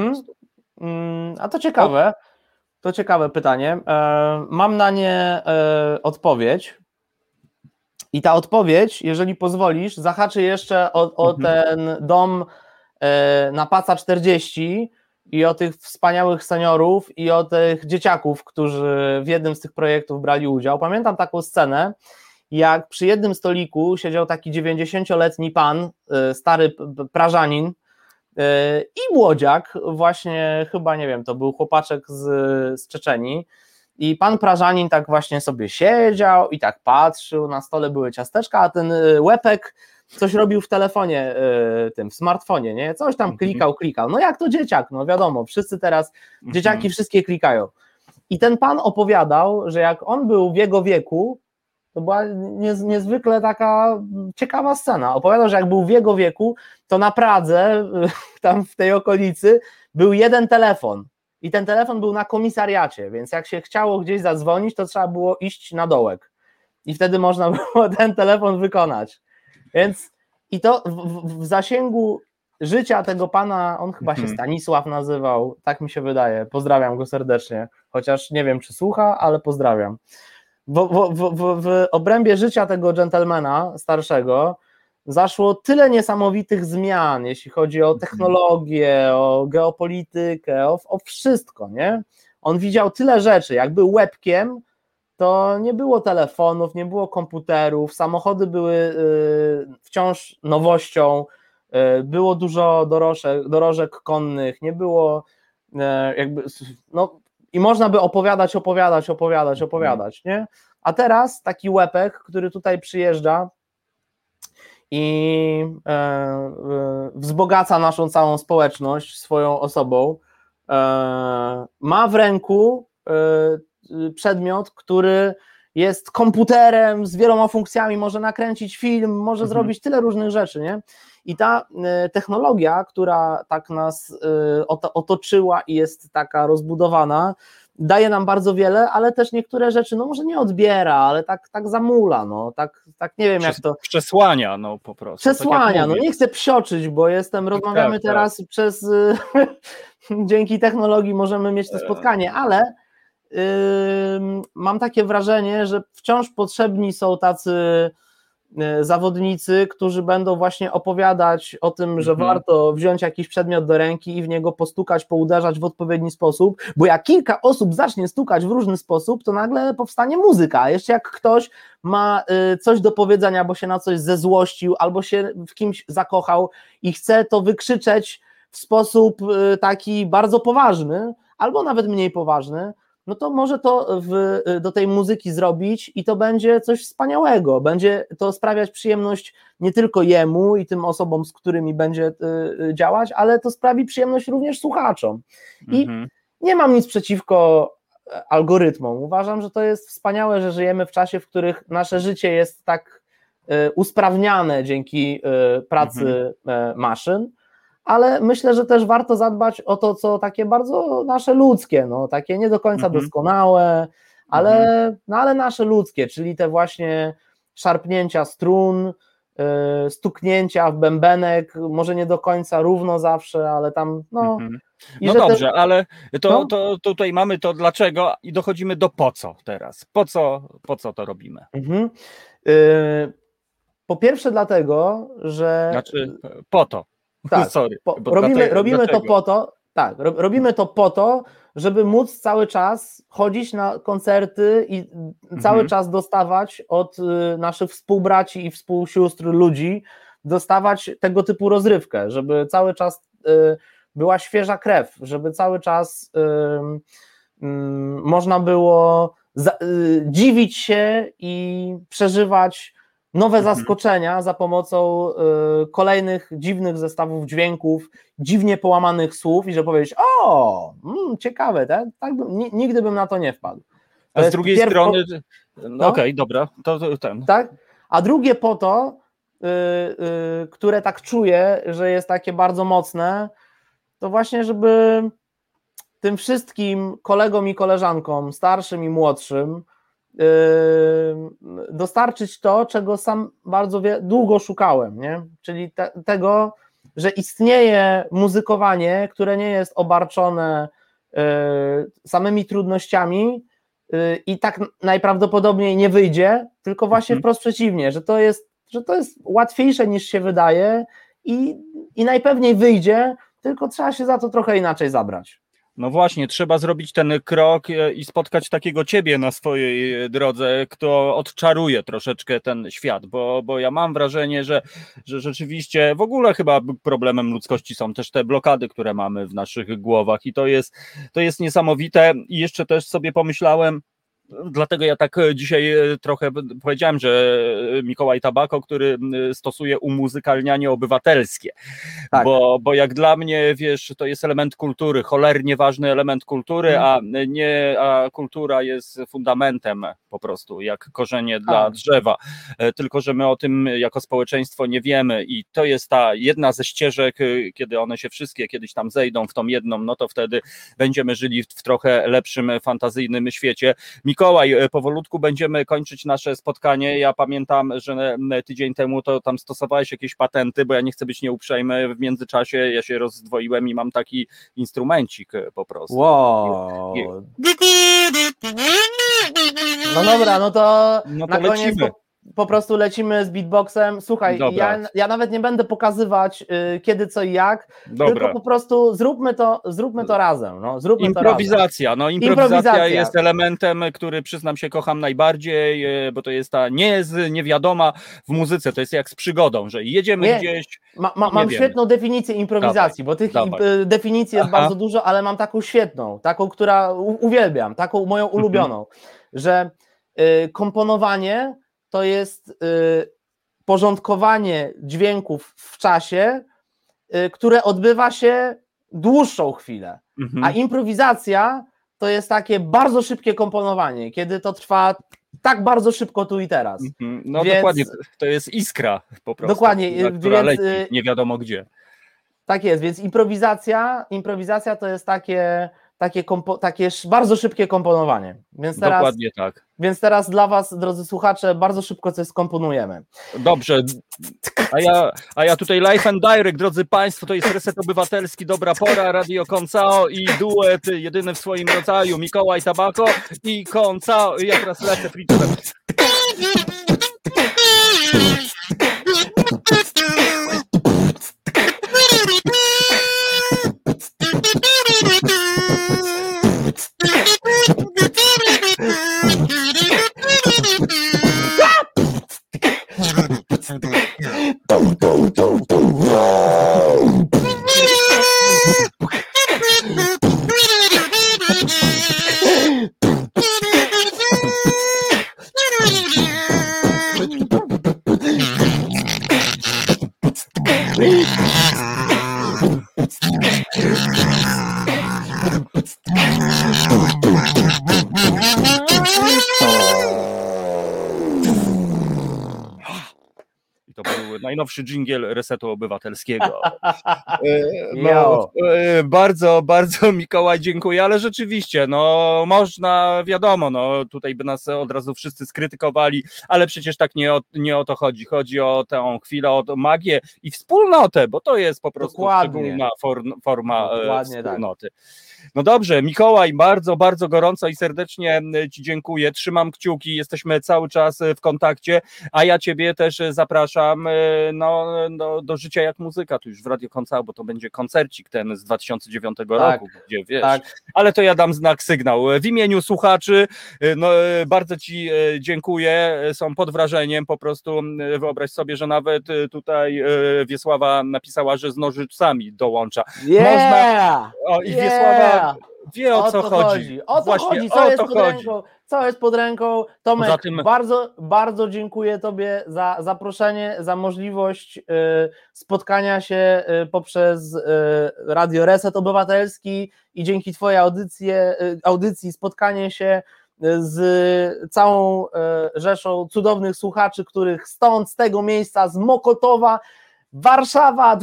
Speaker 7: A to ciekawe. To ciekawe pytanie. Mam na nie odpowiedź. I ta odpowiedź, jeżeli pozwolisz, zahaczy jeszcze o ten dom na Paca 40 i o tych wspaniałych seniorów i o tych dzieciaków, którzy w jednym z tych projektów brali udział. Pamiętam taką scenę, jak przy jednym stoliku siedział taki 90-letni pan, stary Prażanin, i młodziak, właśnie chyba, nie wiem, to był chłopaczek z Czeczenii i pan Prażanin tak właśnie sobie siedział i tak patrzył, na stole były ciasteczka, a ten łepek coś robił w telefonie, w smartfonie, nie? Coś tam klikał, no jak to dzieciak, no wiadomo, wszyscy teraz, dzieciaki wszystkie klikają. I ten pan opowiadał, że jak on był w jego wieku, to była niezwykle taka ciekawa scena. Opowiadał, że jak był w jego wieku, to na Pradze, tam w tej okolicy, był jeden telefon. I ten telefon był na komisariacie, więc jak się chciało gdzieś zadzwonić, to trzeba było iść na dołek. I wtedy można było ten telefon wykonać. Więc i to w zasięgu życia tego pana, on chyba się Stanisław nazywał, tak mi się wydaje. Pozdrawiam go serdecznie, chociaż nie wiem, czy słucha, ale pozdrawiam. W obrębie życia tego dżentelmena starszego zaszło tyle niesamowitych zmian, jeśli chodzi o technologię, o geopolitykę, o wszystko, nie? On widział tyle rzeczy, jak był łebkiem, to nie było telefonów, nie było komputerów, samochody były wciąż nowością, było dużo dorożek konnych, nie było jakby, i można by opowiadać, nie? A teraz taki łepek, który tutaj przyjeżdża i wzbogaca naszą całą społeczność swoją osobą, ma w ręku przedmiot, który jest komputerem z wieloma funkcjami, może nakręcić film, może zrobić tyle różnych rzeczy, nie? I ta technologia, która tak nas otoczyła i jest taka rozbudowana, daje nam bardzo wiele, ale też niektóre rzeczy, może nie odbiera, ale tak zamula, tak nie wiem jak to...
Speaker 2: Przesłania, po prostu.
Speaker 7: Przesłania, tak nie chcę psioczyć, bo rozmawiamy teraz przez... dzięki technologii możemy mieć to spotkanie, ale mam takie wrażenie, że wciąż potrzebni są tacy zawodnicy, którzy będą właśnie opowiadać o tym, że warto wziąć jakiś przedmiot do ręki i w niego postukać, pouderzać w odpowiedni sposób, bo jak kilka osób zacznie stukać w różny sposób, to nagle powstanie muzyka, a jeszcze jak ktoś ma coś do powiedzenia, bo się na coś zezłościł, albo się w kimś zakochał i chce to wykrzyczeć w sposób taki bardzo poważny, albo nawet mniej poważny, to może to do tej muzyki zrobić i to będzie coś wspaniałego, będzie to sprawiać przyjemność nie tylko jemu i tym osobom, z którymi będzie działać, ale to sprawi przyjemność również słuchaczom. I nie mam nic przeciwko algorytmom, uważam, że to jest wspaniałe, że żyjemy w czasie, w których nasze życie jest tak usprawniane dzięki pracy maszyn, ale myślę, że też warto zadbać o to, co takie bardzo nasze ludzkie, takie nie do końca doskonałe, ale nasze ludzkie, czyli te właśnie szarpnięcia strun, stuknięcia w bębenek, może nie do końca równo zawsze, ale tam
Speaker 2: No dobrze, ale to tutaj mamy to dlaczego i dochodzimy do po co teraz. Po co to robimy?
Speaker 7: Po pierwsze dlatego, że...
Speaker 2: Znaczy po to.
Speaker 7: Tak,
Speaker 2: Sorry,
Speaker 7: robimy to po to, tak, robimy to po to, żeby móc cały czas chodzić na koncerty i cały czas dostawać od naszych współbraci i współsióstr ludzi, dostawać tego typu rozrywkę, żeby cały czas była świeża krew, żeby cały czas można było dziwić się i przeżywać nowe zaskoczenia za pomocą kolejnych dziwnych zestawów dźwięków, dziwnie połamanych słów i że powiedzieć, ciekawe, tak nigdy bym na to nie wpadł.
Speaker 2: A z drugiej strony, okej, dobra, to ten.
Speaker 7: Tak? A drugie po to, które tak czuję, że jest takie bardzo mocne, to właśnie, żeby tym wszystkim kolegom i koleżankom, starszym i młodszym, dostarczyć to, czego sam bardzo długo szukałem, nie? Czyli tego, że istnieje muzykowanie, które nie jest obarczone samymi trudnościami i tak najprawdopodobniej nie wyjdzie, tylko właśnie wprost przeciwnie, że to jest łatwiejsze niż się wydaje i najpewniej wyjdzie, tylko trzeba się za to trochę inaczej zabrać.
Speaker 2: No właśnie, trzeba zrobić ten krok i spotkać takiego ciebie na swojej drodze, kto odczaruje troszeczkę ten świat, bo ja mam wrażenie, że rzeczywiście w ogóle chyba problemem ludzkości są też te blokady, które mamy w naszych głowach i to jest niesamowite i jeszcze też sobie pomyślałem, dlatego ja tak dzisiaj trochę powiedziałem, że Mikołaj Tabako, który stosuje umuzykalnianie obywatelskie, tak. Bo jak dla mnie, wiesz, to jest element kultury, cholernie ważny element kultury, a kultura jest fundamentem po prostu, jak korzenie dla drzewa, tylko że my o tym jako społeczeństwo nie wiemy i to jest ta jedna ze ścieżek, kiedy one się wszystkie kiedyś tam zejdą w tą jedną, no to wtedy będziemy żyli w trochę lepszym, fantazyjnym świecie. Mikołaj, powolutku będziemy kończyć nasze spotkanie. Ja pamiętam, że tydzień temu to tam stosowałeś jakieś patenty, bo ja nie chcę być nieuprzejmy. W międzyczasie ja się rozdwoiłem i mam taki instrumencik po prostu.
Speaker 7: Wow. No dobra, no to na koniec po prostu lecimy z beatboxem. Słuchaj, ja nawet nie będę pokazywać kiedy, co i jak, tylko po prostu zróbmy to razem. No,
Speaker 2: improwizacja. No, improwizacja jest elementem, który przyznam się kocham najbardziej, bo to jest ta niewiadoma w muzyce, to jest jak z przygodą, że jedziemy gdzieś.
Speaker 7: Mam świetną definicję improwizacji, bo tych definicji jest bardzo dużo, ale mam taką świetną, taką, która uwielbiam, taką moją ulubioną, że komponowanie to jest porządkowanie dźwięków w czasie, które odbywa się dłuższą chwilę, a improwizacja to jest takie bardzo szybkie komponowanie, kiedy to trwa tak bardzo szybko tu i teraz.
Speaker 2: No więc, dokładnie, to jest iskra po prostu, która leci nie wiadomo gdzie.
Speaker 7: Tak jest, więc improwizacja to jest takie bardzo szybkie komponowanie.
Speaker 2: Dokładnie tak.
Speaker 7: Więc teraz dla was, drodzy słuchacze, bardzo szybko coś skomponujemy.
Speaker 2: Dobrze, a ja tutaj live and direct, drodzy państwo, to jest Reset Obywatelski, Dobra Pora, Radio Koncao i duet jedyny w swoim rodzaju, Mikołaj Tabako i Koncao. Ja teraz lecę friturem. najnowszy dżingiel Resetu Obywatelskiego.
Speaker 7: Miało.
Speaker 2: Bardzo, bardzo Mikołaj dziękuję, ale rzeczywiście, no można, wiadomo, no tutaj by nas od razu wszyscy skrytykowali, ale przecież tak nie o to chodzi. Chodzi o tę chwilę, o magię i wspólnotę, bo to jest po prostu szczególna forma wspólnoty. Tak. No dobrze, Mikołaj, bardzo, bardzo gorąco i serdecznie Ci dziękuję, trzymam kciuki, jesteśmy cały czas w kontakcie, a ja Ciebie też zapraszam do Życia jak muzyka, tu już w Radio Koncao, bo to będzie koncercik ten z 2009 roku, gdzie wiesz, ale to ja dam znak, sygnał. W imieniu słuchaczy bardzo Ci dziękuję, są pod wrażeniem, po prostu wyobraź sobie, że nawet tutaj Wiesława napisała, że z nożycami dołącza. I Wiesława wie o co chodzi.
Speaker 7: Co jest pod ręką. Tomek, bardzo, bardzo dziękuję Tobie za zaproszenie, za możliwość spotkania się poprzez Radio Reset Obywatelski i dzięki Twojej audycji spotkanie się z całą rzeszą cudownych słuchaczy, których stąd, z tego miejsca, z Mokotowa, Warszawa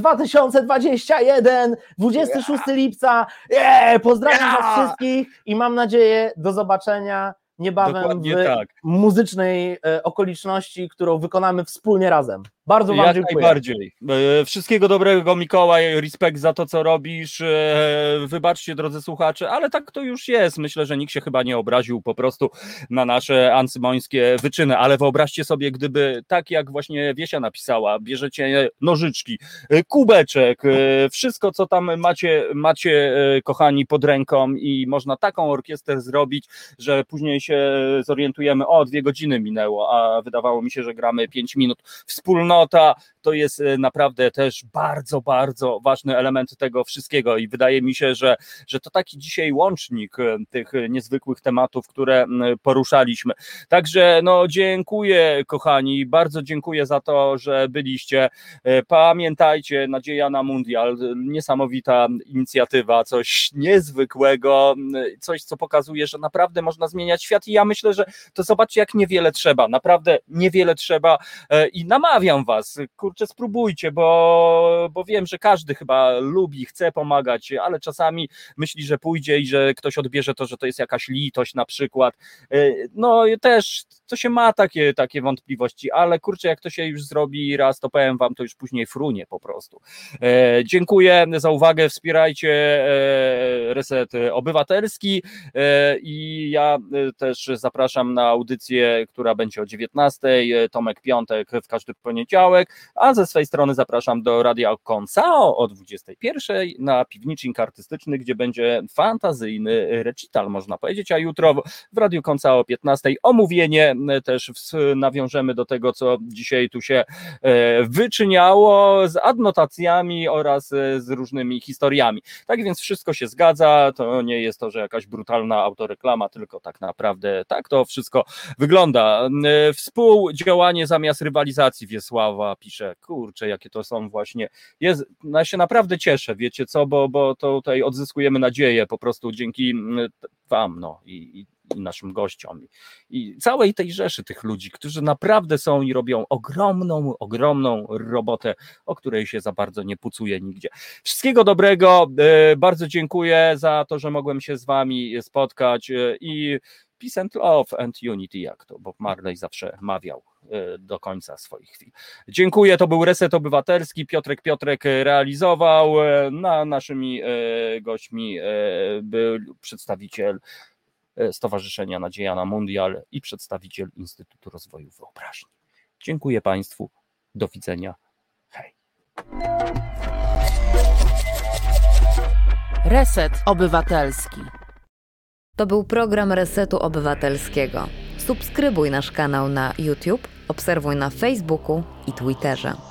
Speaker 7: 2021, 26 lipca. Pozdrawiam Was wszystkich i mam nadzieję do zobaczenia niebawem dokładnie w muzycznej okoliczności, którą wykonamy wspólnie razem. Bardzo Wam dziękuję.
Speaker 2: Najbardziej. Wszystkiego dobrego, Mikołaj, respekt za to, co robisz. Wybaczcie, drodzy słuchacze, ale tak to już jest. Myślę, że nikt się chyba nie obraził po prostu na nasze ancymońskie wyczyny, ale wyobraźcie sobie, gdyby tak jak właśnie Wiesia napisała, bierzecie nożyczki, kubeczek, wszystko, co tam macie, kochani, pod ręką i można taką orkiestrę zrobić, że później się zorientujemy, 2 godziny minęło, a wydawało mi się, że gramy 5 minut. Wspólnota to jest naprawdę też bardzo, bardzo ważny element tego wszystkiego i wydaje mi się, że to taki dzisiaj łącznik tych niezwykłych tematów, które poruszaliśmy. Także dziękuję, kochani, bardzo dziękuję za to, że byliście. Pamiętajcie, Nadzieja na Mundial, niesamowita inicjatywa, coś niezwykłego, coś, co pokazuje, że naprawdę można zmieniać świat i ja myślę, że to zobaczcie, jak niewiele trzeba, naprawdę niewiele trzeba i namawiam Was, kurczę, spróbujcie, bo wiem, że każdy chyba lubi, chce pomagać, ale czasami myśli, że pójdzie i że ktoś odbierze to, że to jest jakaś litość na przykład. Też to się ma takie wątpliwości, ale kurczę, jak to się już zrobi raz, to powiem Wam, to już później frunie po prostu. Dziękuję za uwagę, wspierajcie Reset Obywatelski i ja też zapraszam na audycję, która będzie o 19:00, Tomek Piątek w każdy poniedziałek, a ze swej strony zapraszam do Radia Koncao o 21:00 na piwnicznik artystyczny, gdzie będzie fantazyjny recital, można powiedzieć, a jutro w Radiu Koncao o 15:00 omówienie, też nawiążemy do tego, co dzisiaj tu się wyczyniało, z adnotacjami oraz z różnymi historiami. Tak więc wszystko się zgadza, to nie jest to, że jakaś brutalna autoreklama, tylko tak naprawdę tak to wszystko wygląda. Współdziałanie zamiast rywalizacji, Wiesława pisze, kurczę, jakie to są właśnie, ja się naprawdę cieszę, wiecie co, bo to tutaj odzyskujemy nadzieję po prostu dzięki Wam, i naszym gościom i całej tej rzeszy tych ludzi, którzy naprawdę są i robią ogromną robotę, o której się za bardzo nie pucuje nigdzie. Wszystkiego dobrego, bardzo dziękuję za to, że mogłem się z Wami spotkać i peace and love and unity, jak to Bob Marley zawsze mawiał do końca swoich chwil. Dziękuję, to był Reset Obywatelski, Piotrek realizował, naszymi gośćmi był przedstawiciel Stowarzyszenia Nadzieja na Mundial i przedstawiciel Instytutu Rozwoju Wyobraźni. Dziękuję Państwu, do widzenia, hej.
Speaker 1: Reset Obywatelski.
Speaker 5: To był program Resetu Obywatelskiego. Subskrybuj nasz kanał na YouTube, obserwuj na Facebooku i Twitterze.